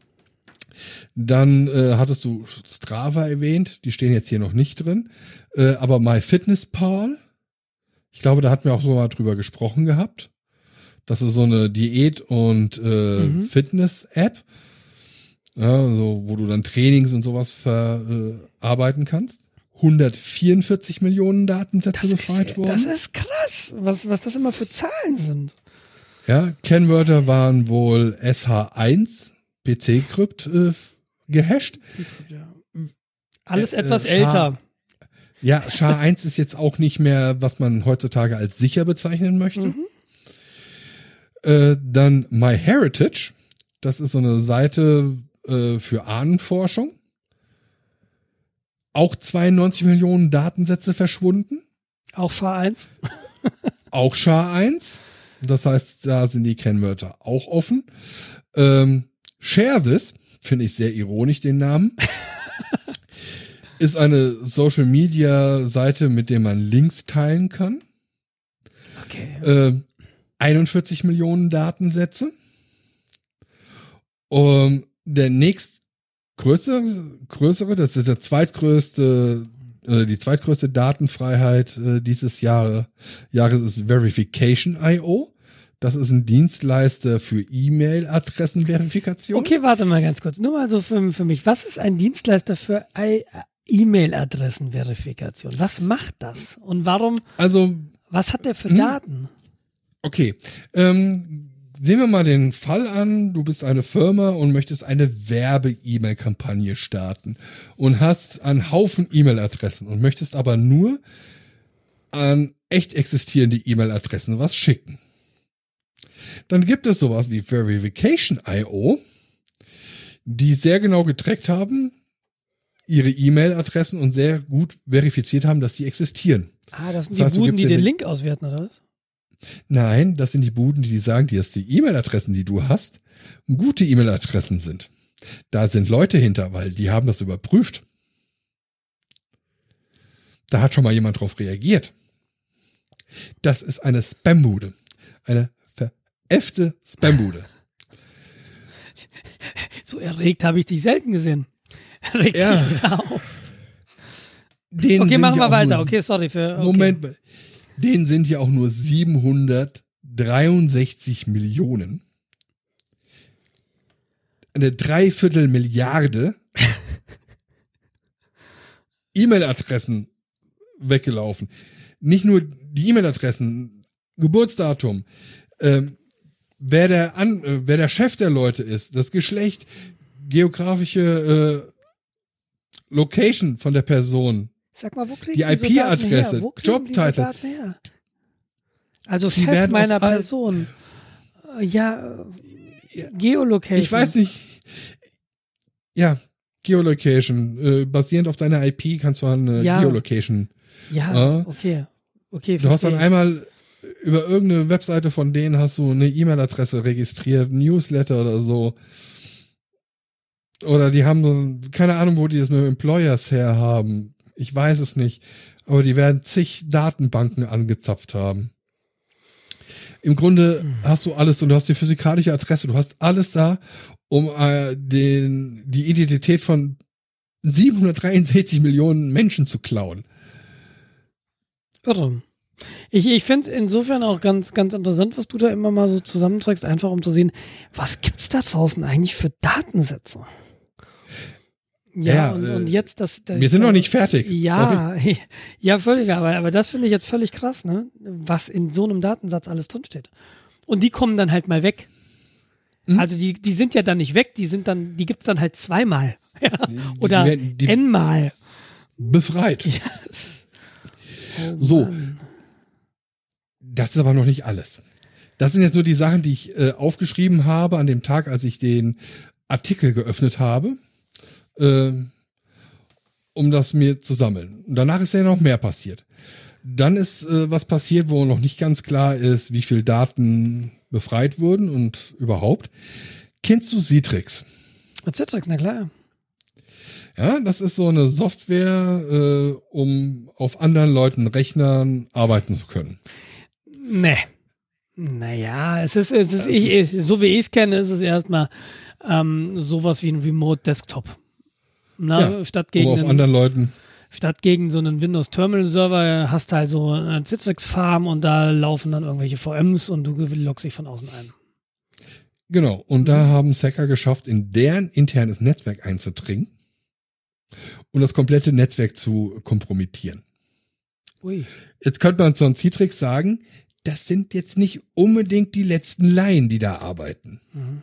Dann äh, hattest du Strava erwähnt, die stehen jetzt hier noch nicht drin, äh, aber MyFitnessPal, ich glaube, da hatten wir auch so mal drüber gesprochen gehabt. Das ist so eine Diät- und äh, Mhm. Fitness-App, ja, so, wo du dann Trainings und sowas verarbeiten äh, kannst. hundertvierundvierzig Millionen Datensätze befreit ist, worden. das ist krass, was, was das immer für Zahlen sind. Ja, Kennwörter waren wohl S H eins, P C-Krypt äh, gehasht. Ja. Alles Äh, etwas äh, älter. Ja, S H eins ist jetzt auch nicht mehr, was man heutzutage als sicher bezeichnen möchte. Mhm. Äh, dann MyHeritage, das ist so eine Seite äh, für Ahnenforschung. Auch zweiundneunzig Millionen Datensätze verschwunden. Auch S H A eins. Auch S H A eins. Das heißt, da sind die Kennwörter auch offen. Ähm, Share This, finde ich sehr ironisch, den Namen. Ist eine Social-Media-Seite, mit der man Links teilen kann. Okay. Äh, einundvierzig Millionen Datensätze. Um, der nächstgrößere, größere, das ist der zweitgrößte, äh, die zweitgrößte Datenfreiheit äh, dieses Jahre, Jahres ist Verification Punkt I O. Das ist ein Dienstleister für E-Mail-Adressenverifikation. Okay, warte mal ganz kurz. Nur mal so für, für mich. Was ist ein Dienstleister für I- E-Mail-Adressenverifikation? Was macht das? Und warum, Also, was hat der für Hm? Daten? okay. Ähm, sehen wir mal den Fall an. Du bist eine Firma und möchtest eine Werbe-E-Mail-Kampagne starten und hast einen Haufen E-Mail-Adressen und möchtest aber nur an echt existierende E-Mail-Adressen was schicken. Dann gibt es sowas wie Verification Punkt I O. die sehr genau getrackt haben, ihre E-Mail-Adressen und sehr gut verifiziert haben, dass die existieren. Ah, das sind Das die heißt, du Buden, gibst die dir den eine- Link auswerten, oder was? Nein, das sind die Buden, die sagen dir, dass die E-Mail-Adressen, die du hast, gute E-Mail-Adressen sind. Da sind Leute hinter, weil die haben das überprüft. Da hat schon mal jemand drauf reagiert. Das ist eine Spam-Bude. Eine veräffte Spam-Bude. So erregt habe ich dich selten gesehen. Regt Ja. dich wieder auf. Denen Okay, sind machen ja wir auch weiter. nur- Okay, sorry für. Okay. Moment, denen sind ja auch nur siebenhundertdreiundsechzig Millionen. Eine Dreiviertel Milliarde E-Mail-Adressen weggelaufen. Nicht nur die E-Mail-Adressen, Geburtsdatum, ähm, wer der An, äh, wer der Chef der Leute ist, das Geschlecht, geografische äh, Location von der Person. Sag mal, wo kriegen Die so Daten I P-Adresse, her? Wo kriegen diese Jobtitel. Daten her? Also Die Chef werden aus meiner all- Person. Äh, Ja, äh, Geolocation. Ich weiß nicht. Ja, Geolocation. Äh, basierend auf deiner I P kannst du eine Ja. Geolocation. Ja, Äh, okay. Okay, Du hast dann verstehe. einmal über irgendeine Webseite von denen hast du eine E-Mail-Adresse registriert, Newsletter oder so. Oder die haben so, keine Ahnung, wo die das mit dem Employers her haben. Ich weiß es nicht. Aber die werden zig Datenbanken angezapft haben. Im Grunde hast du alles und du hast die physikalische Adresse. Du hast alles da, um äh, den, die Identität von siebenhundertdreiundsechzig Millionen Menschen zu klauen. Irre. Ich, ich finde es insofern auch ganz, ganz interessant, was du da immer mal so zusammenträgst, einfach um zu sehen, was gibt's da draußen eigentlich für Datensätze? Ja, Ja, und, äh, und jetzt das. das Wir sind noch nicht fertig. Ja, ja, völlig, aber, aber das finde ich jetzt völlig krass, ne? Was in so einem Datensatz alles drinsteht. Und die kommen dann halt mal weg. Mhm. Also die, die sind ja dann nicht weg, die sind dann, die gibt's dann halt zweimal. Ja. Oder die werden- die- n-mal. Befreit. Yes. Oh, So. Mann. Das ist aber noch nicht alles. Das sind jetzt nur die Sachen, die ich äh, aufgeschrieben habe an dem Tag, als ich den Artikel geöffnet habe, äh, um das mir zu sammeln. Und danach ist ja noch mehr passiert. Dann ist äh, was passiert, wo noch nicht ganz klar ist, wie viel Daten befreit wurden und überhaupt. Kennst du Citrix? Citrix, na klar. Ja, das ist so eine Software, äh, um auf anderen Leuten Rechnern arbeiten zu können. Nee. Naja, es ist, es ist, Es ich, ist- so wie ich es kenne, ist es erstmal ähm, sowas wie ein Remote Desktop. Na, Ja, statt Um gegen auf einen, anderen Leuten. statt gegen so einen Windows Terminal Server hast du halt so eine Citrix Farm und da laufen dann irgendwelche V Ms und du loggst dich von außen ein. Genau. Und da haben Hacker geschafft, in deren internes Netzwerk einzudringen und das komplette Netzwerk zu kompromittieren. Ui. Jetzt könnte man zu einem Citrix sagen, das sind jetzt nicht unbedingt die letzten Laien, die da arbeiten. Mhm.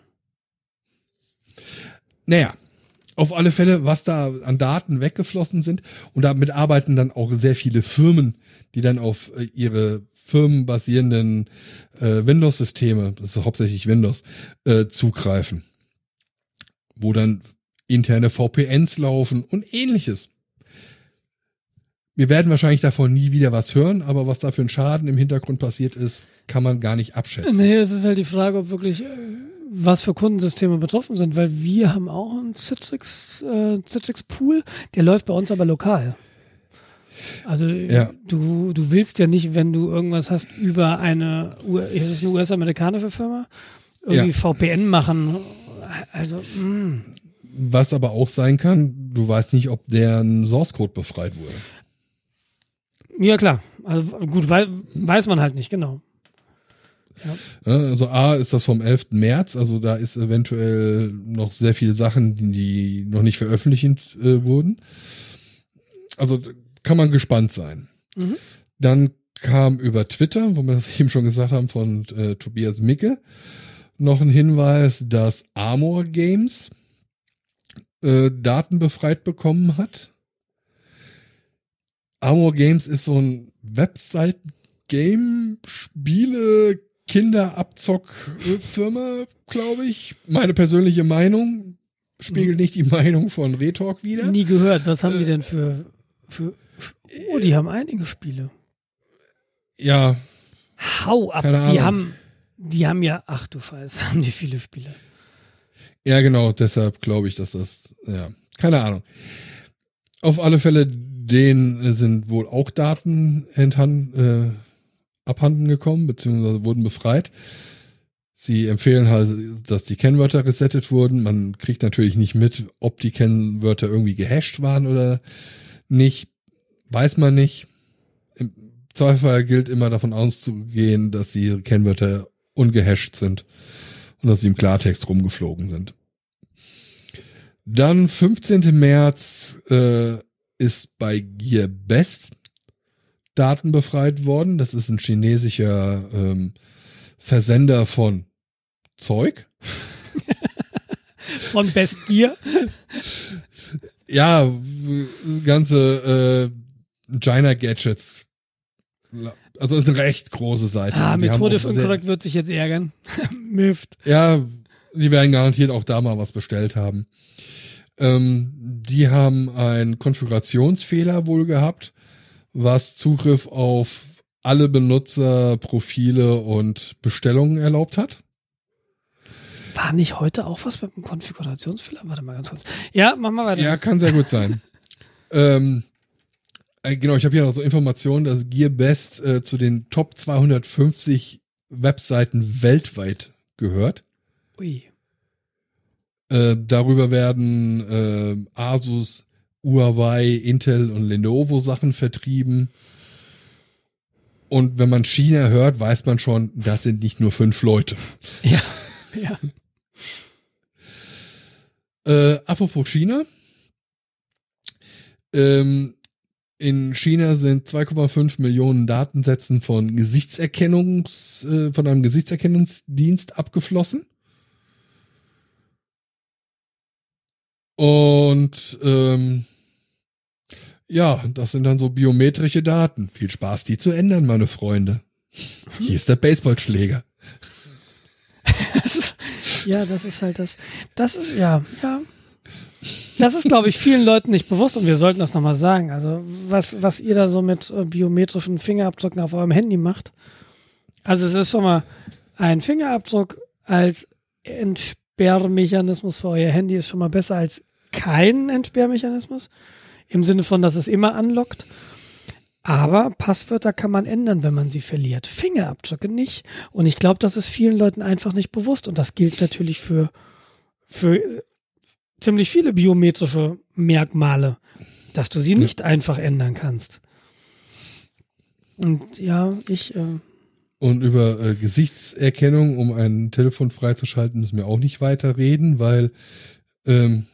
Naja, auf alle Fälle, was da an Daten weggeflossen sind. Und damit arbeiten dann auch sehr viele Firmen, die dann auf äh, ihre firmenbasierenden äh, Windows-Systeme, das ist hauptsächlich Windows, äh, zugreifen. Wo dann interne V P Ns laufen und ähnliches. Wir werden wahrscheinlich davon nie wieder was hören, aber was da für ein Schaden im Hintergrund passiert ist, kann man gar nicht abschätzen. Nee, es ist halt die Frage, ob wirklich äh, was für Kundensysteme betroffen sind, weil wir haben auch einen Citrix, äh, Citrix Pool, der läuft bei uns aber lokal. Also Ja. du, du willst ja nicht, wenn du irgendwas hast über eine, U- ist es eine U S-amerikanische Firma, irgendwie Ja. V P N machen. Also, mh. Was aber auch sein kann, du weißt nicht, ob deren Source Code befreit wurde. Ja klar, also gut, wei weiß man halt nicht, genau. Ja, also A ist das vom elften März, also da ist eventuell noch sehr viele Sachen, die- die noch nicht veröffentlicht äh, wurden. Also d- kann man gespannt sein. Mhm. Dann kam über Twitter, wo wir das eben schon gesagt haben, von äh, Tobias Micke, noch ein Hinweis, dass Armor Games äh, Daten befreit bekommen hat. Armor Games ist so ein Website-Game, Spiele, Kinderabzock-Firma, glaube ich. Meine persönliche Meinung. spiegelt nicht die Meinung von Retalk wider. Nie gehört. Was haben äh, die denn für, für... Oh, die haben einige Spiele. Ja. Hau ab. Die haben, die haben ja... Ach du Scheiße, haben die viele Spiele. Ja, genau. Deshalb glaube ich, dass das... Ja, keine Ahnung. Auf alle Fälle, denen sind wohl auch Daten enthand, äh, abhanden gekommen, beziehungsweise wurden befreit. Sie empfehlen halt, dass die Kennwörter resettet wurden. Man kriegt natürlich nicht mit, ob die Kennwörter irgendwie gehasht waren oder nicht. Weiß man nicht. Im Zweifelsfall gilt immer davon auszugehen, dass die Kennwörter ungehasht sind und dass sie im Klartext rumgeflogen sind. Dann fünfzehnten März äh, ist bei Gearbest Daten befreit worden. Das ist ein chinesischer ähm, Versender von Zeug. Von Best Gear? Ja, ganze äh, China Gadgets. Also ist eine recht große Seite. Ah, methodisch unkorrekt wird sich jetzt ärgern. Mift. Ja, die werden garantiert auch da mal was bestellt haben. Ähm, die haben einen Konfigurationsfehler wohl gehabt, was Zugriff auf alle Benutzerprofile und Bestellungen erlaubt hat. War nicht heute auch was mit dem Konfigurationsfehler? Warte mal ganz kurz. Ja, mach mal weiter. Ja, kann sehr gut sein. ähm, äh, genau, ich habe hier noch so Informationen, dass Gearbest äh, zu den Top zweihundertfünfzig Webseiten weltweit gehört. Ui. Äh, darüber werden äh, Asus, Huawei, Intel und Lenovo Sachen vertrieben. Und wenn man China hört, weiß man schon, das sind nicht nur fünf Leute. Ja, ja. Äh, apropos China. Ähm, in China sind zwei Komma fünf Millionen Datensätzen von Gesichtserkennungs, äh, von einem Gesichtserkennungsdienst abgeflossen. Und ähm, ja, das sind dann so biometrische Daten. Viel Spaß, die zu ändern, meine Freunde. Hier ist der Baseballschläger. Ja, das ist halt das. Das ist, ja, ja. Das ist, glaube ich, vielen Leuten nicht bewusst und wir sollten das nochmal sagen. Also, was, was ihr da so mit äh, biometrischen Fingerabdrücken auf eurem Handy macht. Also, es ist schon mal ein Fingerabdruck als Entsperrmechanismus für euer Handy ist schon mal besser als kein Entsperrmechanismus. Im Sinne von, dass es immer anlockt. Aber Passwörter kann man ändern, wenn man sie verliert. Fingerabdrücke nicht. Und ich glaube, das ist vielen Leuten einfach nicht bewusst. Und das gilt natürlich für, für ziemlich viele biometrische Merkmale, dass du sie nicht einfach ändern kannst. Und ja, ich... Äh Und über äh, Gesichtserkennung, um ein Telefon freizuschalten, müssen wir auch nicht weiter reden, weil ähm,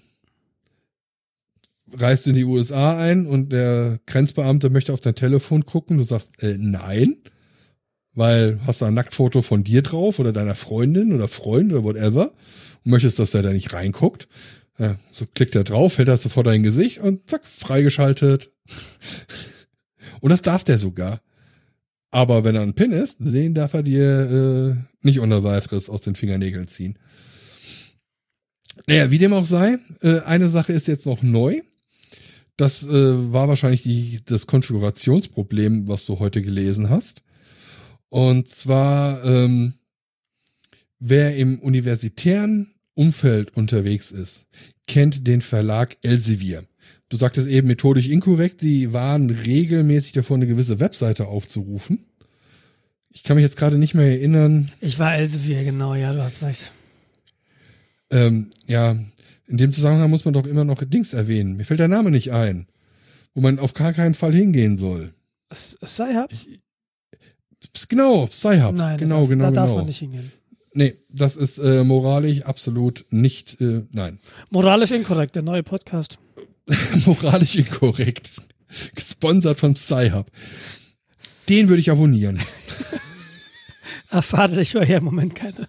reist du in die U S A ein und der Grenzbeamte möchte auf dein Telefon gucken, du sagst äh, nein, weil hast da ein Nacktfoto von dir drauf oder deiner Freundin oder Freund oder whatever und möchtest, dass der da nicht reinguckt. Ja, so klickt er drauf, hält er sofort dein Gesicht und zack, freigeschaltet. Und das darf der sogar. Aber wenn er ein Pin ist, den darf er dir äh, nicht ohne weiteres aus den Fingernägeln ziehen. Naja, wie dem auch sei, äh, eine Sache ist jetzt noch neu. Das äh, war wahrscheinlich die, das Konfigurationsproblem, was du heute gelesen hast. Und zwar, ähm, wer im universitären Umfeld unterwegs ist, kennt den Verlag Elsevier. Du sagtest eben methodisch inkorrekt, sie waren regelmäßig davor, eine gewisse Webseite aufzurufen. Ich kann mich jetzt gerade nicht mehr erinnern. Ich war Elsevier, genau, ja, du hast recht. Ähm, ja, in dem Zusammenhang muss man doch immer noch Dings erwähnen. Mir fällt der Name nicht ein, wo man auf gar keinen Fall hingehen soll. Sci-Hub? Genau, Sci-Hub. Nein, genau, da, genau, da genau. darf man nicht hingehen. Nee, das ist äh, moralisch absolut nicht, äh, nein. Moralisch inkorrekt, der neue Podcast. Moralisch inkorrekt. Gesponsert von Sci-Hub. Den würde ich abonnieren. Erfahre ich war ja im Moment keine.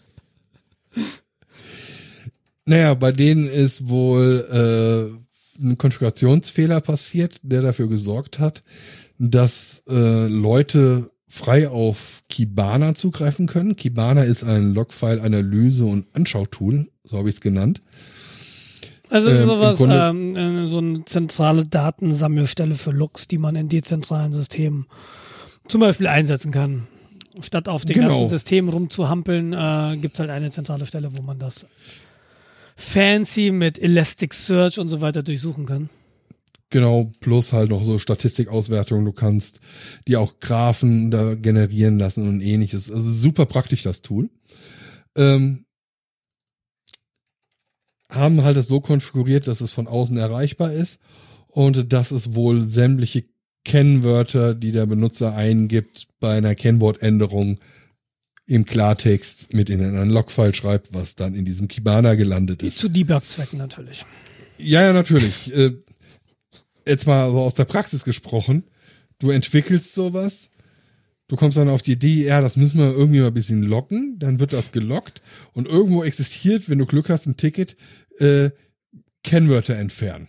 Naja, bei denen ist wohl äh, ein Konfigurationsfehler passiert, der dafür gesorgt hat, dass äh, Leute frei auf Kibana zugreifen können. Kibana ist ein Logfile-Analyse- und Anschautool, so habe ich es genannt. Also es ist Ähm, im sowas, Grunde- ähm, äh, so eine zentrale Datensammelstelle für Logs, die man in dezentralen Systemen zum Beispiel einsetzen kann. Statt auf den Genau. ganzen Systemen rumzuhampeln, äh, gibt es halt eine zentrale Stelle, wo man das fancy mit Elasticsearch und so weiter durchsuchen kann. Genau, plus halt noch so Statistikauswertungen. Du kannst die auch Graphen da generieren lassen und ähnliches. Also super praktisch, das Tool. Ähm, haben halt es so konfiguriert, dass es von außen erreichbar ist und dass es wohl sämtliche Kennwörter, die der Benutzer eingibt, bei einer Kennwortänderung im Klartext mit in einen Logfile schreibt, was dann in diesem Kibana gelandet ist. Zu Debug-Zwecken natürlich. Ja, ja, natürlich. Äh, jetzt mal so aus der Praxis gesprochen. Du entwickelst sowas, du kommst dann auf die Idee, ja, das müssen wir irgendwie mal ein bisschen locken, dann wird das gelockt und irgendwo existiert, wenn du Glück hast, ein Ticket, äh, Kennwörter entfernen.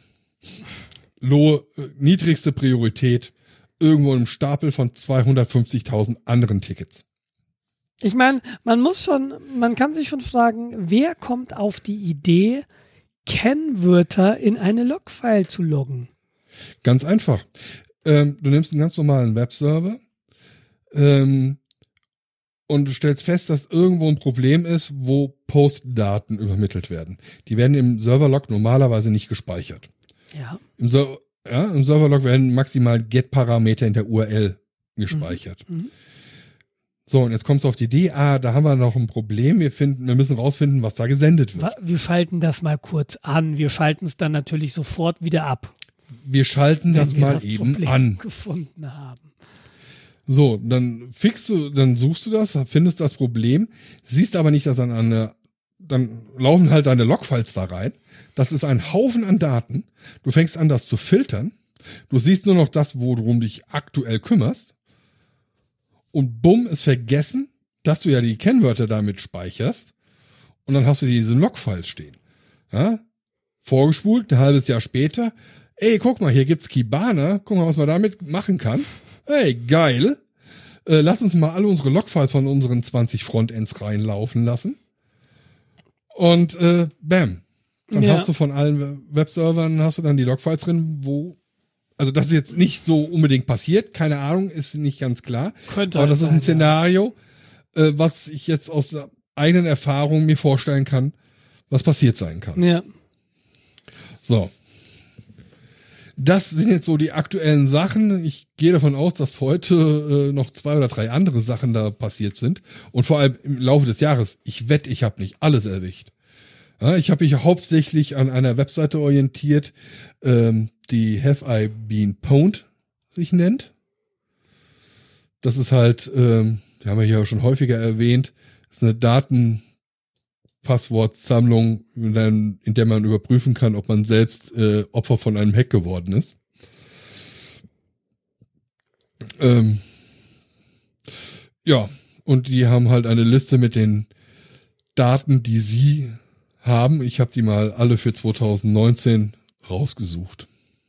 Low, äh, niedrigste Priorität, irgendwo im Stapel von zweihundertfünfzigtausend anderen Tickets. Ich meine, man muss schon, man kann sich schon fragen, wer kommt auf die Idee, Kennwörter in eine Logfile zu loggen? Ganz einfach. Ähm, du nimmst einen ganz normalen Webserver ähm, und du stellst fest, dass irgendwo ein Problem ist, wo Postdaten übermittelt werden. Die werden im Serverlog normalerweise nicht gespeichert. Ja. Im, Ser- ja, im Serverlog werden maximal Get-Parameter in der U R L gespeichert. Mhm. Mhm. So, und jetzt kommst du auf die Idee, ah, da haben wir noch ein Problem, wir finden, wir müssen rausfinden, was da gesendet wird. Wir schalten das mal kurz an. Wir schalten es dann natürlich sofort wieder ab. Wir schalten das wenn wir mal das eben Problem an. gefunden haben. So, dann fixst du, dann suchst du das, findest das Problem, siehst aber nicht, dass dann eine, dann laufen halt deine Logfiles da rein. Das ist ein Haufen an Daten. Du fängst an, das zu filtern. Du siehst nur noch das, worum du dich aktuell kümmerst. Und bumm, ist vergessen, dass du ja die Kennwörter damit speicherst. Und dann hast du diese Logfiles stehen. Ja? Vorgespult, ein halbes Jahr später. Ey, guck mal, hier gibt's Kibana. Guck mal, was man damit machen kann. Hey, geil. Äh, lass uns mal alle unsere Logfiles von unseren zwanzig Frontends reinlaufen lassen. Und äh, bam. Dann Ja. hast du von allen Webservern hast du dann die Logfiles drin, wo, also das ist jetzt nicht so unbedingt passiert, keine Ahnung, ist nicht ganz klar. Könnte Aber halt das ist ein sein, Szenario, äh, was ich jetzt aus der eigenen Erfahrung mir vorstellen kann, was passiert sein kann. Ja. So. Das sind jetzt so die aktuellen Sachen. Ich gehe davon aus, dass heute äh, noch zwei oder drei andere Sachen da passiert sind. Und vor allem im Laufe des Jahres. Ich wette, ich habe nicht alles erwischt. Ja, ich habe mich hauptsächlich an einer Webseite orientiert, ähm, die Have I Been Pwned sich nennt. Das ist halt, ähm, die haben wir hier schon häufiger erwähnt, ist eine Datenpasswortsammlung, in der man überprüfen kann, ob man selbst äh, Opfer von einem Hack geworden ist. Ähm, ja, und die haben halt eine Liste mit den Daten, die sie haben. Ich habe die mal alle für zwanzig neunzehn rausgesucht.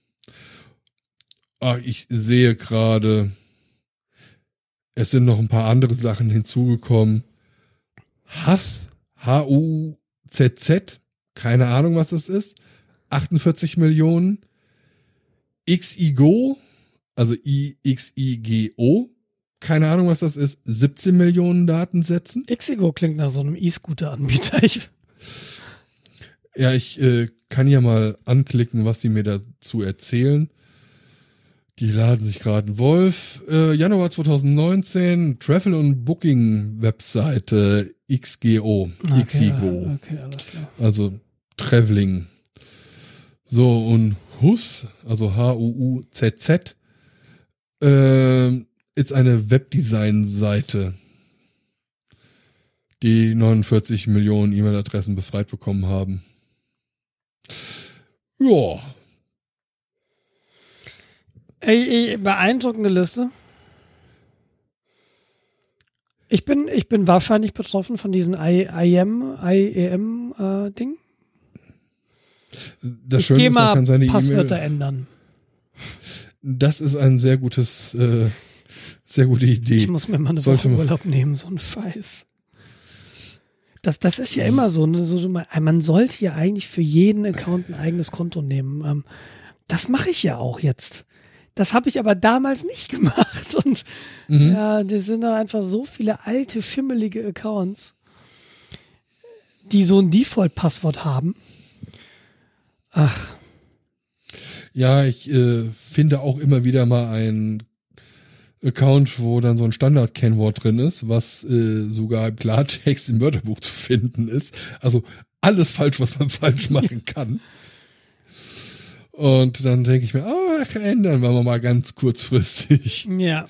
Ah, ich sehe gerade, es sind noch ein paar andere Sachen hinzugekommen. Hass, H U Z Z, keine Ahnung, was das ist, achtundvierzig Millionen. X I G O, also I X I G O, keine Ahnung, was das ist, siebzehn Millionen Datensätzen. Ixigo klingt nach so einem E-Scooter-Anbieter. Ich Ja, ich äh, kann ja mal anklicken, was die mir dazu erzählen. Die laden sich gerade einen Wolf. Äh, Januar zwanzig neunzehn, Travel- und Booking-Webseite X G O, Okay, X I G O. okay, alles klar. Also Traveling. So, und H U S, also H U U Z Z, äh, ist eine Webdesign-Seite, die neunundvierzig Millionen E-Mail-Adressen befreit bekommen haben. Ja. Ey, ey, beeindruckende Liste. Ich bin, ich bin wahrscheinlich betroffen von diesen I M, I E M äh, Ding. Das Ich Schöne gehe ist, man mal kann seine Passwörter E-Mail. ändern. Das ist ein sehr gutes, äh, sehr gute Idee. Ich muss mir mal eine Sollte Woche man- Urlaub nehmen, so ein Scheiß. Das, das ist ja immer so, ne? so. Man sollte ja eigentlich für jeden Account ein eigenes Konto nehmen. Ähm, das mache ich ja auch jetzt. Das habe ich aber damals nicht gemacht. Und mhm. ja, das sind da einfach so viele alte, schimmelige Accounts, die so ein Default-Passwort haben. Ach. Ja, ich äh, finde auch immer wieder mal ein Account, wo dann so ein Standard-Kennwort drin ist, was äh, sogar im Klartext im Wörterbuch zu finden ist. Also alles falsch, was man falsch machen kann. Und dann denke ich mir, ach, ändern wir mal ganz kurzfristig. Ja.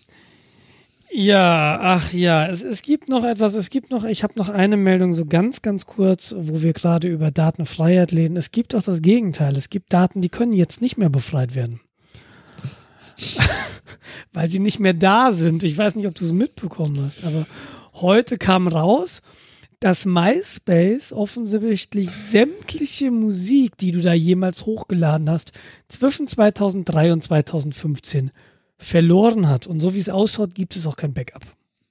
Ja, ach ja, es, es gibt noch etwas, es gibt noch, ich habe noch eine Meldung so ganz, ganz kurz, wo wir gerade über Datenfreiheit reden. Es gibt auch das Gegenteil. Es gibt Daten, die können jetzt nicht mehr befreit werden. Weil sie nicht mehr da sind. Ich weiß nicht, ob du es mitbekommen hast, aber heute kam raus, dass MySpace offensichtlich sämtliche Musik, die du da jemals hochgeladen hast, zwischen zweitausenddrei und zweitausendfünfzehn verloren hat. Und so wie es ausschaut, gibt es auch kein Backup.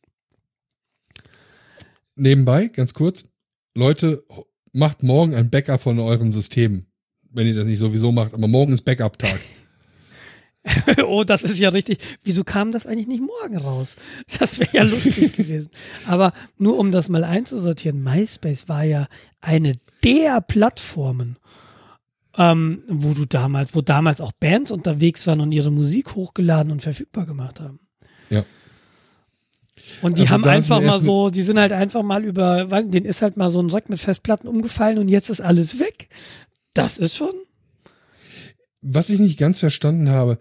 Nebenbei, ganz kurz, Leute, macht morgen ein Backup von euren Systemen. Wenn ihr das nicht sowieso macht, aber morgen ist Backup-Tag. Oh, das ist ja richtig. Wieso kam das eigentlich nicht morgen raus? Das wäre ja lustig gewesen. Aber nur um das mal einzusortieren, MySpace war ja eine der Plattformen, ähm, wo du damals, wo damals auch Bands unterwegs waren und ihre Musik hochgeladen und verfügbar gemacht haben. Ja. Und die also haben einfach mal so, die sind halt einfach mal über, weiß, denen ist halt mal so ein Sack mit Festplatten umgefallen und jetzt ist alles weg. Das ist schon. Was ich nicht ganz verstanden habe,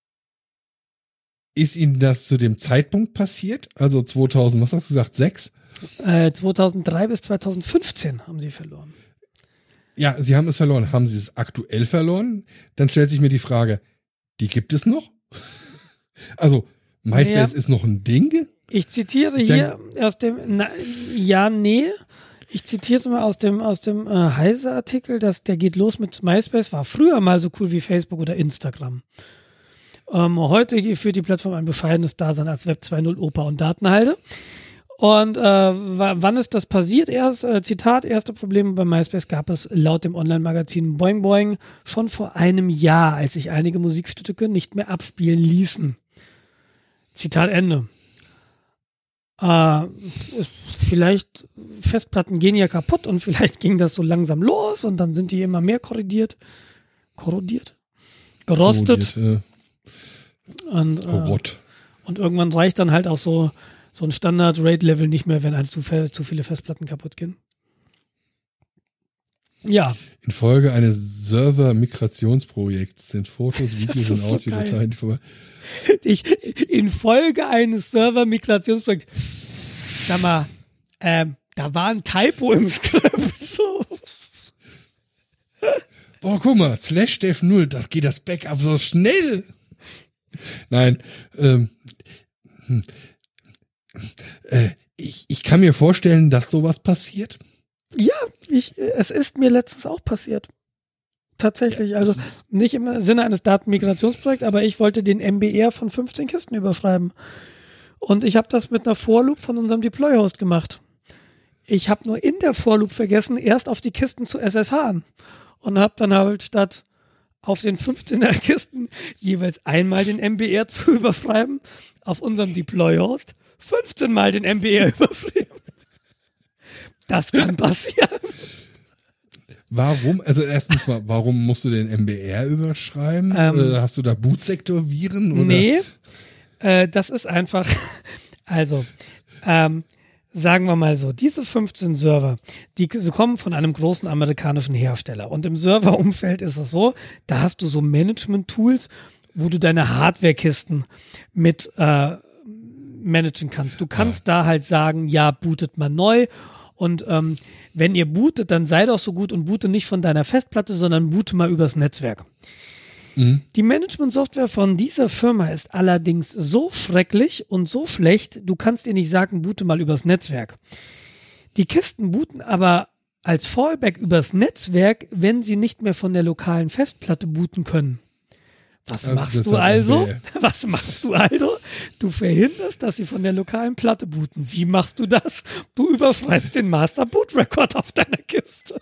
ist Ihnen das zu dem Zeitpunkt passiert? Also zweitausend, was hast du gesagt, sechs? Äh, zweitausenddrei bis zweitausendfünfzehn haben sie verloren. Ja, sie haben es verloren. Haben sie es aktuell verloren? Dann stellt sich mir die Frage, die gibt es noch? Also, MySpace ja. ist noch ein Ding? Ich zitiere ich hier denk, aus dem, na, ja, nee, ich zitiere mal aus dem, aus dem äh, Heise-Artikel, dass der geht los mit MySpace, war früher mal so cool wie Facebook oder Instagram. Ähm, heute führt die Plattform ein bescheidenes Dasein als Web zwei Punkt null Opa und Datenhalde. Und äh, wann ist das passiert? Erst, äh, Zitat, erste Probleme bei MySpace gab es laut dem Online-Magazin Boing Boing schon vor einem Jahr, als sich einige Musikstücke nicht mehr abspielen ließen. Zitat Ende. Äh, vielleicht, Festplatten gehen ja kaputt und vielleicht ging das so langsam los und dann sind die immer mehr korrodiert. Korrodiert? Gerostet. Korrodiert, äh, und, äh, und irgendwann reicht dann halt auch so so ein Standard-Rate-Level nicht mehr, wenn halt zu, zu viele Festplatten kaputt gehen. Ja. Infolge eines Server-Migrationsprojekts sind Fotos, Videos und so Audiodateien vorbei. Ich, infolge eines Server-Migrationsprojekts. Sag mal, ähm, da war ein Typo im Skript. So. Boah, guck mal, Slash Dev null, das geht das Backup so schnell. Nein, ähm, hm. Äh, ich, ich kann mir vorstellen, dass sowas passiert. Ja, ich, es ist mir letztens auch passiert. Tatsächlich, ja, also nicht im Sinne eines Datenmigrationsprojekts, aber ich wollte den M B R von fünfzehn Kisten überschreiben. Und ich habe das mit einer For-Loop von unserem Deploy-Host gemacht. Ich habe nur in der For-Loop vergessen, erst auf die Kisten zu S S H und habe dann halt statt auf den fünfzehner Kisten jeweils einmal den M B R zu überschreiben, auf unserem Deploy-Host fünfzehn Mal den M B R überschreiben. Das kann passieren. Warum? Also erstens mal, warum musst du den M B R überschreiben? Ähm, äh, hast du da Bootsektor-Viren? Oder? Nee, äh, das ist einfach, also, ähm, sagen wir mal so, diese fünfzehn Server, die sie kommen von einem großen amerikanischen Hersteller. Und im Serverumfeld ist es so, da hast du so Management-Tools, wo du deine Hardware-Kisten mit äh, managen kannst. Du kannst ja. da halt sagen, ja, bootet mal neu. Und ähm, wenn ihr bootet, dann sei doch so gut und boote nicht von deiner Festplatte, sondern boote mal übers Netzwerk. Mhm. Die Management-Software von dieser Firma ist allerdings so schrecklich und so schlecht, du kannst ihr nicht sagen, boote mal übers Netzwerk. Die Kisten booten aber als Fallback übers Netzwerk, wenn sie nicht mehr von der lokalen Festplatte booten können. Was Also machst das du hat also? N B A. Was machst du also? Du verhinderst, dass sie von der lokalen Platte booten. Wie machst du das? Du überschreibst den Master Boot Record auf deiner Kiste.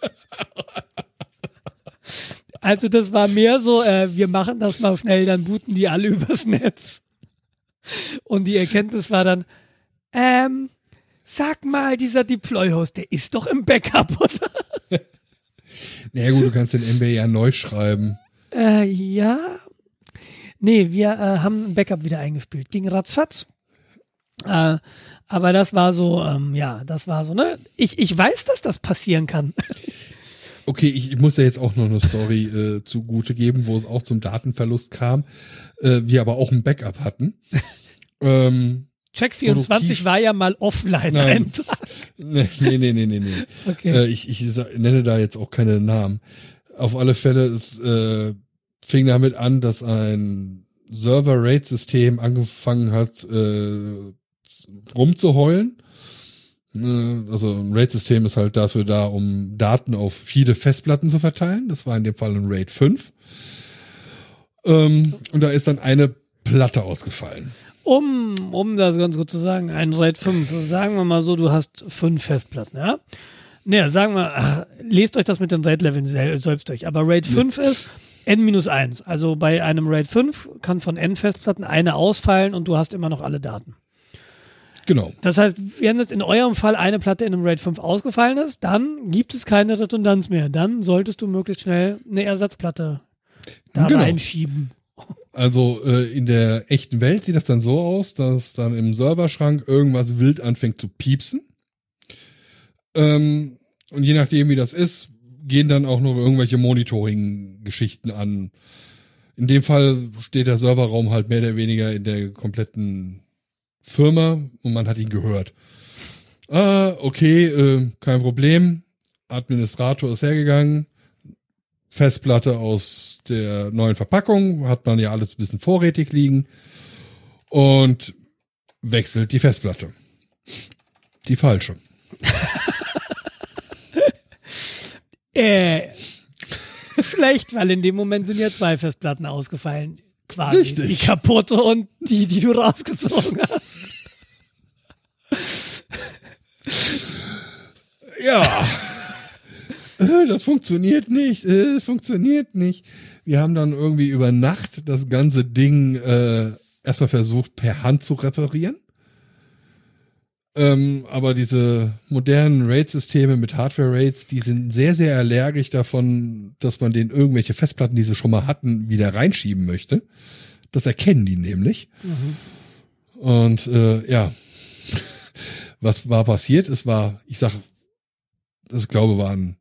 Also das war mehr so, äh, wir machen das mal schnell, dann booten die alle übers Netz. Und die Erkenntnis war dann, ähm, sag mal, dieser Deploy-Host, der ist doch im Backup, oder? Naja gut, du kannst den N B A ja neu schreiben. Äh, ja. Nee, wir äh, haben ein Backup wieder eingespielt. Ging ratzfatz. Äh, aber das war so, ähm, ja, das war so, ne? Ich, ich weiß, dass das passieren kann. Okay, ich, ich muss ja jetzt auch noch eine Story äh, zugute geben, wo es auch zum Datenverlust kam, äh, wir aber auch ein Backup hatten. ähm, Check vierundzwanzig produktiv. War ja mal offline einen Tag. Nee, nee, nee, nee, nee. Okay. Äh, ich, ich nenne da jetzt auch keine Namen. Auf alle Fälle, es äh, fing damit an, dass ein Server-Rate-System angefangen hat, äh, rumzuheulen. Also ein RAID-System ist halt dafür da, um Daten auf viele Festplatten zu verteilen. Das war in dem Fall ein RAID fünf. Ähm, und da ist dann eine Platte ausgefallen. Um, um das ganz gut zu sagen, ein RAID fünf. Sagen wir mal so, du hast fünf Festplatten, ja? Naja, sagen wir, ach, lest euch das mit den RAID-Leveln selbst durch. Aber RAID fünf ja. ist N minus eins. Also bei einem RAID fünf kann von N Festplatten eine ausfallen und du hast immer noch alle Daten. Genau. Das heißt, wenn jetzt in eurem Fall eine Platte in einem RAID fünf ausgefallen ist, dann gibt es keine Redundanz mehr. Dann solltest du möglichst schnell eine Ersatzplatte da genau. reinschieben. Also äh, in der echten Welt sieht das dann so aus, dass dann im Serverschrank irgendwas wild anfängt zu piepsen. Ähm, und je nachdem, wie das ist, gehen dann auch noch irgendwelche Monitoring-Geschichten an. In dem Fall steht der Serverraum halt mehr oder weniger in der kompletten Firma und man hat ihn gehört. Ah, okay, äh, kein Problem. Administrator ist hergegangen. Festplatte aus der neuen Verpackung, hat man ja alles ein bisschen vorrätig liegen und wechselt die Festplatte. Die falsche. äh, schlecht, weil in dem Moment sind ja zwei Festplatten ausgefallen. Quasi. Richtig. Die kaputte und die, die du rausgezogen hast. Ja. Das funktioniert nicht, es funktioniert nicht. Wir haben dann irgendwie über Nacht das ganze Ding äh, erstmal versucht per Hand zu reparieren. Ähm, aber diese modernen RAID-Systeme mit Hardware-RAIDs, die sind sehr, sehr allergisch davon, dass man denen irgendwelche Festplatten, die sie schon mal hatten, wieder reinschieben möchte. Das erkennen die nämlich. Mhm. Und äh, ja, was war passiert? Es war, ich sag, das glaube waren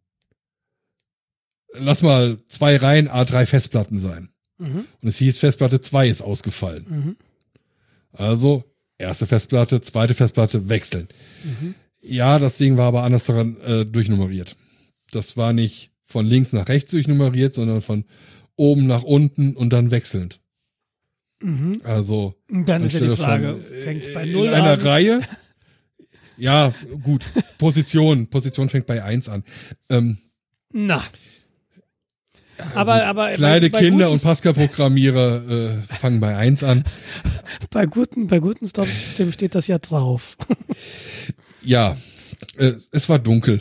lass mal zwei Reihen A drei Festplatten sein. Mhm. Und es hieß, Festplatte zwei ist ausgefallen. Mhm. Also, erste Festplatte, zweite Festplatte wechseln. Mhm. Ja, das Ding war aber anders daran äh, durchnummeriert. Das war nicht von links nach rechts durchnummeriert, sondern von oben nach unten und dann wechselnd. Mhm. Also, und dann ist ja die Frage, fängt bei null an? In einer Reihe? Ja, gut. Position. Position fängt bei eins an. Ähm, Na. Aber, aber kleine bei, bei Kinder und Pascal-Programmierer äh, fangen bei eins an. Bei guten, bei guten Storage-Systemen steht das ja drauf. Ja, äh, es war dunkel.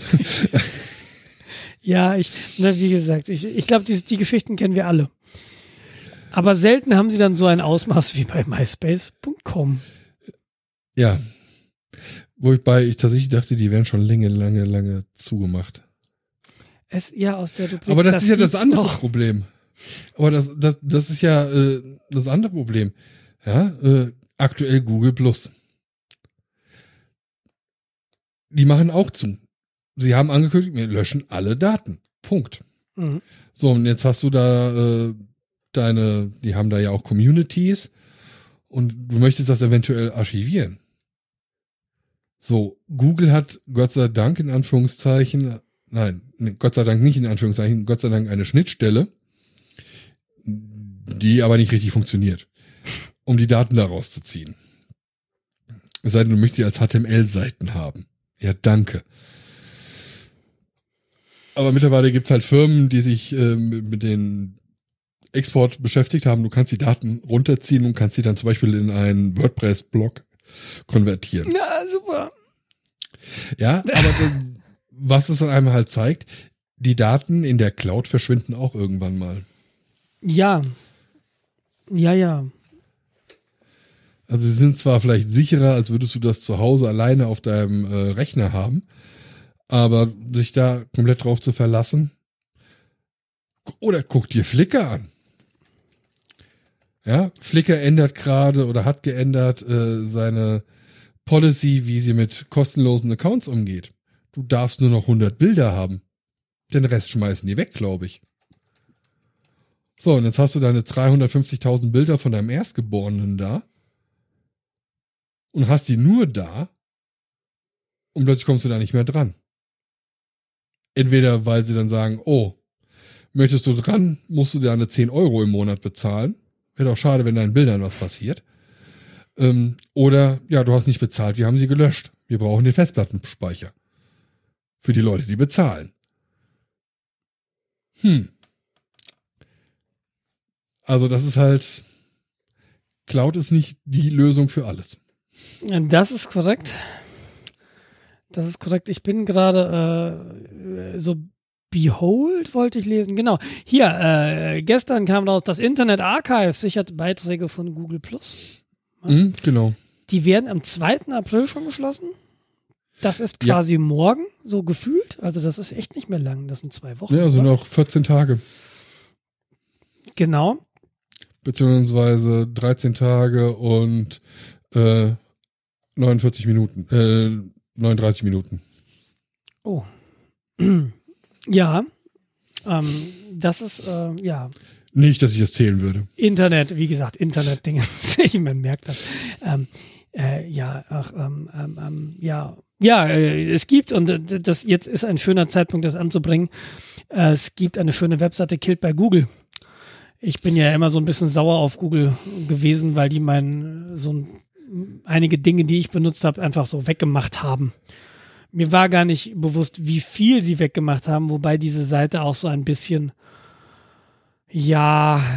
Ja, ich, na, wie gesagt, ich, ich glaube, die, die Geschichten kennen wir alle. Aber selten haben sie dann so ein Ausmaß wie bei MySpace Punkt com. Ja. Wobei ich tatsächlich dachte, die wären schon lange, lange, lange zugemacht. Es, ja, aus der Rubrik, aber das, das ist ja das andere noch. Problem. Aber das, das, das ist ja äh, das andere Problem. Ja, äh, aktuell Google Plus. Die machen auch zu. Sie haben angekündigt, wir löschen alle Daten. Punkt. Mhm. So, und jetzt hast du da äh, deine, die haben da ja auch Communities und du möchtest das eventuell archivieren. So, Google hat Gott sei Dank in Anführungszeichen, nein, Gott sei Dank nicht in Anführungszeichen, Gott sei Dank eine Schnittstelle, die aber nicht richtig funktioniert, um die Daten da rauszuziehen. Es sei denn, du möchtest sie als H T M L-Seiten haben. Ja, danke. Aber mittlerweile gibt's halt Firmen, die sich äh, mit den Export beschäftigt haben. Du kannst die Daten runterziehen und kannst sie dann zum Beispiel in einen WordPress-Blog konvertieren. Ja, super. Ja, aber was es einem halt zeigt, die Daten in der Cloud verschwinden auch irgendwann mal. Ja. Ja, ja. Also sie sind zwar vielleicht sicherer, als würdest du das zu Hause alleine auf deinem äh, Rechner haben, aber sich da komplett drauf zu verlassen. Oder guck dir Flickr an. Ja, Flickr ändert gerade oder hat geändert äh, seine Policy, wie sie mit kostenlosen Accounts umgeht. Du darfst nur noch hundert Bilder haben. Den Rest schmeißen die weg, glaube ich. So, und jetzt hast du deine dreihundertfünfzigtausend Bilder von deinem Erstgeborenen da und hast die nur da und plötzlich kommst du da nicht mehr dran. Entweder, weil sie dann sagen, oh, möchtest du dran, musst du dir eine zehn Euro im Monat bezahlen. Wäre doch schade, wenn deinen Bildern was passiert. Ähm, oder, ja, du hast nicht bezahlt, wir haben sie gelöscht. Wir brauchen den Festplattenspeicher. Für die Leute, die bezahlen. Hm. Also das ist halt, Cloud ist nicht die Lösung für alles. Das ist korrekt. Das ist korrekt. Ich bin gerade äh, so Behold wollte ich lesen. Genau. Hier, äh, gestern kam raus, das Internet Archive sichert Beiträge von Google Plus. Ja. Mhm, genau. Die werden am zweiten April schon geschlossen. Das ist quasi ja. morgen, so gefühlt. Also das ist echt nicht mehr lang. Das sind zwei Wochen. Ja, also noch vierzehn Tage. Genau. Beziehungsweise dreizehn Tage und äh, neunundvierzig Minuten. Äh, neununddreißig Minuten. Oh. Ja. Ähm, das ist, äh, ja. Nicht, dass ich das zählen würde. Internet, wie gesagt, Internet-Dinge. Man merkt das. Ähm, äh, ja, ach, ähm, ähm, ja. Ja, äh, es gibt, und äh, das jetzt ist ein schöner Zeitpunkt, das anzubringen, äh, es gibt eine schöne Webseite, Killed by Google. Ich bin ja immer so ein bisschen sauer auf Google gewesen, weil die mein, so ein, einige Dinge, die ich benutzt habe, einfach so weggemacht haben. Mir war gar nicht bewusst, wie viel sie weggemacht haben, wobei diese Seite auch so ein bisschen, ja,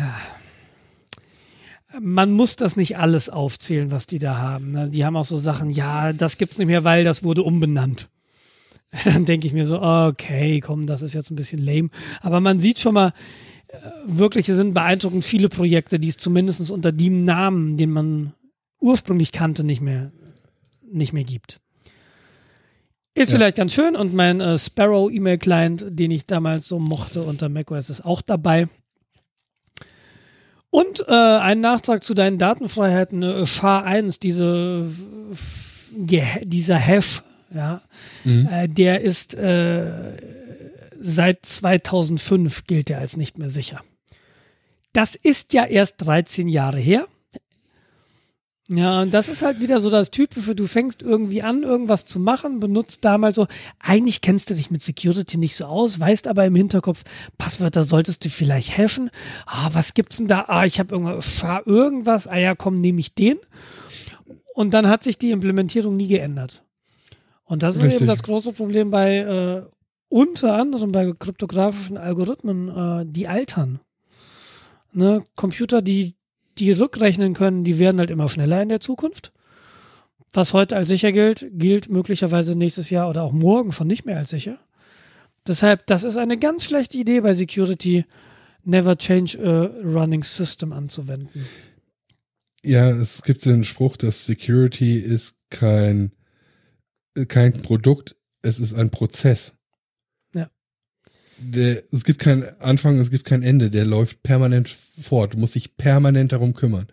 man muss das nicht alles aufzählen, was die da haben. Ne? Die haben auch so Sachen, ja, das gibt's nicht mehr, weil das wurde umbenannt. Dann denke ich mir so, okay, komm, das ist jetzt ein bisschen lame. Aber man sieht schon mal, wirklich, es sind beeindruckend viele Projekte, die es zumindest unter dem Namen, den man ursprünglich kannte, nicht mehr, nicht mehr gibt. Ist ja. vielleicht ganz schön und mein äh, Sparrow E-Mail-Client, den ich damals so mochte unter macOS, ist auch dabei. Und äh, ein Nachtrag zu deinen Datenfreiheiten, äh, S H A eins, diese, f, ge, dieser Hash, ja, mhm. äh, der ist äh, seit zweitausendfünf gilt er als nicht mehr sicher. Das ist ja erst dreizehn Jahre her. Ja, und das ist halt wieder so das Typische, du fängst irgendwie an, irgendwas zu machen, benutzt damals so, eigentlich kennst du dich mit Security nicht so aus, weißt aber im Hinterkopf, Passwörter solltest du vielleicht hashen. Ah, was gibt's denn da? Ah, ich habe irgendwas, irgendwas, ah ja, komm, nehme ich den. Und dann hat sich die Implementierung nie geändert. Und das ist Richtig. eben das große Problem bei, äh, unter anderem bei kryptografischen Algorithmen, äh, die altern. Ne, Computer, die die rückrechnen können, die werden halt immer schneller in der Zukunft. Was heute als sicher gilt, gilt möglicherweise nächstes Jahr oder auch morgen schon nicht mehr als sicher. Deshalb, das ist eine ganz schlechte Idee bei Security, never change a running system anzuwenden. Ja, es gibt den Spruch, dass Security ist kein, kein Produkt, es ist ein Prozess. Ja. Der, es gibt keinen Anfang, es gibt kein Ende, der läuft permanent fort. Du musst dich permanent darum kümmern.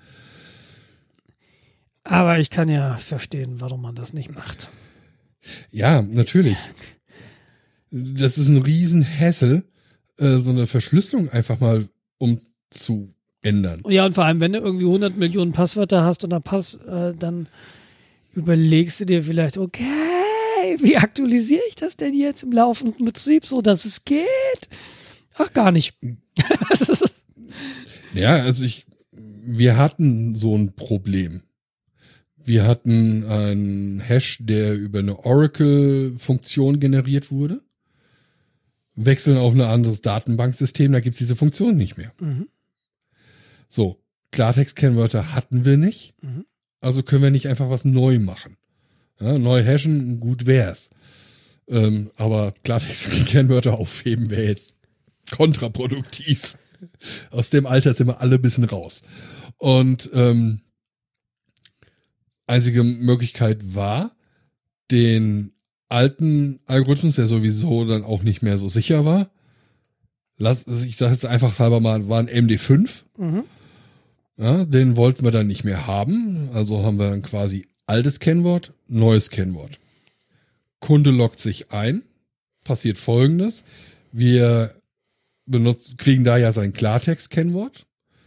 Aber ich kann ja verstehen, warum man das nicht macht. Ja, natürlich. Das ist ein Riesenhassel, äh, so eine Verschlüsselung einfach mal umzuändern. Ja, und vor allem, wenn du irgendwie hundert Millionen Passwörter hast und dann Pass, äh, dann überlegst du dir vielleicht, okay, wie aktualisiere ich das denn jetzt im laufenden Betrieb, so dass es geht? Ach, gar nicht. Ja, also ich, wir hatten so ein Problem. Wir hatten einen Hash, der über eine Oracle-Funktion generiert wurde. Wechseln auf ein anderes Datenbanksystem, da gibt's diese Funktion nicht mehr. Mhm. So, Klartext-Kennwörter hatten wir nicht, Mhm. also können wir nicht einfach was neu machen. Ja, neu hashen, gut wär's. Ähm, aber Klartext-Kennwörter aufheben wäre jetzt kontraproduktiv. Aus dem Alter sind wir alle ein bisschen raus. Und ähm, einzige Möglichkeit war, den alten Algorithmus, der sowieso dann auch nicht mehr so sicher war, lass, ich sage jetzt einfach halber mal, war ein M D fünf. Mhm. Ja, den wollten wir dann nicht mehr haben. Also haben wir dann quasi altes Kennwort, neues Kennwort. Kunde loggt sich ein, passiert Folgendes. Wir benutzen, kriegen da ja sein Klartext-Kennwort,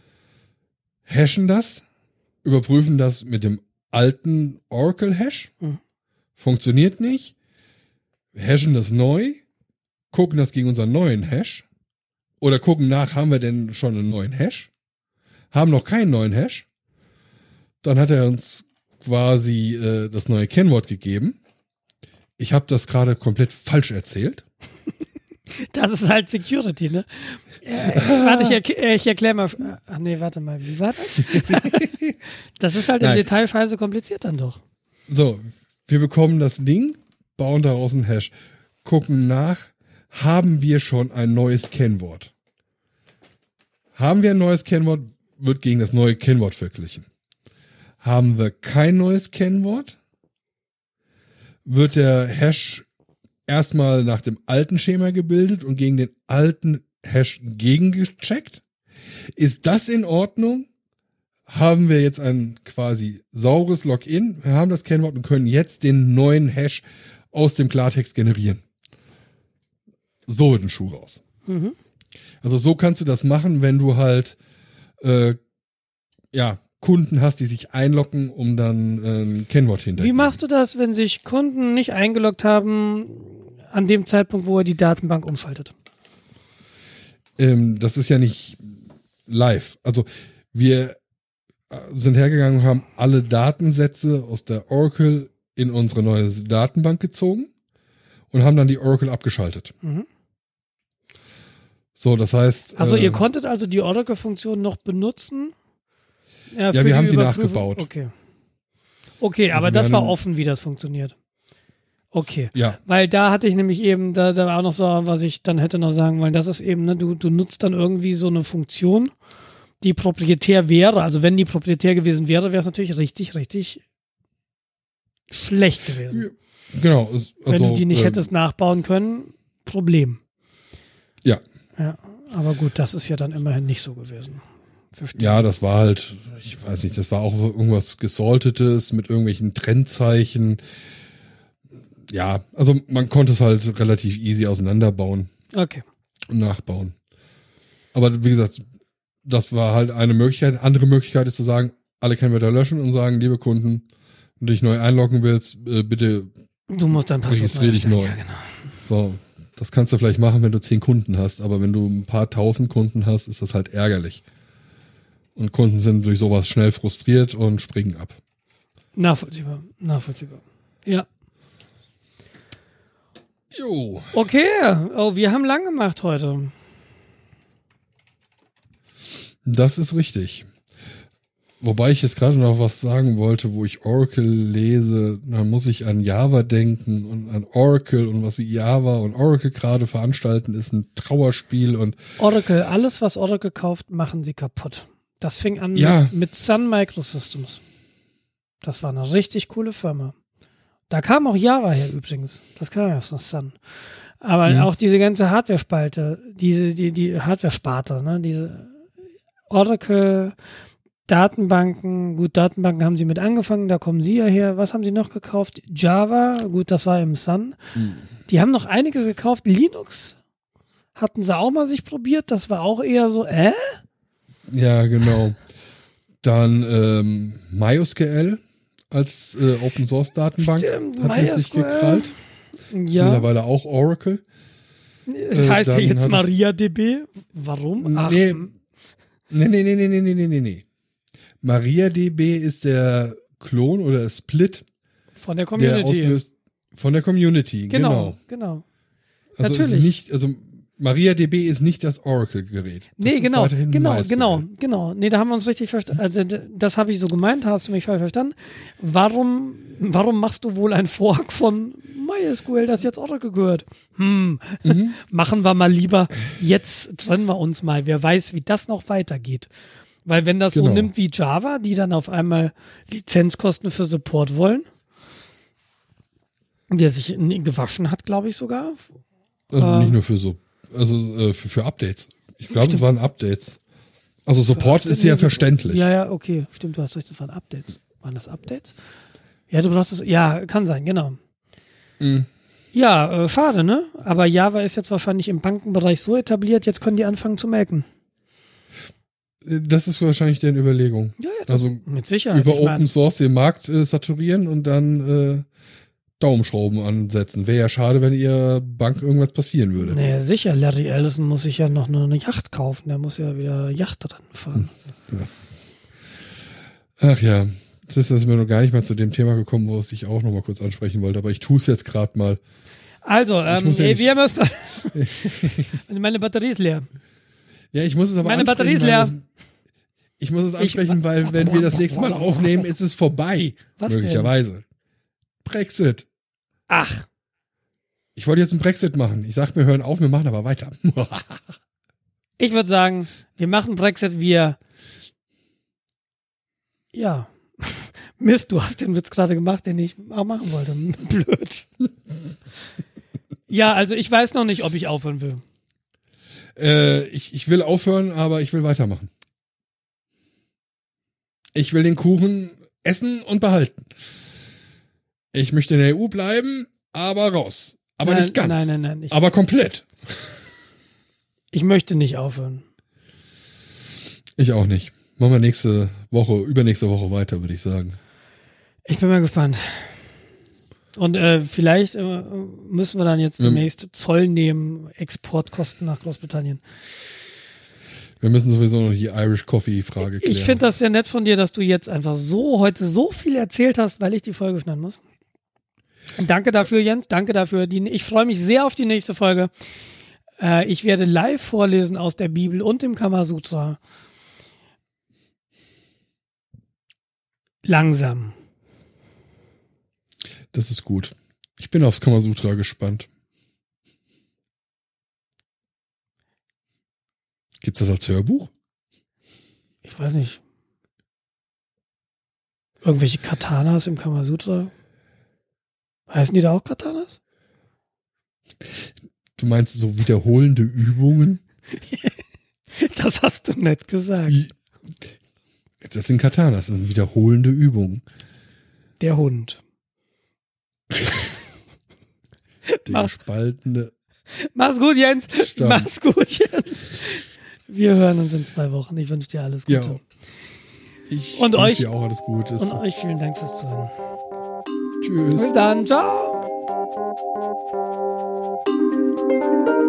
hashen das, überprüfen das mit dem alten Oracle-Hash, Mhm. funktioniert nicht, hashen das neu, gucken das gegen unseren neuen Hash oder gucken nach, haben wir denn schon einen neuen Hash, haben noch keinen neuen Hash, dann hat er uns quasi äh, das neue Kennwort gegeben. Ich habe das gerade komplett falsch erzählt. Das ist halt Security, ne? Äh, warte, ich, erk- ich erkläre mal. Ach nee, warte mal, wie war das? Das ist halt im Nein. Detail scheiße kompliziert dann doch. So, wir bekommen das Ding, bauen daraus einen Hash, gucken nach, haben wir schon ein neues Kennwort? Haben wir ein neues Kennwort, wird gegen das neue Kennwort verglichen. Haben wir kein neues Kennwort, wird der Hash erstmal nach dem alten Schema gebildet und gegen den alten Hash gegengecheckt. Ist das in Ordnung? Haben wir jetzt ein quasi saures Login, wir haben das Kennwort und können jetzt den neuen Hash aus dem Klartext generieren. So wird ein Schuh raus. Mhm. Also so kannst du das machen, wenn du halt äh, ja Kunden hast, die sich einloggen, um dann äh, ein Kennwort hinterzugeben. Wie machst du das, wenn sich Kunden nicht eingeloggt haben an dem Zeitpunkt, wo er die Datenbank umschaltet? Ähm, das ist ja nicht live. Also wir sind hergegangen und haben alle Datensätze aus der Oracle in unsere neue Datenbank gezogen und haben dann die Oracle abgeschaltet. Mhm. So, das heißt... Also äh, ihr konntet also die Oracle-Funktion noch benutzen? Ja, für wir die haben sie Überprüfung? nachgebaut. Okay, okay, Also aber wir das war haben- offen, wie das funktioniert. Okay. Ja, Weil da hatte ich nämlich eben, da, da war auch noch so, was ich dann hätte noch sagen wollen, das ist eben, ne, du, du nutzt dann irgendwie so eine Funktion, die proprietär wäre. Also wenn die proprietär gewesen wäre, wäre es natürlich richtig, richtig schlecht gewesen. genau. es- wenn Also, du die nicht ähm, hättest nachbauen können, Problem. Ja, Ja, aber gut, das ist ja dann immerhin nicht so gewesen. Verstehe. ja, das war halt, ich weiß nicht, das war auch irgendwas Gesaltetes mit irgendwelchen Trennzeichen. Ja, also man konnte es halt relativ easy auseinanderbauen Okay. und nachbauen. Aber wie gesagt, das war halt eine Möglichkeit. Andere Möglichkeit ist zu sagen, alle Kennwörter löschen und sagen, liebe Kunden, wenn du dich neu einloggen willst, äh, bitte Du musst dein Passwort registrier dich erstellen. neu. Ja, genau. So, das kannst du vielleicht machen, wenn du zehn Kunden hast, aber wenn du ein paar tausend Kunden hast, ist das halt ärgerlich. Und Kunden sind durch sowas schnell frustriert und springen ab. Nachvollziehbar. Nachvollziehbar. Ja. Jo. Okay. Oh, wir haben lang gemacht heute. Das ist richtig. Wobei ich jetzt gerade noch was sagen wollte, wo ich Oracle lese, dann muss ich an Java denken und an Oracle und was Java und Oracle gerade veranstalten, ist ein Trauerspiel und Oracle, alles, was Oracle kauft, machen sie kaputt. Das fing an Ja. mit, mit Sun Microsystems. Das war eine richtig coole Firma. Da kam auch Java her übrigens. Das kam ja aus Sun. Aber Mhm. auch diese ganze Hardware-Spalte, diese, die, die Hardware-Sparte, ne, diese Oracle, Datenbanken, gut, Datenbanken haben sie mit angefangen, da kommen sie ja her. Was haben sie noch gekauft? Java, gut, das war im Sun. Mhm. Die haben noch einige gekauft. Linux hatten sie auch mal sich probiert, das war auch eher so, äh? ja, genau. Dann ähm, MySQL als äh, Open Source Datenbank Stimmt, hat es sich MySQL. gekrallt. Ist Ja, mittlerweile auch Oracle. es äh, heißt ja dann jetzt hat es- MariaDB. Warum? Ach, Nee, nee, nee, nee, nee, nee, nee, nee, nee. MariaDB ist der Klon oder Split, von der der Community. ausgelöst von der Community. Genau, Genau. genau. Also es Natürlich. ist nicht, also MariaDB ist nicht das Oracle-Gerät. Nee, genau, genau, genau, genau. Nee, da haben wir uns richtig verstanden. Also, das habe ich so gemeint, hast du mich falsch verstanden. Warum, warum machst du wohl ein Fork von MySQL, das jetzt Oracle gehört? Hm, mhm. Machen wir mal lieber, jetzt trennen wir uns mal. Wer weiß, wie das noch weitergeht. Weil wenn das genau. so nimmt wie Java, die dann auf einmal Lizenzkosten für Support wollen, der sich gewaschen hat, glaube ich sogar. Also äh, nicht nur für so, also äh, für, für Updates. Ich glaube, es waren Updates. Also Support ist ja verständlich. Ja, ja, okay, stimmt, du hast recht, das waren Updates. Waren das Updates? Ja, du brauchst es, ja, kann sein, genau. Mhm. Ja, äh, schade, ne? Aber Java ist jetzt wahrscheinlich im Bankenbereich so etabliert, jetzt können die anfangen zu melken. Das ist wahrscheinlich deren Überlegung. Ja, ja, also mit Sicherheit. Über Open mein, Source den Markt äh, saturieren und dann äh, Daumenschrauben ansetzen. Wäre ja schade, wenn ihr Bank irgendwas passieren würde. Naja, sicher. Larry Ellison muss sich ja noch nur eine Yacht kaufen. Der muss ja wieder Yacht dran fahren. Ja. Ach ja, jetzt ist das mir noch gar nicht mal zu dem Thema gekommen, wo ich auch noch mal kurz ansprechen wollte. Aber ich tue es jetzt gerade mal. Also, ähm, ja ey, wir müssen... Meine Batterie ist leer. Ja, ich muss es aber Meine Batterie ist leer. Das, ich muss es ansprechen, ich, weil wenn wir das nächste Mal aufnehmen, ist es vorbei. Was möglicherweise. Denn? Brexit. Ach. Ich wollte jetzt einen Brexit machen. Ich sag, wir hören auf, wir machen aber weiter. Ich würde sagen, wir machen Brexit, wir... Ja. Mist, du hast den Witz gerade gemacht, den ich auch machen wollte. Blöd. Ja, also ich weiß noch nicht, ob ich aufhören will. Äh, ich, ich will aufhören, aber ich will weitermachen. Ich will den Kuchen essen und behalten. Ich möchte in der E U bleiben, aber raus. Aber nein, nicht ganz. Nein, nein, nein. Ich, aber komplett. Ich möchte nicht aufhören. Ich auch nicht. Machen wir nächste Woche, übernächste Woche weiter, würde ich sagen. Ich bin mal gespannt. Und äh, vielleicht äh, müssen wir dann jetzt demnächst wir, Zoll nehmen, Exportkosten nach Großbritannien. Wir müssen sowieso noch die Irish Coffee-Frage klären. Ich finde das sehr nett von dir, dass du jetzt einfach so heute so viel erzählt hast, weil ich die Folge schneiden muss. Danke dafür, Jens. Danke dafür. Die, ich freue mich sehr auf die nächste Folge. Äh, ich werde live vorlesen aus der Bibel und dem Kamasutra. Langsam. Das ist gut. Ich bin aufs Kamasutra gespannt. Gibt's das als Hörbuch? Ich weiß nicht. Irgendwelche Katanas im Kamasutra? Heißen die da auch Katanas? Du meinst so wiederholende Übungen? Das hast du nett gesagt. Das sind Katanas, das sind wiederholende Übungen. Der Hund. Der Mach, gespaltene. Mach's gut, Jens. Stamm. Mach's gut, Jens. Wir hören uns in zwei Wochen. Ich wünsche dir alles Gute. Ja. Ich und wünsche euch, dir auch alles Gute. Und euch vielen Dank fürs Zuhören. Tschüss. Bis dann. Ciao.